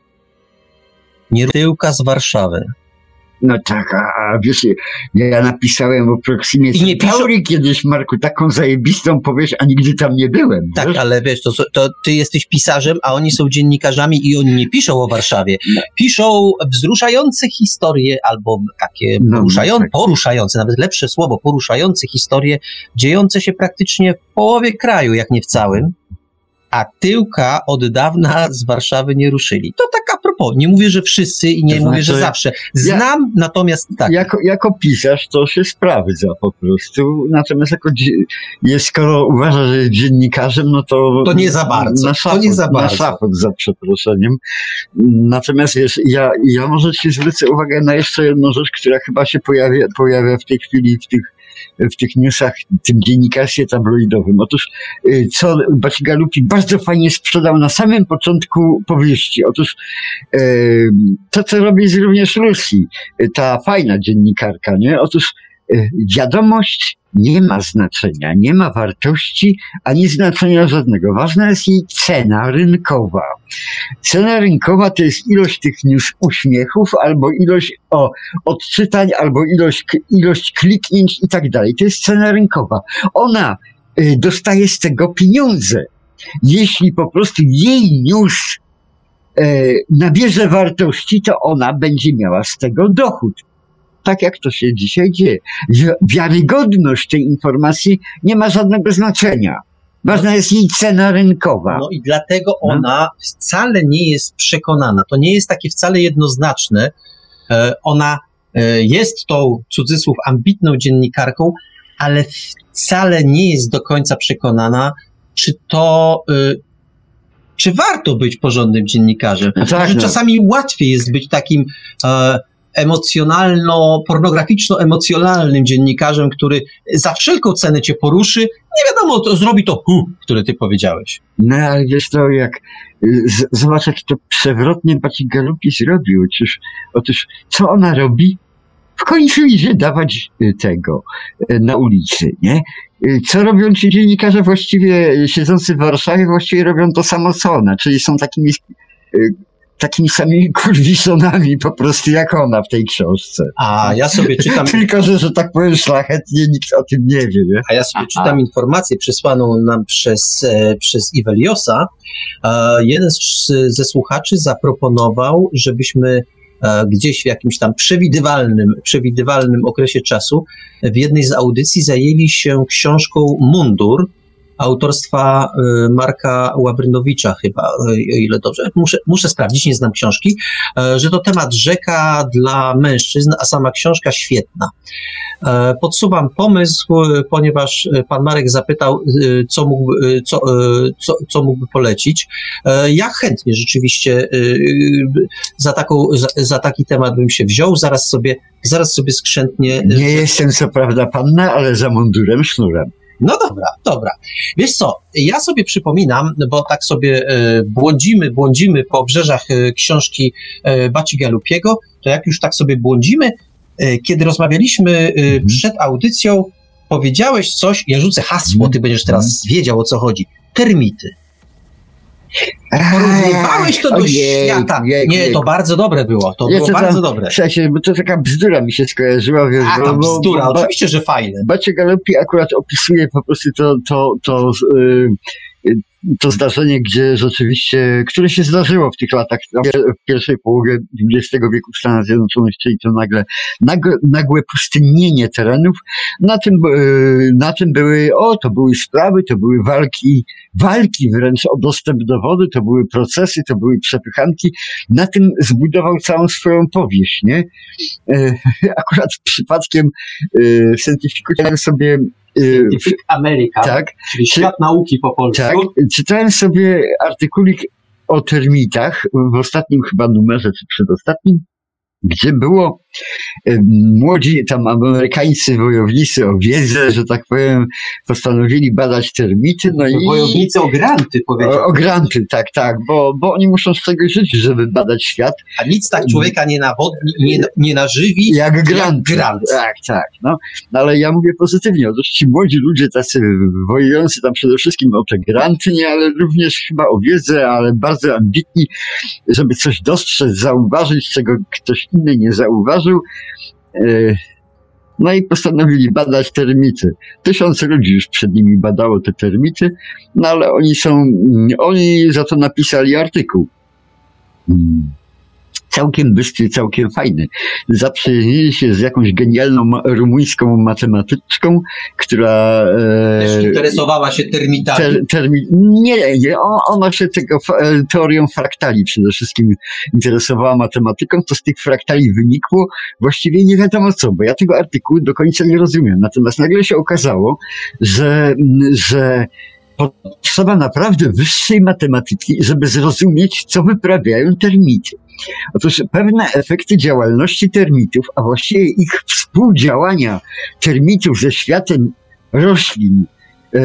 Nie tyłka z Warszawy. No tak, a, a wiesz, ja napisałem o Proximie I nie Centauri kiedyś, Marku, taką zajebistą powieść, a nigdy tam nie byłem. Tak, wiesz? ale wiesz, to, to ty jesteś pisarzem, a oni są dziennikarzami i oni nie piszą o Warszawie. Piszą wzruszające historie albo takie No, poruszają, no tak. poruszające, nawet lepsze słowo, poruszające historie, dziejące się praktycznie w połowie kraju, jak nie w całym. A tyłka od dawna z Warszawy nie ruszyli. To tak a propos, nie mówię, że wszyscy i nie To mówię, że znaczy, zawsze. Znam, natomiast tak. Jako, jako pisarz to się sprawdza po prostu, natomiast jako dzie- jest, skoro uważa, że jest dziennikarzem, no to... To nie za bardzo, Na to szafot, nie za na bardzo. szafot, za przeproszeniem. Natomiast wiesz, ja, ja może ci zwrócę uwagę na jeszcze jedną rzecz, która chyba się pojawia, pojawia w tej chwili w tych w tych newsach, w tym dziennikarstwie tabloidowym. Otóż, y, co Bacigalupi bardzo fajnie sprzedał na samym początku powieści. Otóż y, to, co robi również Lucy, y, ta fajna dziennikarka, nie? Otóż y, wiadomość nie ma znaczenia, nie ma wartości, ani znaczenia żadnego. Ważna jest jej cena rynkowa. Cena rynkowa to jest ilość tych news uśmiechów, albo ilość o, odczytań, albo ilość, ilość kliknięć i tak dalej. To jest cena rynkowa. Ona y, dostaje z tego pieniądze. Jeśli po prostu jej news y, nabierze wartości, to ona będzie miała z tego dochód. Tak jak to się dzisiaj dzieje. Wiarygodność tej informacji nie ma żadnego znaczenia. Ważna jest jej cena rynkowa. No i dlatego ona wcale nie jest przekonana. To nie jest takie wcale jednoznaczne. E, ona e, jest tą, cudzysłów, ambitną dziennikarką, ale wcale nie jest do końca przekonana, czy to, e, czy warto być porządnym dziennikarzem. No tak, Może no. czasami łatwiej jest być takim e, emocjonalno-pornograficzno-emocjonalnym dziennikarzem, który za wszelką cenę cię poruszy. Nie wiadomo, to zrobi to hu, które ty powiedziałeś. No ale wiesz to, jak z, zobacz, jak to przewrotnie Bacigalupi zrobił. Otóż, otóż co ona robi? W końcu idzie dawać tego na ulicy, nie? Co robią ci dziennikarze właściwie siedzący w Warszawie? Właściwie robią to samo co ona, czyli są takimi takimi samymi kurwisonami po prostu jak ona w tej książce. A ja sobie czytam... Tylko, że, że tak powiem szlachetnie, nikt o tym nie wie, nie? A ja sobie czytam informację przysłaną nam przez, e, przez Iweliosa. E, jeden z, ze słuchaczy zaproponował, żebyśmy e, gdzieś w jakimś tam przewidywalnym, przewidywalnym okresie czasu w jednej z audycji zajęli się książką Mundur autorstwa e, Marka Łabrynowicza chyba, e, o ile dobrze, muszę, muszę sprawdzić, nie znam książki, e, że to temat rzeka dla mężczyzn, a sama książka świetna. E, podsuwam pomysł, ponieważ pan Marek zapytał, e, co, mógłby, co, e, co, co mógłby polecić. E, ja chętnie rzeczywiście e, za, taką, za, za taki temat bym się wziął, zaraz sobie, zaraz sobie skrzętnie... Nie jestem co prawda panna, ale za mundurem sznurem. No dobra, dobra. Wiesz co, ja sobie przypominam, bo tak sobie e, błądzimy, błądzimy po obrzeżach e, książki e, Baci Galupiego, to jak już tak sobie błądzimy, e, kiedy rozmawialiśmy e, Mhm. przed audycją, powiedziałeś coś, ja rzucę hasło, ty będziesz teraz wiedział, o co chodzi. Termity. Porównywałeś to do Ojej, świata. jejku, Nie, to jejku. bardzo dobre było, to Ja było to bardzo tam- dobre. W sensie, bo to taka bzdura mi się skojarzyła, wiesz, A, bo- tam bo- bzdura, bo- oczywiście, że fajne. Bacie Galupi akurat opisuje po prostu to, to, to, y, y, to zdarzenie, gdzie rzeczywiście, które się zdarzyło w tych latach, w pierwszej połowie dwudziestego wieku w Stanach Zjednoczonych, czyli to nagle, nagle nagłe pustynnienie terenów. Na tym, y, na tym były, o, to były sprawy, to były walki, walki wręcz o dostęp do wody, to były procesy, to były przepychanki. Na tym zbudował całą swoją powieść, nie? Y, Akurat przypadkiem y, w Scientificu czytałem sobie y, Scientific America, tak, czyli świat nauki po polsku. tak, czytałem sobie artykulik o termitach w ostatnim chyba numerze, czy przedostatnim, gdzie było e, młodzi tam amerykańscy wojownicy o wiedzę, że tak powiem, postanowili badać termity, no i Wojownicy o granty, powiedział. o, o granty, tak, tak, bo, bo oni muszą z czegoś żyć, żeby badać świat. A nic tak człowieka nie nawodni, nie, nie nażywi, Jak grant. jak grant. Tak, tak. No. No, ale ja mówię pozytywnie. Otóż ci młodzi ludzie, tacy wojujący tam przede wszystkim o te granty, nie, ale również chyba o wiedzę, ale bardzo ambitni, żeby coś dostrzec, zauważyć, czego ktoś inny nie zauważył. E, No i postanowili badać termity. Tysiące ludzi już przed nimi badało te termity, no ale oni są, oni za to napisali artykuł. Hmm. Całkiem bystry, całkiem fajny. Zaprzyjaźnili się z jakąś genialną ma- rumuńską matematyczką, która... Też E, interesowała się termitami. ter, termi, nie, nie, o- ona się tego fa- e, teorią fraktali przede wszystkim interesowała matematyką, to z tych fraktali wynikło właściwie nie wiadomo co, bo ja tego artykułu do końca nie rozumiem. Natomiast nagle się okazało, że, że potrzeba naprawdę wyższej matematyki, żeby zrozumieć, co wyprawiają termity. Otóż pewne efekty działalności termitów, a właściwie ich współdziałania termitów ze światem roślin, e,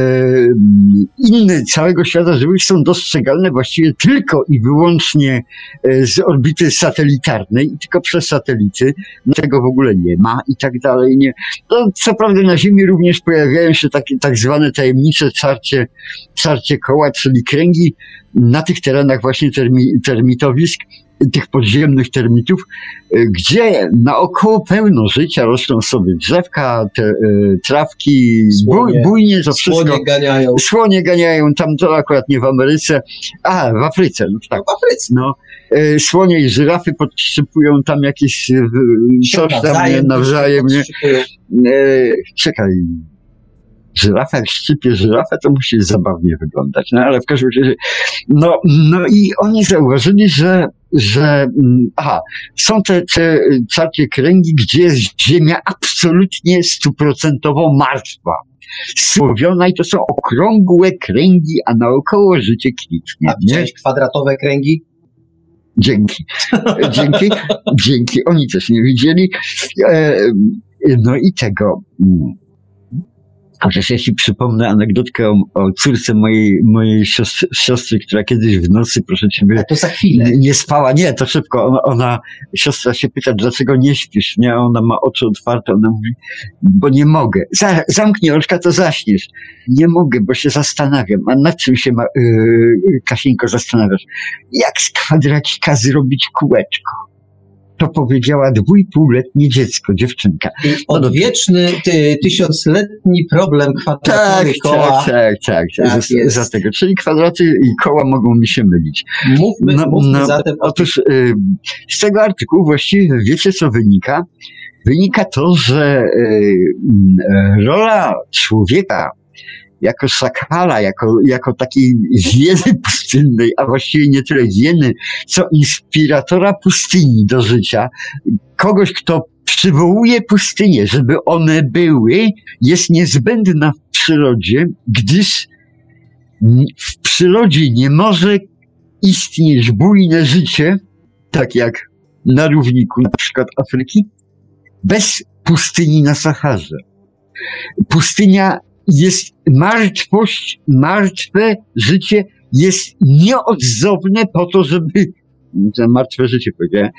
inny całego świata żywych są dostrzegalne właściwie tylko i wyłącznie e, z orbity satelitarnej i tylko przez satelity. Tego w ogóle nie ma i tak dalej. Nie. To, co prawda na Ziemi również pojawiają się takie tak zwane tajemnicze czarcie, czarcie koła, czyli kręgi na tych terenach właśnie termi, termitowisk, tych podziemnych termitów, gdzie naokoło pełno życia, rosną sobie drzewka, te, e, trawki, Słonie. buj, bujnie, to wszystko. Słonie ganiają. Słonie ganiają, tam to akurat nie w Ameryce, a w Afryce, no tak. W Afryce. No, e, słonie i żyrafy podszczypują tam jakieś e, coś tam nie, nawzajem, nie? E, czekaj. Żyrafa, jak szczypie żyrafę, to musi zabawnie wyglądać. No ale w każdym razie, no, no i oni zauważyli, że, że mm, aha, są te, te czarcie kręgi, gdzie jest ziemia absolutnie stuprocentowo martwa. Słowiona i to są okrągłe kręgi, a naokoło życie kwitnie. A widziałeś kwadratowe kręgi? Dzięki. Dzięki. Dzięki. Oni też nie widzieli. E, no i tego. Chociaż jeśli przypomnę anegdotkę o, o córce mojej, mojej siostry, siostry, która kiedyś w nocy, proszę ciebie, A to za chwilę. nie, nie spała. Nie, to szybko. Ona, ona, siostra się pyta, dlaczego nie śpisz? Nie, ona ma oczy otwarte. Ona mówi, bo nie mogę. Za, zamknij oczka, to zaśniesz. Nie mogę, bo się zastanawiam. A nad czym się, ma, yy, Kasieńko, zastanawiasz? Jak z kwadracika zrobić kółeczko? To powiedziała dwójpółletnie dziecko, dziewczynka. I odwieczny, ty, tysiącletni problem kwadratury Tak, koła. tak, tak, tak, Tak za, jest. za tego. Czyli kwadraty i koła mogą mi się mylić. Mówmy, No, mówmy no, zatem o Otóż y, z tego artykułu właściwie wiecie, co wynika? Wynika to, że y, y, rola człowieka jako szakala, jako, jako takiej hieny pustynnej, a właściwie nie tyle hieny, co inspiratora pustyni do życia, kogoś, kto przywołuje pustynię, żeby one były, jest niezbędna w przyrodzie, gdyż w przyrodzie nie może istnieć bujne życie, tak jak na równiku na przykład Afryki, bez pustyni na Saharze. Pustynia jest martwość, martwe życie jest nieodzowne po to, żeby martwe życie powiedziałem.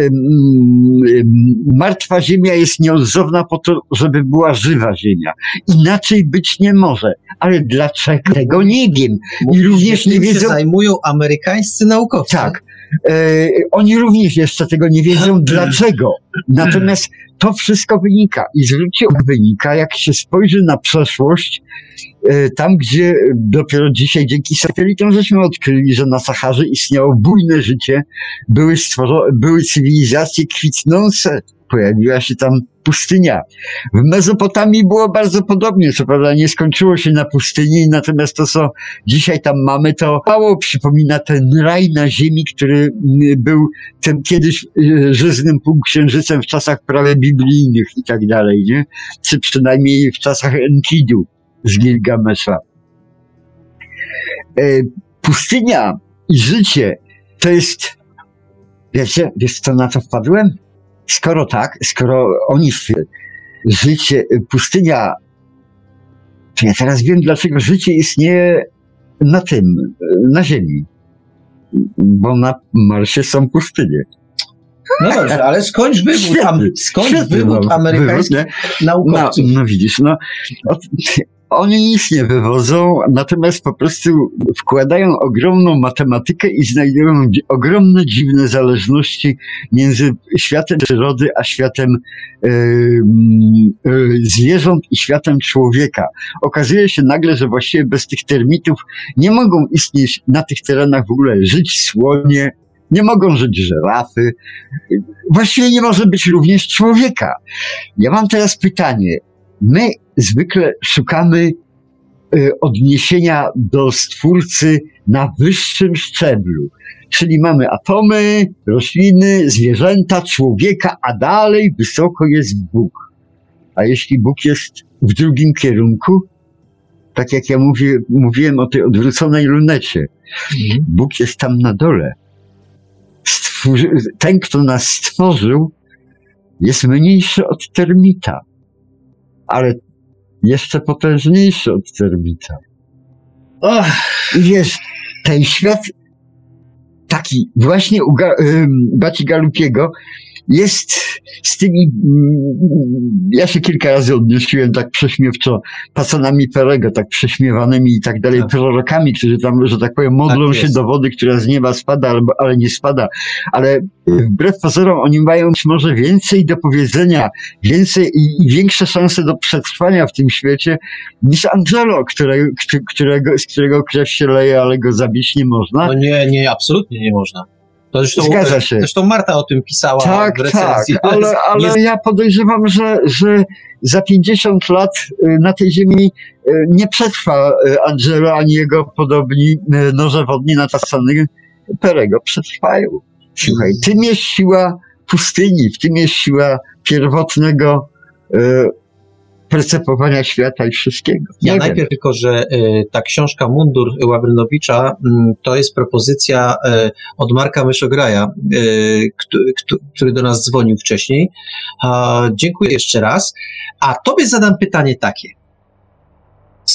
Martwa ziemia jest nieodzowna po to, żeby była żywa ziemia. Inaczej być nie może. Ale dlaczego? Tego nie wiem. I również nie Tym się wiedzą. zajmują amerykańscy naukowcy. Tak. E, oni również jeszcze tego nie wiedzą, dlaczego. Natomiast to wszystko wynika. I zwróćcie uwagę, wynika, jak się spojrzy na przeszłość, e, tam gdzie dopiero dzisiaj dzięki satelitom żeśmy odkryli, że na Saharze istniało bujne życie, były, stworzo- były cywilizacje kwitnące, pojawiła się tam pustynia. W Mezopotamii było bardzo podobnie, co prawda nie skończyło się na pustyni, natomiast to, co dzisiaj tam mamy, to mało przypomina ten raj na ziemi, który był tym kiedyś żyznym półksiężycem w czasach prawie biblijnych i tak dalej, nie? Czy przynajmniej w czasach Enkidu z Gilgamesza. E, pustynia i życie to jest, wiecie, wiesz co na to wpadłem? Skoro tak, skoro oni życie, pustynia, to ja teraz wiem, dlaczego życie istnieje na tym, na Ziemi. Bo na Marsie są pustynie. No dobrze, ale skądź wywód, am, skądź Świetny wywód wywód, amerykańskich No, naukowców. no widzisz, no, od, oni nic nie wywodzą, natomiast po prostu wkładają ogromną matematykę i znajdują dzi- ogromne, dziwne zależności między światem przyrody a światem yy, yy, zwierząt i światem człowieka. Okazuje się nagle, że właściwie bez tych termitów nie mogą istnieć na tych terenach w ogóle żyć słonie, nie mogą żyć żyrafy, właściwie nie może być również człowieka. Ja mam teraz pytanie. My zwykle szukamy y, odniesienia do Stwórcy na wyższym szczeblu. Czyli mamy atomy, rośliny, zwierzęta, człowieka, a dalej wysoko jest Bóg. A jeśli Bóg jest w drugim kierunku, tak jak ja mówię, mówiłem o tej odwróconej lunecie, Mhm. Bóg jest tam na dole. Stwórzy, ten, kto nas stworzył, jest mniejszy od termita, ale jeszcze potężniejszy od termita. Och, I wiesz, ten świat taki właśnie u Ga- ym, Baci Galupiego jest z tymi, mm, ja się kilka razy odnosiłem tak prześmiewczo pacanami Perego, tak prześmiewanymi i tak dalej, Tak. prorokami, którzy tam, że tak powiem, modlą Tak się jest. do wody, która z nieba spada, albo, ale nie spada. Ale y, wbrew pozorom oni mają być może więcej do powiedzenia, więcej i, i większe szanse do przetrwania w tym świecie niż Angelo, które, któ- którego, z którego krew się leje, ale go zabić nie można. no nie, nie, absolutnie nie można. To zresztą, Zgadza się. Zresztą Marta o tym pisała Tak, w recenzji. tak, ale, ale Nie- ja podejrzewam, że, że za pięćdziesiąt lat y, na tej ziemi y, nie przetrwa y, Angelo ani jego podobni y, noże wodni natasany Perego. Przetrwają. Słuchaj, tym jest siła pustyni, w tym jest siła pierwotnego y, percepowania świata i wszystkiego. Ja Nie najpierw wiem. tylko, że y, ta książka Mundur Łabrynowicza y, to jest propozycja y, od Marka Myszograja, y, któ, któ, który do nas dzwonił wcześniej. A, dziękuję jeszcze raz. A tobie zadam pytanie takie.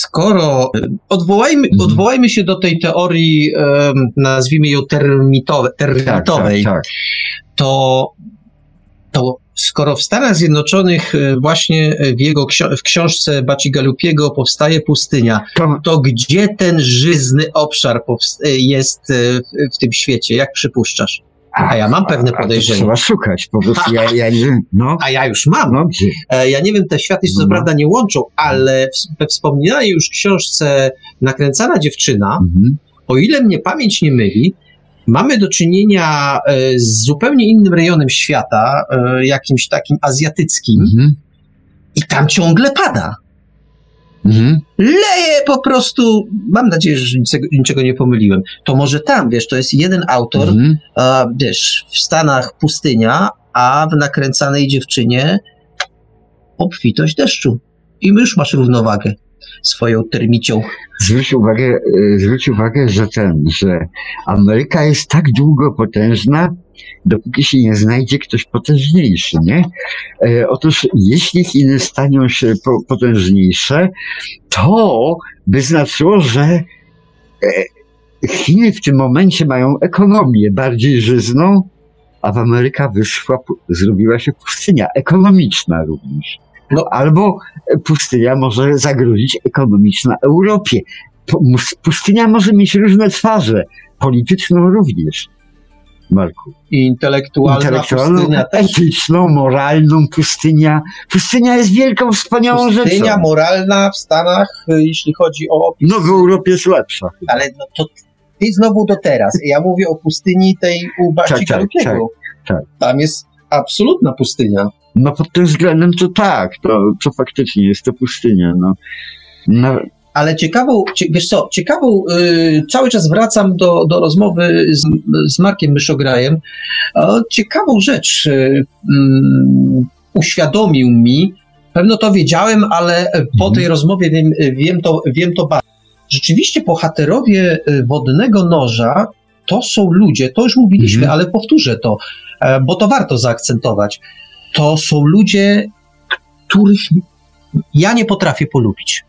skoro odwołajmy, Mhm. odwołajmy się do tej teorii, em, nazwijmy ją termitowe, termitowej, tak, tak. to, to skoro w Stanach Zjednoczonych e, właśnie w jego ksio- w książce Bacigalupiego powstaje pustynia, To, to gdzie ten żyzny obszar powst- e, jest e, w, w tym świecie? Jak przypuszczasz? A ja mam pewne a to podejrzenie. trzeba szukać, po prostu ja, ja nie wiem, no, A ja już mam. no gdzie? E, Ja nie wiem, te światy się co No. prawda nie łączą, ale w- we wspomnianej już książce Nakręcana dziewczyna, Mhm. o ile mnie pamięć nie myli, mamy do czynienia e, z zupełnie innym rejonem świata, e, jakimś takim azjatyckim, Mhm. i tam ciągle pada. Mhm. Leje po prostu, mam nadzieję, że niczego, niczego nie pomyliłem. To może tam, wiesz, to jest jeden autor, Mhm. a, wiesz, w Stanach pustynia, a w Nakręcanej dziewczynie obfitość deszczu. I już masz równowagę swoją termicią. Zwróć uwagę, e, zwróć uwagę, że ten, że Ameryka jest tak długo potężna, dopóki się nie znajdzie ktoś potężniejszy, nie? E, otóż jeśli Chiny staną się po, potężniejsze, to by znaczyło, że e, Chiny w tym momencie mają ekonomię bardziej żyzną, a w Ameryka wyszła, pu- zrobiła się pustynia ekonomiczna również. No. Albo pustynia może zagrozić ekonomiczna Europie. Po- mus- Pustynia może mieć różne twarze, polityczną również, Marku. I intelektualna, Intelektualną, pustynia też. etyczną, moralną pustynia. Pustynia jest wielką, wspaniałą Pustynia rzeczą. moralna w Stanach, y, jeśli chodzi o opis. No w Europie jest lepsza. Ale no to ty znowu do teraz. Ja mówię o pustyni tej u Tak, tak, Bacigalupiego. tak, tak. Tam jest absolutna pustynia. No pod tym względem to tak, to, to faktycznie jest to pustynia. No. No, Ale ciekawą, cie, wiesz co, ciekawą, y, cały czas wracam do, do rozmowy z, z Markiem Myszograjem. O, ciekawą rzecz y, mm, uświadomił mi, pewno to wiedziałem, ale po Mhm. tej rozmowie wiem, wiem, to, wiem to bardzo. Rzeczywiście bohaterowie y, Wodnego Noża to są ludzie, to już mówiliśmy, Mhm. ale powtórzę to, e, bo to warto zaakcentować. To są ludzie, których ja nie potrafię polubić.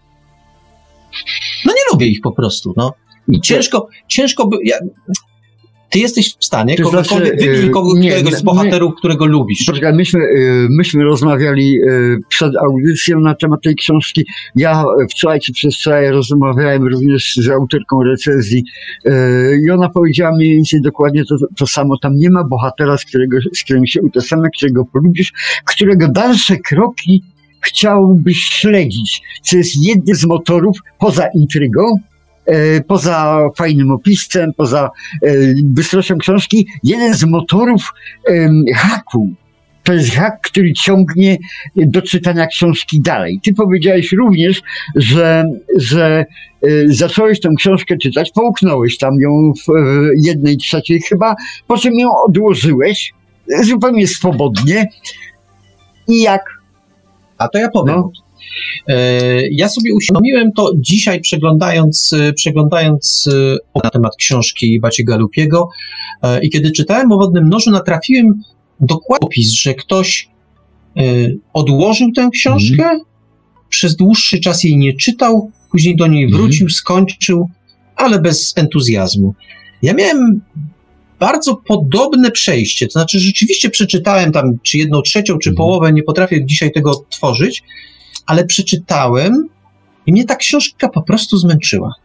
No nie lubię ich po prostu, no. I ciężko, ciężko by... Ja, ty jesteś w stanie To kogokolwiek, znaczy, wybrać yy, kogo, nie, któregoś z my- bohaterów, którego lubisz. Poczekaj, myśmy, y, myśmy rozmawiali y, przed audycją na temat tej książki. Ja wczoraj czy przedwczoraj rozmawiałem również z autorką recenzji y, i ona powiedziała mniej więcej dokładnie to, to samo. Tam nie ma bohatera, z, którego, z którym się utożsamiasz, którego polubisz, którego dalsze kroki chciałbyś śledzić, co jest jednym z motorów poza intrygą, e, poza fajnym opisem, poza e, bystrością książki, jeden z motorów em, haku. To jest hak, który ciągnie do czytania książki dalej. Ty powiedziałeś również, że, że e, zacząłeś tę książkę czytać, połknąłeś tam ją w e, jednej trzeciej chyba, po czym ją odłożyłeś e, zupełnie swobodnie. I jak? A to ja powiem. No. E, ja sobie uświadomiłem to dzisiaj przeglądając, e, przeglądając e, na temat książki Bacigalupiego e, i kiedy czytałem o Wodnym Nożu, natrafiłem dokładnie opis, że ktoś e, odłożył tę książkę, przez dłuższy czas jej nie czytał, później do niej wrócił, skończył, ale bez entuzjazmu. Ja miałem bardzo podobne przejście, to znaczy rzeczywiście przeczytałem tam czy jedną trzecią, czy Mhm. połowę, nie potrafię dzisiaj tego odtworzyć, ale przeczytałem i mnie ta książka po prostu zmęczyła.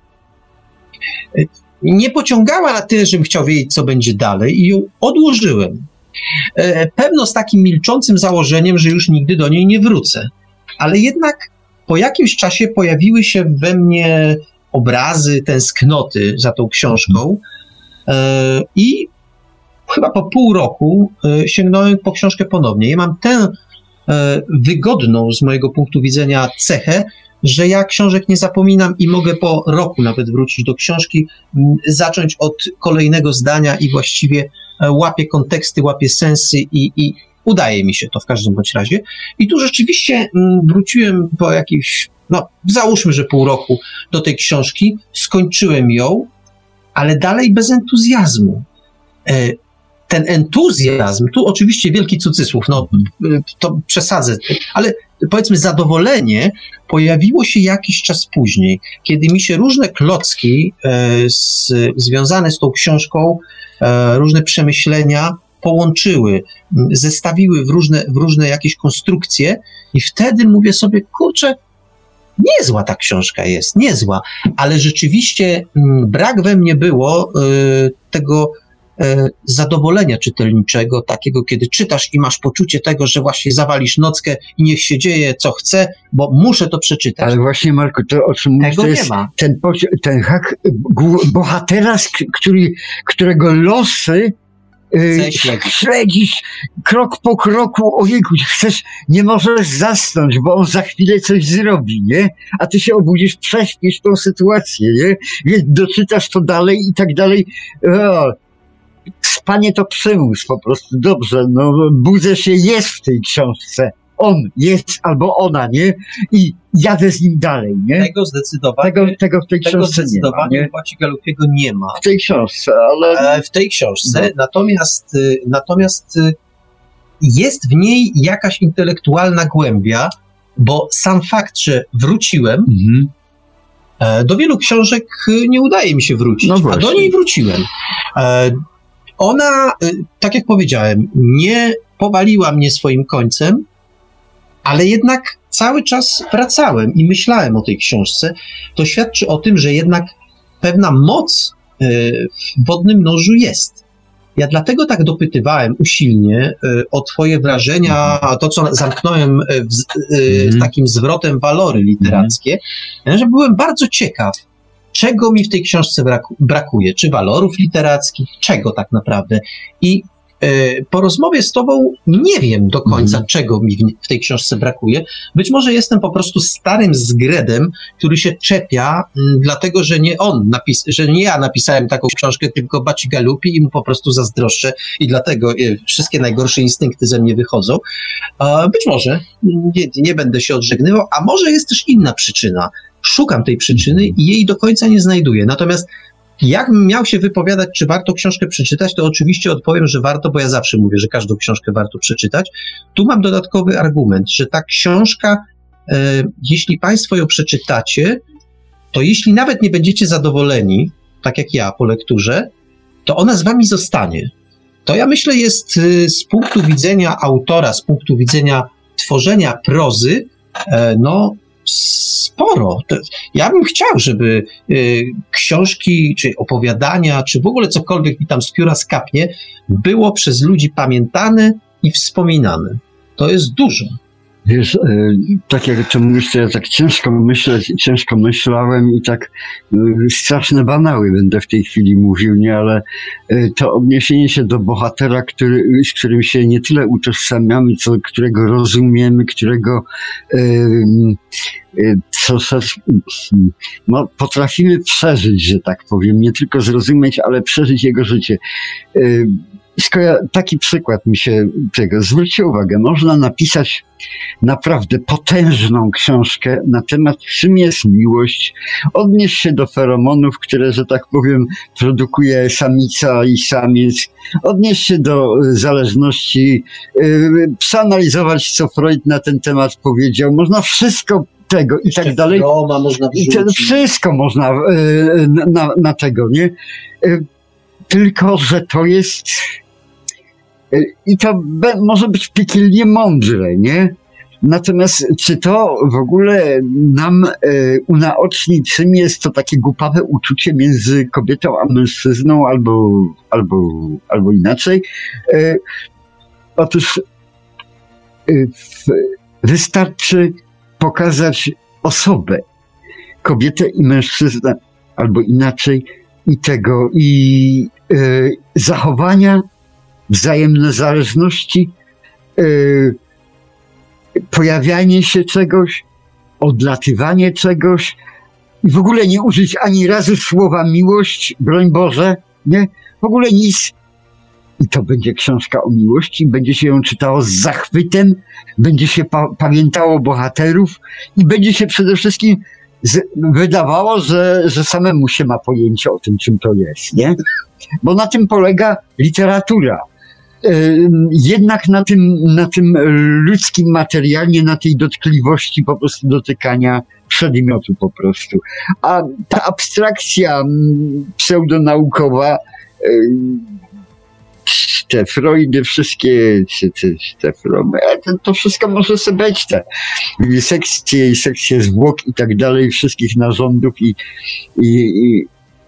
Nie pociągała na tyle, żebym chciał wiedzieć, co będzie dalej, i ją odłożyłem. E, Pewno z takim milczącym założeniem, że już nigdy do niej nie wrócę. Ale jednak po jakimś czasie pojawiły się we mnie obrazy, tęsknoty za tą książką e, i chyba po pół roku e, sięgnąłem po książkę ponownie. Ja mam tę e, wygodną z mojego punktu widzenia cechę, że ja książek nie zapominam i mogę po roku nawet wrócić do książki, m, zacząć od kolejnego zdania i właściwie e, łapię konteksty, łapię sensy i, i udaje mi się to w każdym bądź razie. I tu rzeczywiście m, wróciłem po jakiejś, no załóżmy, że pół roku do tej książki, skończyłem ją, ale dalej bez entuzjazmu. E, ten entuzjazm, tu oczywiście wielki cudzysłów, no to przesadzę, ale powiedzmy zadowolenie pojawiło się jakiś czas później, kiedy mi się różne klocki e, z, związane z tą książką, e, różne przemyślenia połączyły, zestawiły w różne, w różne jakieś konstrukcje i wtedy mówię sobie, kurczę, niezła ta książka jest, niezła, ale rzeczywiście m, brak we mnie było e, tego e, zadowolenia czytelniczego, takiego, kiedy czytasz i masz poczucie tego, że właśnie zawalisz nockę i niech się dzieje co chce, bo muszę to przeczytać. Ale właśnie, Marku, to o czym mówisz, Tego to nie jest ma. ten, poci- ten hak gł- bohatera, sk- który, którego losy Chcę Yy, śledzić. śledzisz krok po kroku, ojejku, chcesz, nie możesz zasnąć, bo on za chwilę coś zrobi, nie? A ty się obudzisz, prześpisz tą sytuację, nie? Więc doczytasz to dalej i tak dalej. O, spanie to przymus po prostu, dobrze, no budzę się, jest w tej książce. On jest albo ona, nie? I jadę z nim dalej, nie? Tego zdecydowanie, Tego, tego w tej tego książce nie ma, zdecydowanie nie? w Baci Galupiego nie ma. W tej książce, ale... E, w tej książce, No. natomiast, y, natomiast y, jest w niej jakaś intelektualna głębia, bo sam fakt, że wróciłem, Mhm. e, do wielu książek y, nie udaje mi się wrócić, No a właśnie. do niej wróciłem. E, ona, y, tak jak powiedziałem, nie powaliła mnie swoim końcem, ale jednak cały czas wracałem i myślałem o tej książce. To świadczy o tym, że jednak pewna moc y, w Wodnym Nożu jest. Ja dlatego tak dopytywałem usilnie y, o twoje wrażenia, to co zamknąłem y, w, y, Mhm. takim zwrotem walory literackie, że byłem bardzo ciekaw, czego mi w tej książce braku- brakuje, czy walorów literackich, czego tak naprawdę. I y, po rozmowie z tobą nie wiem do końca, Mhm. czego mi w, w tej książce brakuje. Być może jestem po prostu starym zgredem, który się czepia, m, dlatego że nie on, napis- że nie ja napisałem taką książkę, tylko Baci Galupi i mu po prostu zazdroszczę i dlatego y, wszystkie najgorsze instynkty ze mnie wychodzą. A być może, nie, nie będę się odżegnywał, a może jest też inna przyczyna. Szukam tej przyczyny i jej do końca nie znajduję. Natomiast jakbym miał się wypowiadać, czy warto książkę przeczytać, to oczywiście odpowiem, że warto, bo ja zawsze mówię, że każdą książkę warto przeczytać. Tu mam dodatkowy argument, że ta książka, e, jeśli Państwo ją przeczytacie, to jeśli nawet nie będziecie zadowoleni, tak jak ja po lekturze, to ona z Wami zostanie. To ja myślę jest y, z punktu widzenia autora, z punktu widzenia tworzenia prozy, e, no sporo. To ja bym chciał, żeby y, książki, czy opowiadania, czy w ogóle cokolwiek mi tam z pióra skapnie, było przez ludzi pamiętane i wspominane. To jest dużo. Wiesz, e, tak jak to mówisz, to ja tak ciężko myślę, ciężko myślałem i tak e, straszne banały będę w tej chwili mówił, nie, ale e, to odniesienie się do bohatera, który, z którym się nie tyle utożsamiamy, co którego rozumiemy, którego e, e, co, co, no, potrafimy przeżyć, że tak powiem, nie tylko zrozumieć, ale przeżyć jego życie. E, Skoja- taki przykład mi się tego, zwróćcie uwagę, można napisać naprawdę potężną książkę na temat, czym jest miłość, odnieść się do feromonów, które, że tak powiem, produkuje samica i samiec, odnieść się do y, zależności, yy, przeanalizować, co Freud na ten temat powiedział, można wszystko tego i tak dalej. Roma można I to wrzucić. wszystko można y, na, na tego, nie? Y, tylko, że to jest i to be, może być piekielnie mądre, nie? Natomiast czy to w ogóle nam e, unaoczni, czym jest to takie głupawe uczucie między kobietą a mężczyzną, albo, albo, albo inaczej? E, otóż e, w, wystarczy pokazać osobę, kobietę i mężczyznę, albo inaczej, i tego, i e, zachowania, wzajemne zależności, yy, pojawianie się czegoś, odlatywanie czegoś i w ogóle nie użyć ani razu słowa miłość, broń Boże, nie? W ogóle nic. I to będzie książka o miłości, będzie się ją czytało z zachwytem, będzie się pa- pamiętało bohaterów i będzie się przede wszystkim z- wydawało, że, że samemu się ma pojęcie o tym, czym to jest, nie? Bo na tym polega literatura. jednak na tym, na tym ludzkim materialnie, na tej dotkliwości po prostu dotykania przedmiotu po prostu. A ta abstrakcja pseudonaukowa, te Freudy, wszystkie, te, te, te Fromy, to wszystko może sobie być, te sekcje i sekcje zwłok i tak dalej, wszystkich narządów i, i, i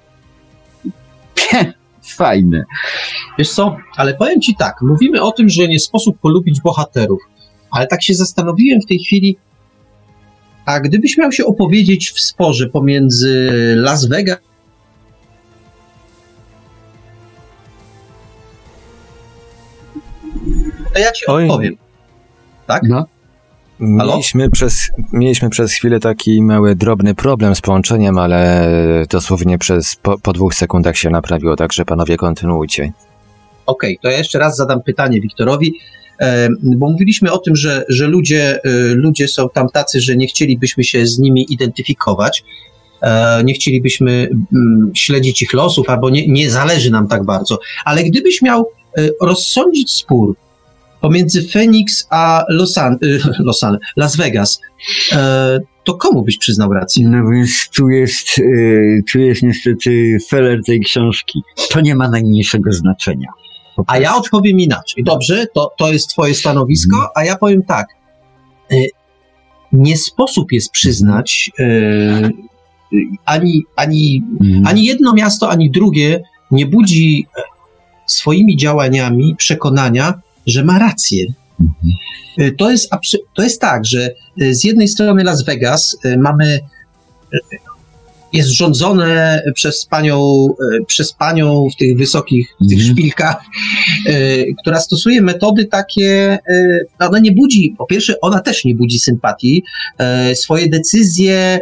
fajne. Wiesz co, ale powiem ci tak, mówimy o tym, że nie sposób polubić bohaterów, ale tak się zastanowiłem w tej chwili, a gdybyś miał się opowiedzieć w sporze pomiędzy Las Vegas to ja ci Oj. odpowiem. Tak? No. Mieliśmy przez, mieliśmy przez chwilę taki mały, drobny problem z połączeniem, ale dosłownie przez, po, po dwóch sekundach się naprawiło, także panowie kontynuujcie. Okej, okay, to ja jeszcze raz zadam pytanie Wiktorowi, e, bo mówiliśmy o tym, że, że ludzie, e, ludzie są tam tacy, że nie chcielibyśmy się z nimi identyfikować, e, nie chcielibyśmy m, śledzić ich losów, albo nie, nie zależy nam tak bardzo, ale gdybyś miał e, rozsądzić spór pomiędzy Phoenix a Los, An- Los An- Las Vegas, e, to komu byś przyznał rację? No więc tu jest, y, tu jest niestety feller tej książki. To nie ma najmniejszego znaczenia. A ja odpowiem inaczej. Dobrze, to, to jest twoje stanowisko, mm. a ja powiem tak. E, nie sposób jest przyznać e, ani, ani, mm. ani jedno miasto, ani drugie nie budzi swoimi działaniami przekonania, że ma rację. Mhm. To jest, to jest tak, że z jednej strony Las Vegas mamy, jest rządzone przez panią, przez panią w tych wysokich, w tych mhm. szpilkach, która stosuje metody takie, ona nie budzi, po pierwsze ona też nie budzi sympatii, swoje decyzje,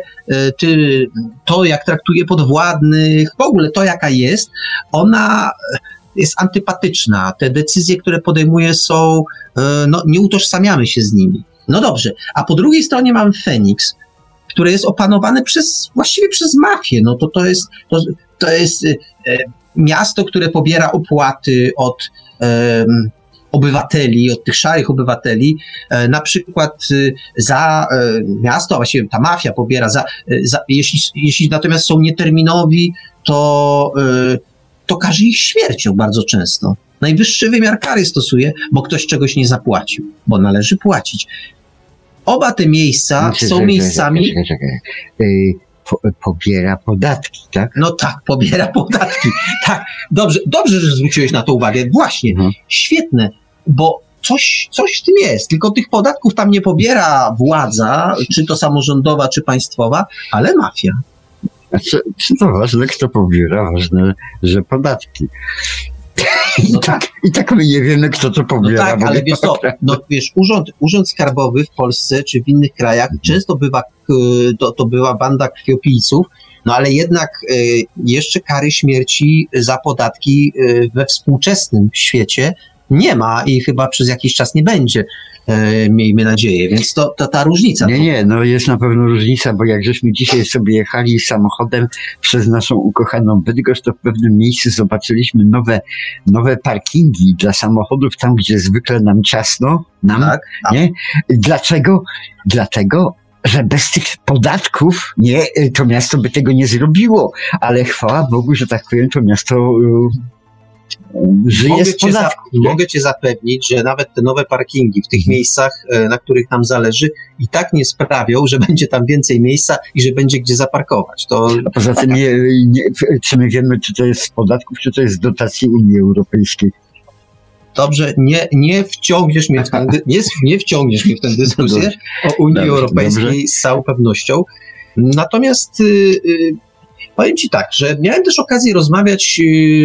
to jak traktuje podwładnych, w ogóle to jaka jest, ona jest antypatyczna. Te decyzje, które podejmuje są, no nie utożsamiamy się z nimi. No dobrze, a po drugiej stronie mamy Phoenix, które jest opanowane przez, właściwie przez mafię. No to to jest, to, to jest e, miasto, które pobiera opłaty od e, obywateli, od tych szarych obywateli. E, na przykład e, za e, miasto, a właściwie ta mafia pobiera za, e, za jeśli, jeśli natomiast są nieterminowi, to e, to każe ich śmiercią bardzo często. Najwyższy wymiar kary stosuje, bo ktoś czegoś nie zapłacił, bo należy płacić. Oba te miejsca znaczy, są czekaj, miejscami... Czekaj, czekaj. Yy, po, pobiera podatki, tak? No tak, pobiera podatki. Tak, dobrze, dobrze, że zwróciłeś na to uwagę. Właśnie, mhm. świetne, bo coś, coś w tym jest, tylko tych podatków tam nie pobiera władza, czy to samorządowa, czy państwowa, ale mafia. A co, co to ważne, kto pobiera? Ważne, że podatki. I, no tak, I tak my nie wiemy, kto to pobiera. No tak, ale wiesz co, no wiesz, urząd, urząd skarbowy w Polsce czy w innych krajach często bywa, to, to była banda krwiopijców, no ale jednak y, jeszcze kary śmierci za podatki y, we współczesnym świecie nie ma i chyba przez jakiś czas nie będzie. Miejmy nadzieję, więc to, to ta różnica. Nie, nie, no jest na pewno różnica, bo jak żeśmy dzisiaj sobie jechali samochodem przez naszą ukochaną Bydgoszcz, to w pewnym miejscu zobaczyliśmy nowe, nowe parkingi dla samochodów tam, gdzie zwykle nam ciasno, nam, tak, tak. nie? Dlaczego? Dlatego, że bez tych podatków nie, to miasto by tego nie zrobiło, ale chwała Bogu, że tak powiem, to miasto żyje mogę z cię, za, podatków. mogę cię zapewnić, że nawet te nowe parkingi w tych hmm. miejscach, na których nam zależy, i tak nie sprawią, że będzie tam więcej miejsca i że będzie gdzie zaparkować. To, A poza tym, nie, nie, czy my wiemy, czy to jest z podatków, czy to jest z dotacji Unii Europejskiej? Dobrze, nie, nie wciągniesz mnie w tę, nie, nie wciągniesz mnie w tę dyskusję dobrze. o Unii dobrze, Europejskiej dobrze. z całą pewnością. Natomiast yy, powiem ci tak, że miałem też okazję rozmawiać,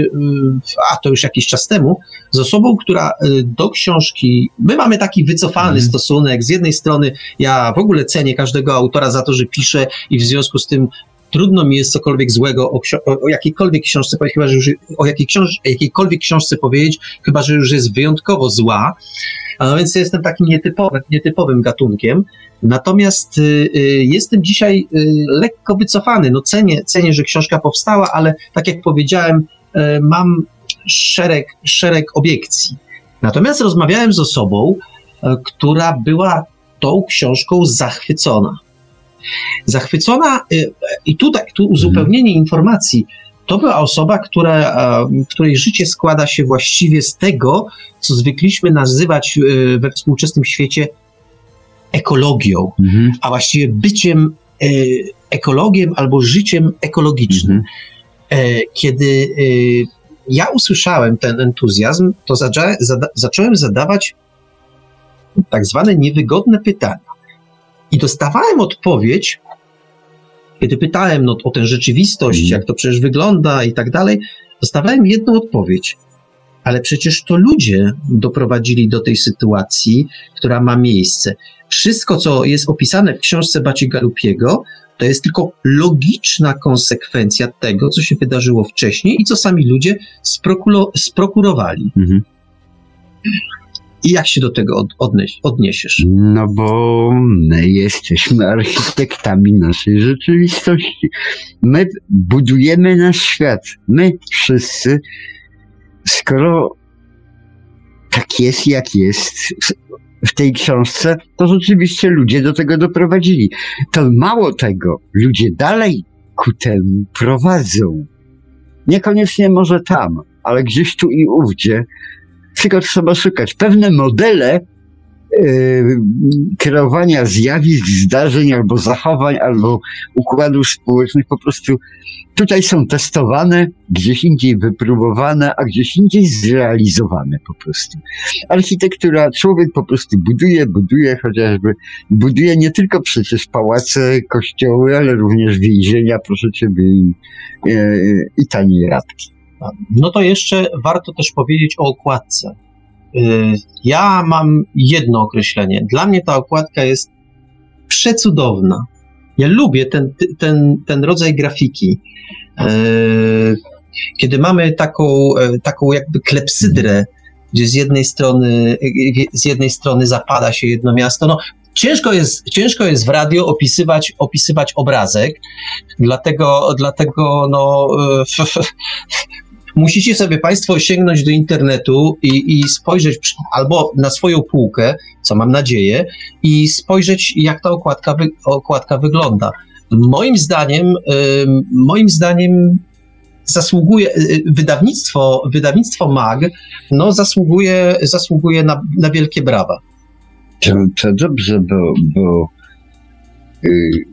a to już jakiś czas temu, z osobą, która do książki, my mamy taki wycofany mm. stosunek, z jednej strony ja w ogóle cenię każdego autora za to, że pisze i w związku z tym trudno mi jest cokolwiek złego o, o jakiejkolwiek książce powiedzieć, chyba że już, o jakiej książ- jakiejkolwiek książce powiedzieć, chyba że już jest wyjątkowo zła, a no więc ja jestem takim nietypowym, nietypowym gatunkiem. Natomiast y, y, jestem dzisiaj y, lekko wycofany. No cenię, cenię, że książka powstała, ale tak jak powiedziałem, y, mam szereg, szereg obiekcji. Natomiast rozmawiałem z osobą, e, która była tą książką zachwycona. Zachwycona, e, i tutaj tu uzupełnienie mhm. informacji, to była osoba, która, e, której życie składa się właściwie z tego, co zwykliśmy nazywać e, we współczesnym świecie ekologią, mhm. a właściwie byciem e, ekologiem albo życiem ekologicznym. Mhm. E, kiedy e, ja usłyszałem ten entuzjazm, to zaczą, zada, zacząłem zadawać tak zwane niewygodne pytania. I dostawałem odpowiedź, kiedy pytałem no, o tę rzeczywistość, mm. jak to przecież wygląda i tak dalej, dostawałem jedną odpowiedź. Ale przecież to ludzie doprowadzili do tej sytuacji, która ma miejsce. Wszystko, co jest opisane w książce Bacigalupiego, to jest tylko logiczna konsekwencja tego, co się wydarzyło wcześniej i co sami ludzie sprokuro- sprokurowali. Mhm. I jak się do tego od, odnieś, odniesiesz? No bo my jesteśmy architektami naszej rzeczywistości. My budujemy nasz świat. My wszyscy, skoro tak jest, jak jest w tej książce, to rzeczywiście ludzie do tego doprowadzili. To mało tego, ludzie dalej ku temu prowadzą. Niekoniecznie może tam, ale gdzieś tu i ówdzie. Tylko trzeba szukać. Pewne modele yy, kierowania zjawisk, zdarzeń, albo zachowań, albo układów społecznych po prostu tutaj są testowane, gdzieś indziej wypróbowane, a gdzieś indziej zrealizowane po prostu. Architektura, człowiek po prostu buduje, buduje chociażby, buduje nie tylko przecież pałace, kościoły, ale również więzienia, proszę ciebie, i, yy, i tanie radki. No to jeszcze warto też powiedzieć o okładce. Ja mam jedno określenie. Dla mnie ta okładka jest przecudowna. Ja lubię ten, ten, ten rodzaj grafiki. Kiedy mamy taką, taką jakby klepsydrę, gdzie z jednej strony, z jednej strony zapada się jedno miasto. No, ciężko jest, ciężko jest w radio opisywać, opisywać obrazek, dlatego, dlatego no, musicie sobie Państwo sięgnąć do internetu i, i spojrzeć albo na swoją półkę, co mam nadzieję, i spojrzeć, jak ta okładka, wy, okładka wygląda. Moim zdaniem, y, moim zdaniem zasługuje, y, wydawnictwo, wydawnictwo M A G, no zasługuje, zasługuje na, na wielkie brawa. To, to dobrze, bo, bo y,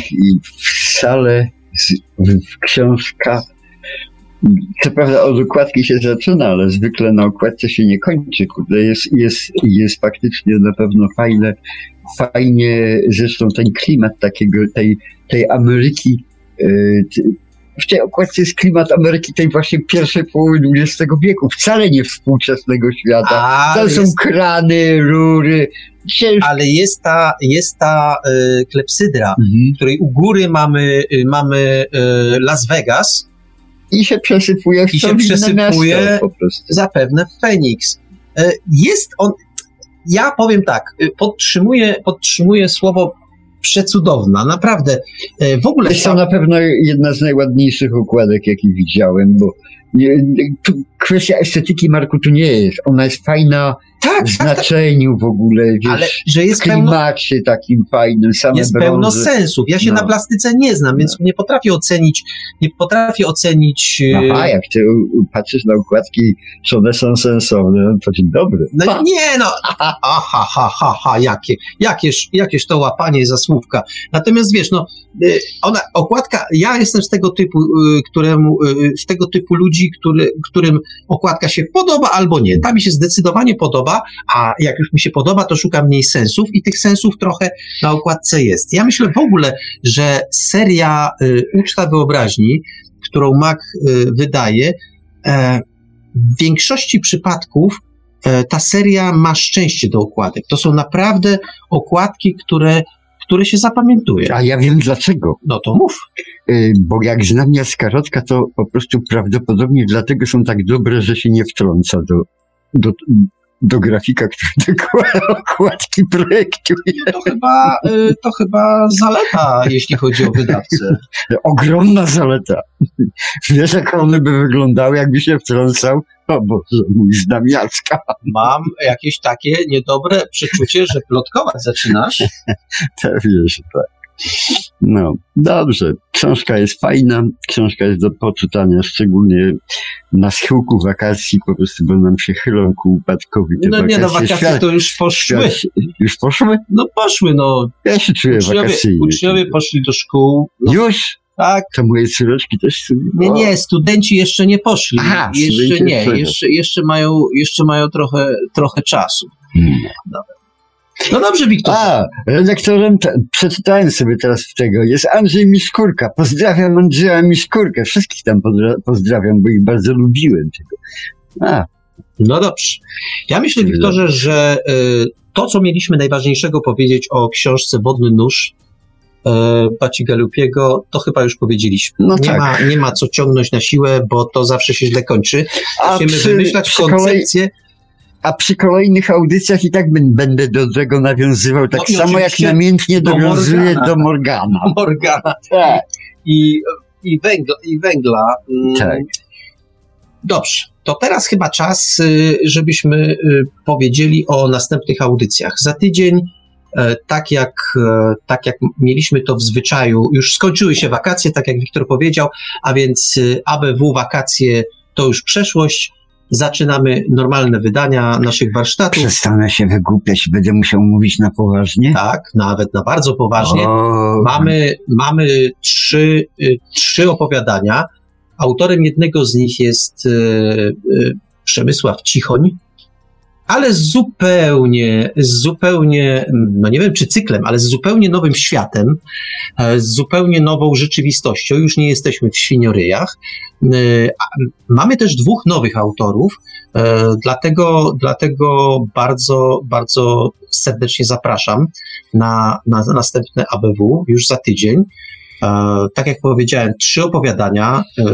wcale z, w książka co prawda od okładki się zaczyna, ale zwykle na okładce się nie kończy. Kurde, jest, jest, jest faktycznie na pewno fajne, fajnie, zresztą ten klimat takiego, tej, tej Ameryki, yy, w tej okładce jest klimat Ameryki tej właśnie pierwszej połowy dwudziestego wieku, wcale nie współczesnego świata. To są jest... krany, rury. Ciężko. Ale jest ta, jest ta y, klepsydra, mhm. której u góry mamy, y, mamy y, Las Vegas, i się przesypuje w I się przesypuje po prostu. Zapewne w Feniks. Jest on, ja powiem tak, podtrzymuję, podtrzymuję słowo przecudowna, naprawdę. W ogóle jest to na pewno jedna z najładniejszych okładek, jakie widziałem, bo nie, tu kwestia estetyki, Marku, tu nie jest. Ona jest fajna tak, w znaczeniu tak, tak. w ogóle, wiesz, ale że jest w klimacie pełno, takim fajnym, same jest brązy. Pełno sensów. Ja się no. na plastyce nie znam, więc no. nie potrafię ocenić, nie potrafię ocenić... Aha, jak ty patrzysz na okładki, czy one są sensowne, to dzień dobry. No ha. nie no, aha, ha, ha, ha, ha, jakie, jakież, jakież to łapanie za słówka. Natomiast wiesz, no, ona, okładka, ja jestem z tego typu, któremu, z tego typu ludzi, który, którym okładka się podoba albo nie. Ta mi się zdecydowanie podoba, a jak już mi się podoba, to szukam w niej sensów i tych sensów trochę na okładce jest. Ja myślę w ogóle, że seria y, Uczta Wyobraźni, którą M A G y, wydaje, e, w większości przypadków e, ta seria ma szczęście do okładek. To są naprawdę okładki, które które się zapamiętuje. A ja wiem dlaczego. No to mów. Yy, bo jak znam Jaskorotka, to po prostu prawdopodobnie dlatego są tak dobre, że się nie wtrąca do, do, do grafika, który te okładki projektuje. To chyba, y, to chyba zaleta, jeśli chodzi o wydawcę. Ogromna zaleta. Wiesz, jak one by wyglądały, jakby się wtrącał? O Boże, mój znamiaczka. Mam jakieś takie niedobre przeczucie, że plotkować zaczynasz. Pewnie, że tak. No, dobrze. Książka jest fajna, książka jest do poczytania, szczególnie na schyłku wakacji, po prostu, bo nam się chylą ku upadkowi te No wakacje. nie, no wakacje Świat, to już poszły. świat, już poszły? No poszły, no. Ja się czuję Uczniowie, wakacyjnie. uczniowie poszli do szkół. No, Już? tak. To moje córeczki też sobie... Nie, nie, studenci jeszcze nie poszli. Aha, jeszcze studenci nie, jeszcze nie. jeszcze, jeszcze mają, jeszcze mają trochę, trochę czasu. Hmm. No dobrze, Wiktor. A, redaktorem, te, przeczytałem sobie teraz w tego, jest Andrzej Miszkurka. Pozdrawiam Andrzeja Miszkurkę. Wszystkich tam pozdra- pozdrawiam, bo ich bardzo lubiłem. Tego. A, No dobrze. Ja myślę, Czyli Wiktorze, że y, to, co mieliśmy najważniejszego powiedzieć o książce Wodny nóż y, Baci Galupiego, to chyba już powiedzieliśmy. No nie, tak. ma, nie ma co ciągnąć na siłę, bo to zawsze się źle kończy. A Musimy przy- wymyślać przy kolei- koncepcję. a przy kolejnych audycjach i tak bym- będę do tego nawiązywał, tak No i samo jak oczywiście namiętnie do nawiązuję Morgana. do Morgana. Morgana Tak. i, i, węgla, i węgla. Mm, Tak. Dobrze, to teraz chyba czas, y, żebyśmy y, powiedzieli o następnych audycjach. Za tydzień, e, tak jak, e, tak jak mieliśmy to w zwyczaju, już skończyły się wakacje, tak jak Wiktor powiedział, a więc y, A B W wakacje to już przeszłość. Zaczynamy normalne wydania naszych warsztatów. Przestanę się wygłupiać, będę musiał mówić na poważnie. Tak, nawet na bardzo poważnie. O, Mamy, mamy trzy, y, trzy opowiadania. Autorem jednego z nich jest y, y, Przemysław Cichoń, ale z zupełnie, z zupełnie, no nie wiem czy cyklem, ale z zupełnie nowym światem, e, z zupełnie nową rzeczywistością. Już nie jesteśmy w świnioryjach. Y, a Mamy też dwóch nowych autorów, e, dlatego, dlatego bardzo, bardzo serdecznie zapraszam na, na następne A B W już za tydzień. E, tak jak powiedziałem, trzy opowiadania, e,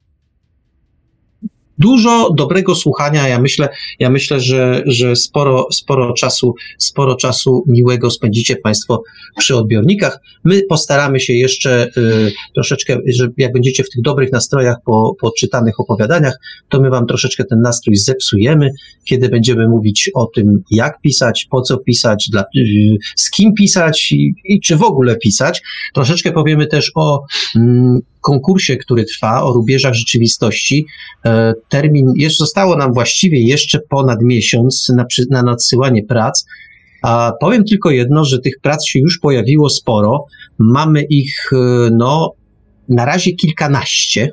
dużo dobrego słuchania. Ja myślę, ja myślę, że, że sporo, sporo czasu, sporo czasu miłego spędzicie Państwo przy odbiornikach. My postaramy się jeszcze y, troszeczkę, że jak będziecie w tych dobrych nastrojach po, po czytanych opowiadaniach, to my Wam troszeczkę ten nastrój zepsujemy, kiedy będziemy mówić o tym, jak pisać, po co pisać, dla, y, z kim pisać i, i czy w ogóle pisać. Troszeczkę powiemy też o mm, konkursie, który trwa, o rubieżach rzeczywistości. E, termin, jeszcze zostało nam właściwie jeszcze ponad miesiąc na, przy, na nadsyłanie prac. A powiem tylko jedno, że tych prac się już pojawiło sporo. Mamy ich, e, no, na razie kilkanaście.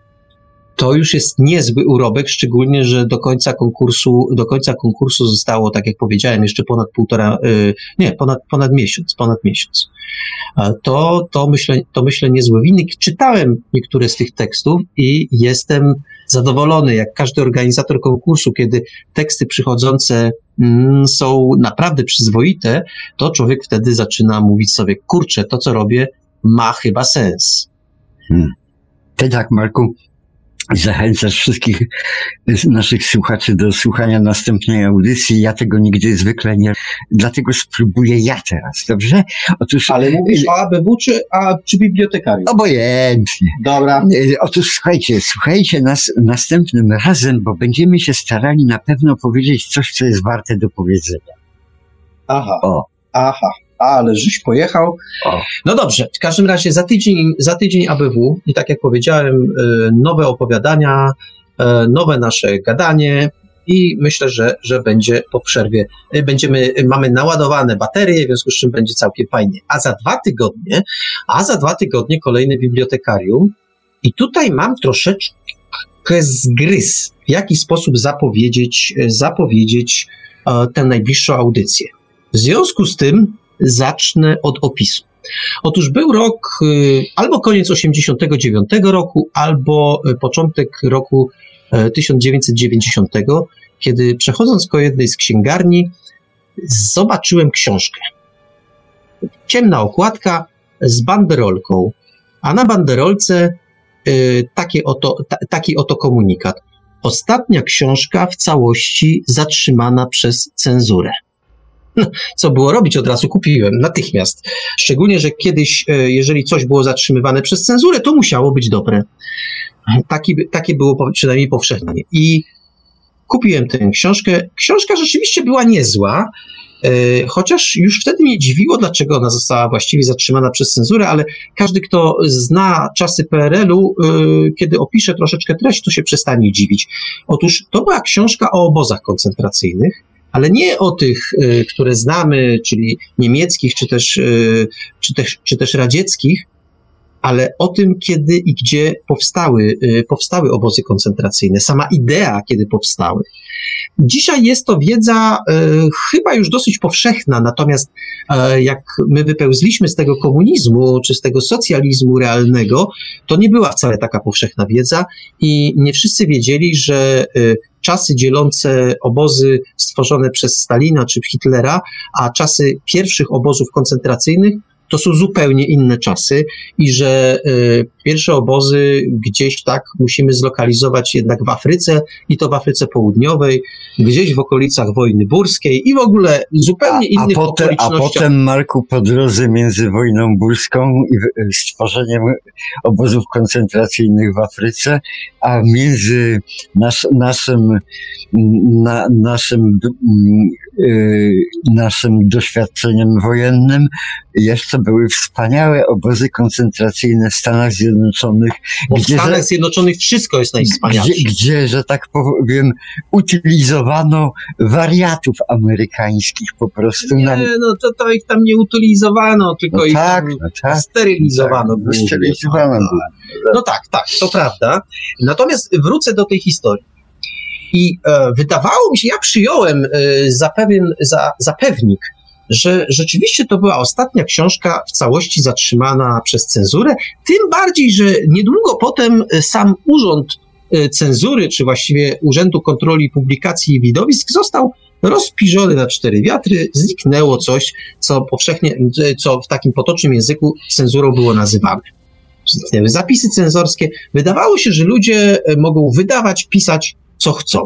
To już jest niezły urobek, szczególnie, że do końca konkursu, do końca konkursu zostało, tak jak powiedziałem, jeszcze ponad półtora, y, nie, ponad, ponad miesiąc, ponad miesiąc. A To, to myślę, to myślę niezły wynik. Czytałem niektóre z tych tekstów i jestem zadowolony, jak każdy organizator konkursu, kiedy teksty przychodzące mm, są naprawdę przyzwoite, to człowiek wtedy zaczyna mówić sobie, kurczę, to co robię ma chyba sens. Hmm. Ty tak, Marku, zachęcasz wszystkich naszych słuchaczy do słuchania następnej audycji. Ja tego nigdy zwykle nie... Dlatego spróbuję ja teraz, dobrze? Otóż... Ale mówisz o A B W czy, a, czy bibliotekarium? Obojętnie. Dobra. E, Otóż słuchajcie, słuchajcie nas następnym razem, bo będziemy się starali na pewno powiedzieć coś, co jest warte do powiedzenia. Aha, O, aha, ale żeś pojechał. o. No dobrze, w każdym razie za tydzień, za tydzień A B W i tak jak powiedziałem, y, nowe opowiadania, y, nowe nasze gadanie i myślę, że, że będzie po przerwie, y, będziemy, y, mamy naładowane baterie, w związku z czym będzie całkiem fajnie. A za dwa tygodnie, a za dwa tygodnie kolejne bibliotekarium i tutaj mam troszeczkę zgryz, w jaki sposób zapowiedzieć, y, zapowiedzieć y, tę najbliższą audycję. W związku z tym zacznę od opisu. Otóż był rok y, albo koniec osiemdziesiątego dziewiątego roku, albo y, początek roku y, tysiąc dziewięćset dziewięćdziesiątego, kiedy przechodząc koło jednej z księgarni zobaczyłem książkę. Ciemna okładka z banderolką, a na banderolce y, takie oto, ta, taki oto komunikat. ostatnia książka w całości zatrzymana przez cenzurę. Co było robić? Od razu kupiłem, natychmiast. Szczególnie, że kiedyś, jeżeli coś było zatrzymywane przez cenzurę, to musiało być dobre. Taki, takie było przynajmniej powszechnie. I kupiłem tę książkę. Książka rzeczywiście była niezła, chociaż już wtedy mnie dziwiło, dlaczego ona została właściwie zatrzymana przez cenzurę, ale każdy, kto zna czasy P R L u, kiedy opisze troszeczkę treść, to się przestanie dziwić. Otóż to była książka o obozach koncentracyjnych, ale nie o tych, które znamy, czyli niemieckich, czy też, czy też, czy też radzieckich, ale o tym, kiedy i gdzie powstały, powstały obozy koncentracyjne, sama idea, kiedy powstały. Dzisiaj jest to wiedza e, chyba już dosyć powszechna, natomiast e, jak my wypełzliśmy z tego komunizmu, czy z tego socjalizmu realnego, to nie była wcale taka powszechna wiedza i nie wszyscy wiedzieli, że e, czasy dzielące obozy stworzone przez Stalina czy Hitlera, a czasy pierwszych obozów koncentracyjnych to są zupełnie inne czasy i że y, pierwsze obozy gdzieś tak musimy zlokalizować jednak w Afryce i to w Afryce Południowej, gdzieś w okolicach wojny burskiej i w ogóle zupełnie a, innych a potem, okolicznościach. A potem, Marku, po drodze między wojną burską i stworzeniem obozów koncentracyjnych w Afryce, a między nas, naszym, na, naszym, yy, naszym doświadczeniem wojennym jeszcze były wspaniałe obozy koncentracyjne w Stanach Zjednoczonych. Bo gdzie, w Stanach że, Zjednoczonych wszystko jest najwspanialsze. Gdzie, gdzie, że tak powiem, utylizowano wariatów amerykańskich po prostu. Nie, na... no to, to ich tam nie utylizowano, tylko no ich tak, tam no tak, sterylizowano. tak, sterylizowano. No tak, tak, to prawda. Natomiast wrócę do tej historii. I e, wydawało mi się, ja przyjąłem e, za, pewien, za, za pewnik, że rzeczywiście to była ostatnia książka w całości zatrzymana przez cenzurę, tym bardziej, że niedługo potem sam Urząd Cenzury, czy właściwie Urzędu Kontroli Publikacji i Widowisk został rozpiżony na cztery wiatry, zniknęło coś, co powszechnie, co w takim potocznym języku cenzurą było nazywane. Zniknęły zapisy cenzorskie. Wydawało się, że ludzie mogą wydawać, pisać, co chcą.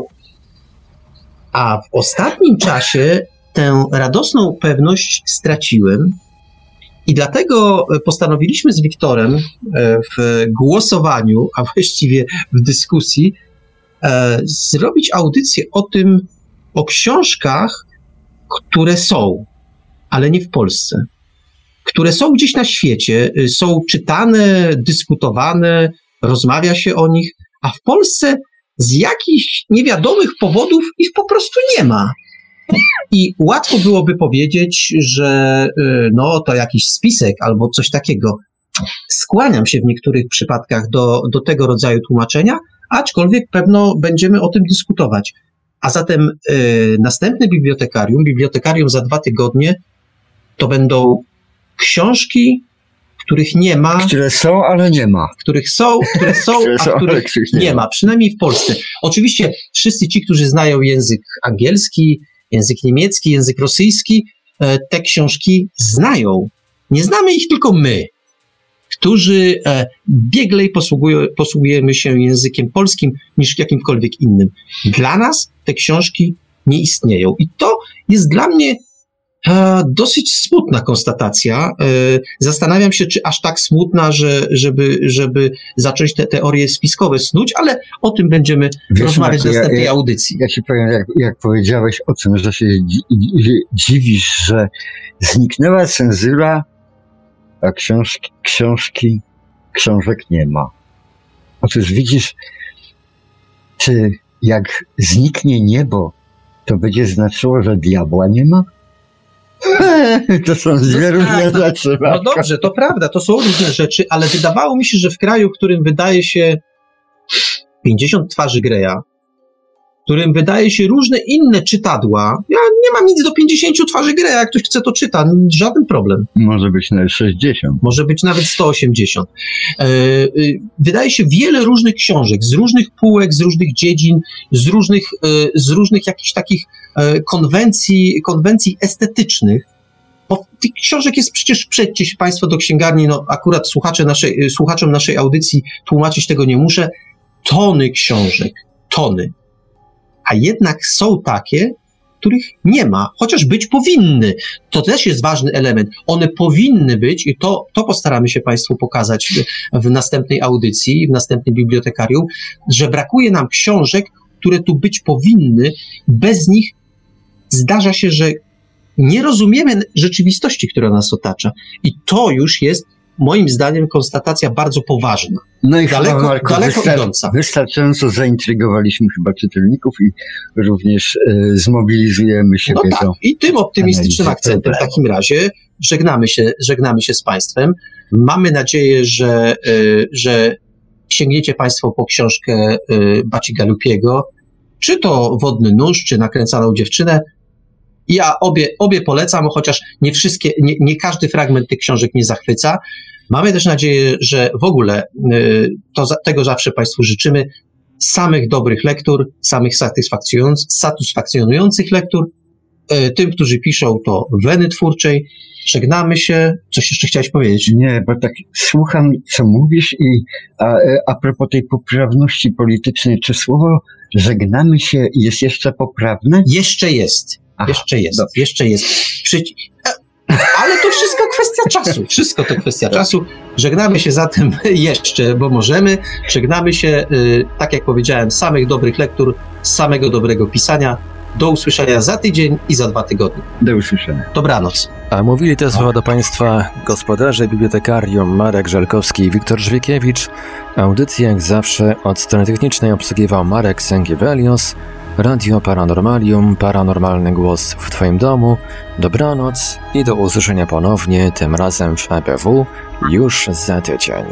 A w ostatnim czasie tę radosną pewność straciłem i dlatego postanowiliśmy z Wiktorem w głosowaniu, a właściwie w dyskusji, zrobić audycję o tym, o książkach, które są, ale nie w Polsce, które są gdzieś na świecie, są czytane, dyskutowane, rozmawia się o nich, a w Polsce z jakichś niewiadomych powodów ich po prostu nie ma. I łatwo byłoby powiedzieć, że no to jakiś spisek albo coś takiego. Skłaniam się w niektórych przypadkach do, do tego rodzaju tłumaczenia, aczkolwiek pewno będziemy o tym dyskutować. A zatem y, następne bibliotekarium, bibliotekarium za dwa tygodnie, to będą książki, których nie ma. Które są, ale nie ma. Których są, które są, które a są, których których nie, nie ma. ma. Przynajmniej w Polsce. Oczywiście wszyscy ci, którzy znają język angielski, język niemiecki, język rosyjski, te książki znają. Nie znamy ich tylko my, którzy bieglej posługujemy się językiem polskim niż jakimkolwiek innym. Dla nas te książki nie istnieją. I to jest dla mnie dosyć smutna konstatacja. Zastanawiam się, czy aż tak smutna, że, żeby, żeby zacząć te teorie spiskowe snuć, ale o tym będziemy Wiesz, rozmawiać w Marku, następnej ja, audycji. Ja ci powiem, jak, jak powiedziałeś o tym, że się dzi- dziwisz, że zniknęła cenzura, a książki, książki, książek nie ma. Otóż widzisz, czy jak zniknie niebo, to będzie znaczyło, że diabła nie ma? To są dwie No różne tak, rzeczy. No dobrze, to prawda, to są różne rzeczy, ale wydawało mi się, że w kraju, w którym wydaje się pięćdziesiąt twarzy Greya, w którym wydaje się różne inne czytadła, ja nie mam nic do pięćdziesięciu twarzy Greya, jak ktoś chce to czyta, żaden problem. Może być nawet sześćdziesiąt. Może być nawet sto osiemdziesiąt. Wydaje się wiele różnych książek, z różnych półek, z różnych dziedzin, z różnych, z różnych jakichś takich konwencji, konwencji estetycznych. Bo tych książek jest przecież, przejdźcie się Państwo do księgarni, no akurat słuchacze naszej, słuchaczom naszej audycji tłumaczyć tego nie muszę, tony książek, tony. A jednak są takie, których nie ma, chociaż być powinny. To też jest ważny element. One powinny być i to, to postaramy się Państwu pokazać w, w następnej audycji, w następnym bibliotekarium, że brakuje nam książek, które tu być powinny. Bez nich zdarza się, że nie rozumiemy rzeczywistości, która nas otacza. I to już jest moim zdaniem konstatacja bardzo poważna. No i daleko, chyba, Marku, daleko wystar- idąca. Wystarczająco zaintrygowaliśmy chyba czytelników i również y, zmobilizujemy siebie No tak, do... i tym optymistycznym analizy akcentem w problemu. takim razie żegnamy się, żegnamy się z Państwem. Mamy nadzieję, że, y, że sięgniecie Państwo po książkę y, Baci Galupiego, czy to Wodny nóż, czy Nakręcaną dziewczynę. Ja obie, obie polecam, chociaż nie wszystkie, nie, nie każdy fragment tych książek mnie zachwyca. Mamy też nadzieję, że w ogóle y, to, za- tego zawsze Państwu życzymy, samych dobrych lektur, samych satysfakcjonując- satysfakcjonujących lektur. Y, tym, którzy piszą to weny twórczej. Żegnamy się. Coś jeszcze chciałeś powiedzieć? Nie, bo tak słucham, co mówisz i a, a propos tej poprawności politycznej, czy słowo żegnamy się jest jeszcze poprawne? Jeszcze jest. Aha, Jeszcze jest. dobrze. Jeszcze jest. Przyci- e, Ale to wszystko kwestia czasu. Wszystko to kwestia czasu. Żegnamy się zatem jeszcze, bo możemy. Żegnamy się, y, tak jak powiedziałem, samych dobrych lektur, samego dobrego pisania. Do usłyszenia za tydzień i za dwa tygodnie. Do usłyszenia. Dobranoc. A mówili te słowa do Państwa gospodarze bibliotekarium Marek Żelkowski i Wiktor Żwikiewicz. Audycję jak zawsze od strony technicznej obsługiwał Marek Sęgiewelios. Radio Paranormalium, paranormalny głos w Twoim domu. Dobranoc i do usłyszenia ponownie, tym razem w E B W już za tydzień.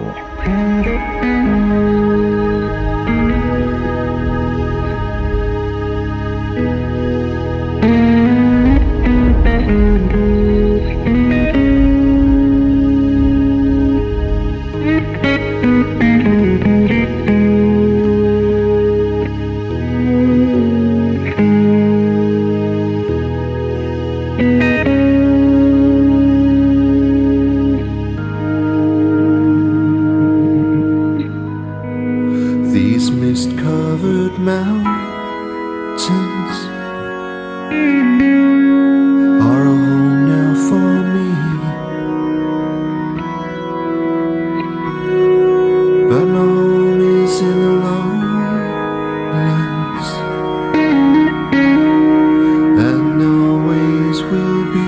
These mist-covered mountains are a home now for me, but my home is in the lowlands, and always will be.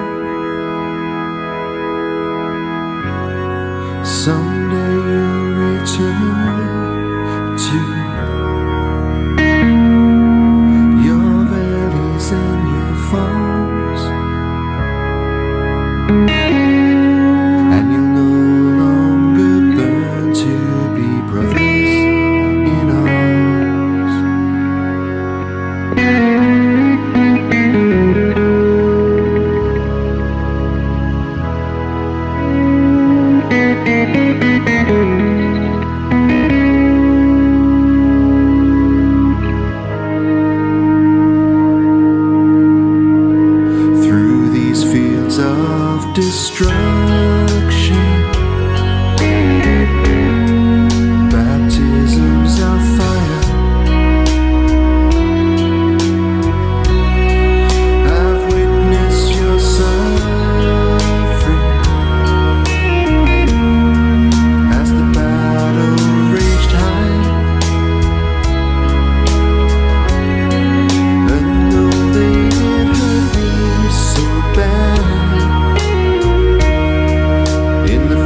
Someday you'll return to your valleys and your farms, and you'll no longer burn to be brothers in arms. Through these fields of destruction, baptisms of fire, I've witnessed your suffering as the battle raged high. And though they did hurt me so bad, in the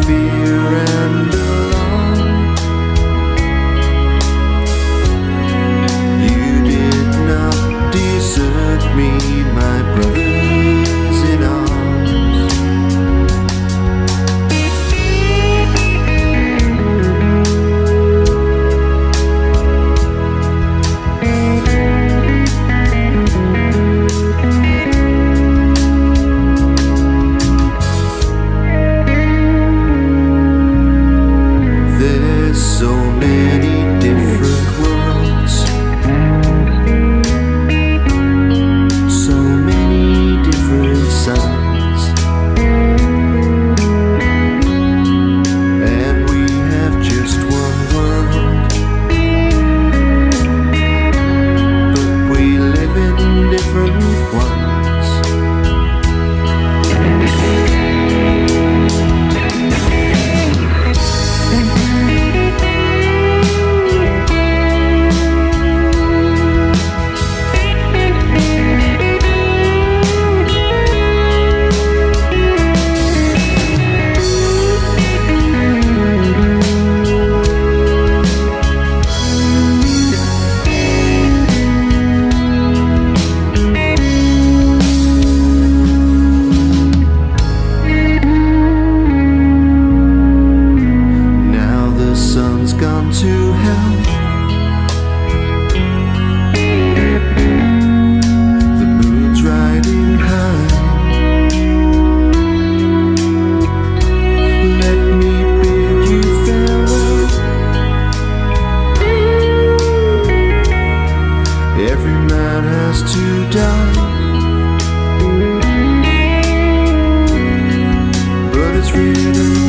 feeling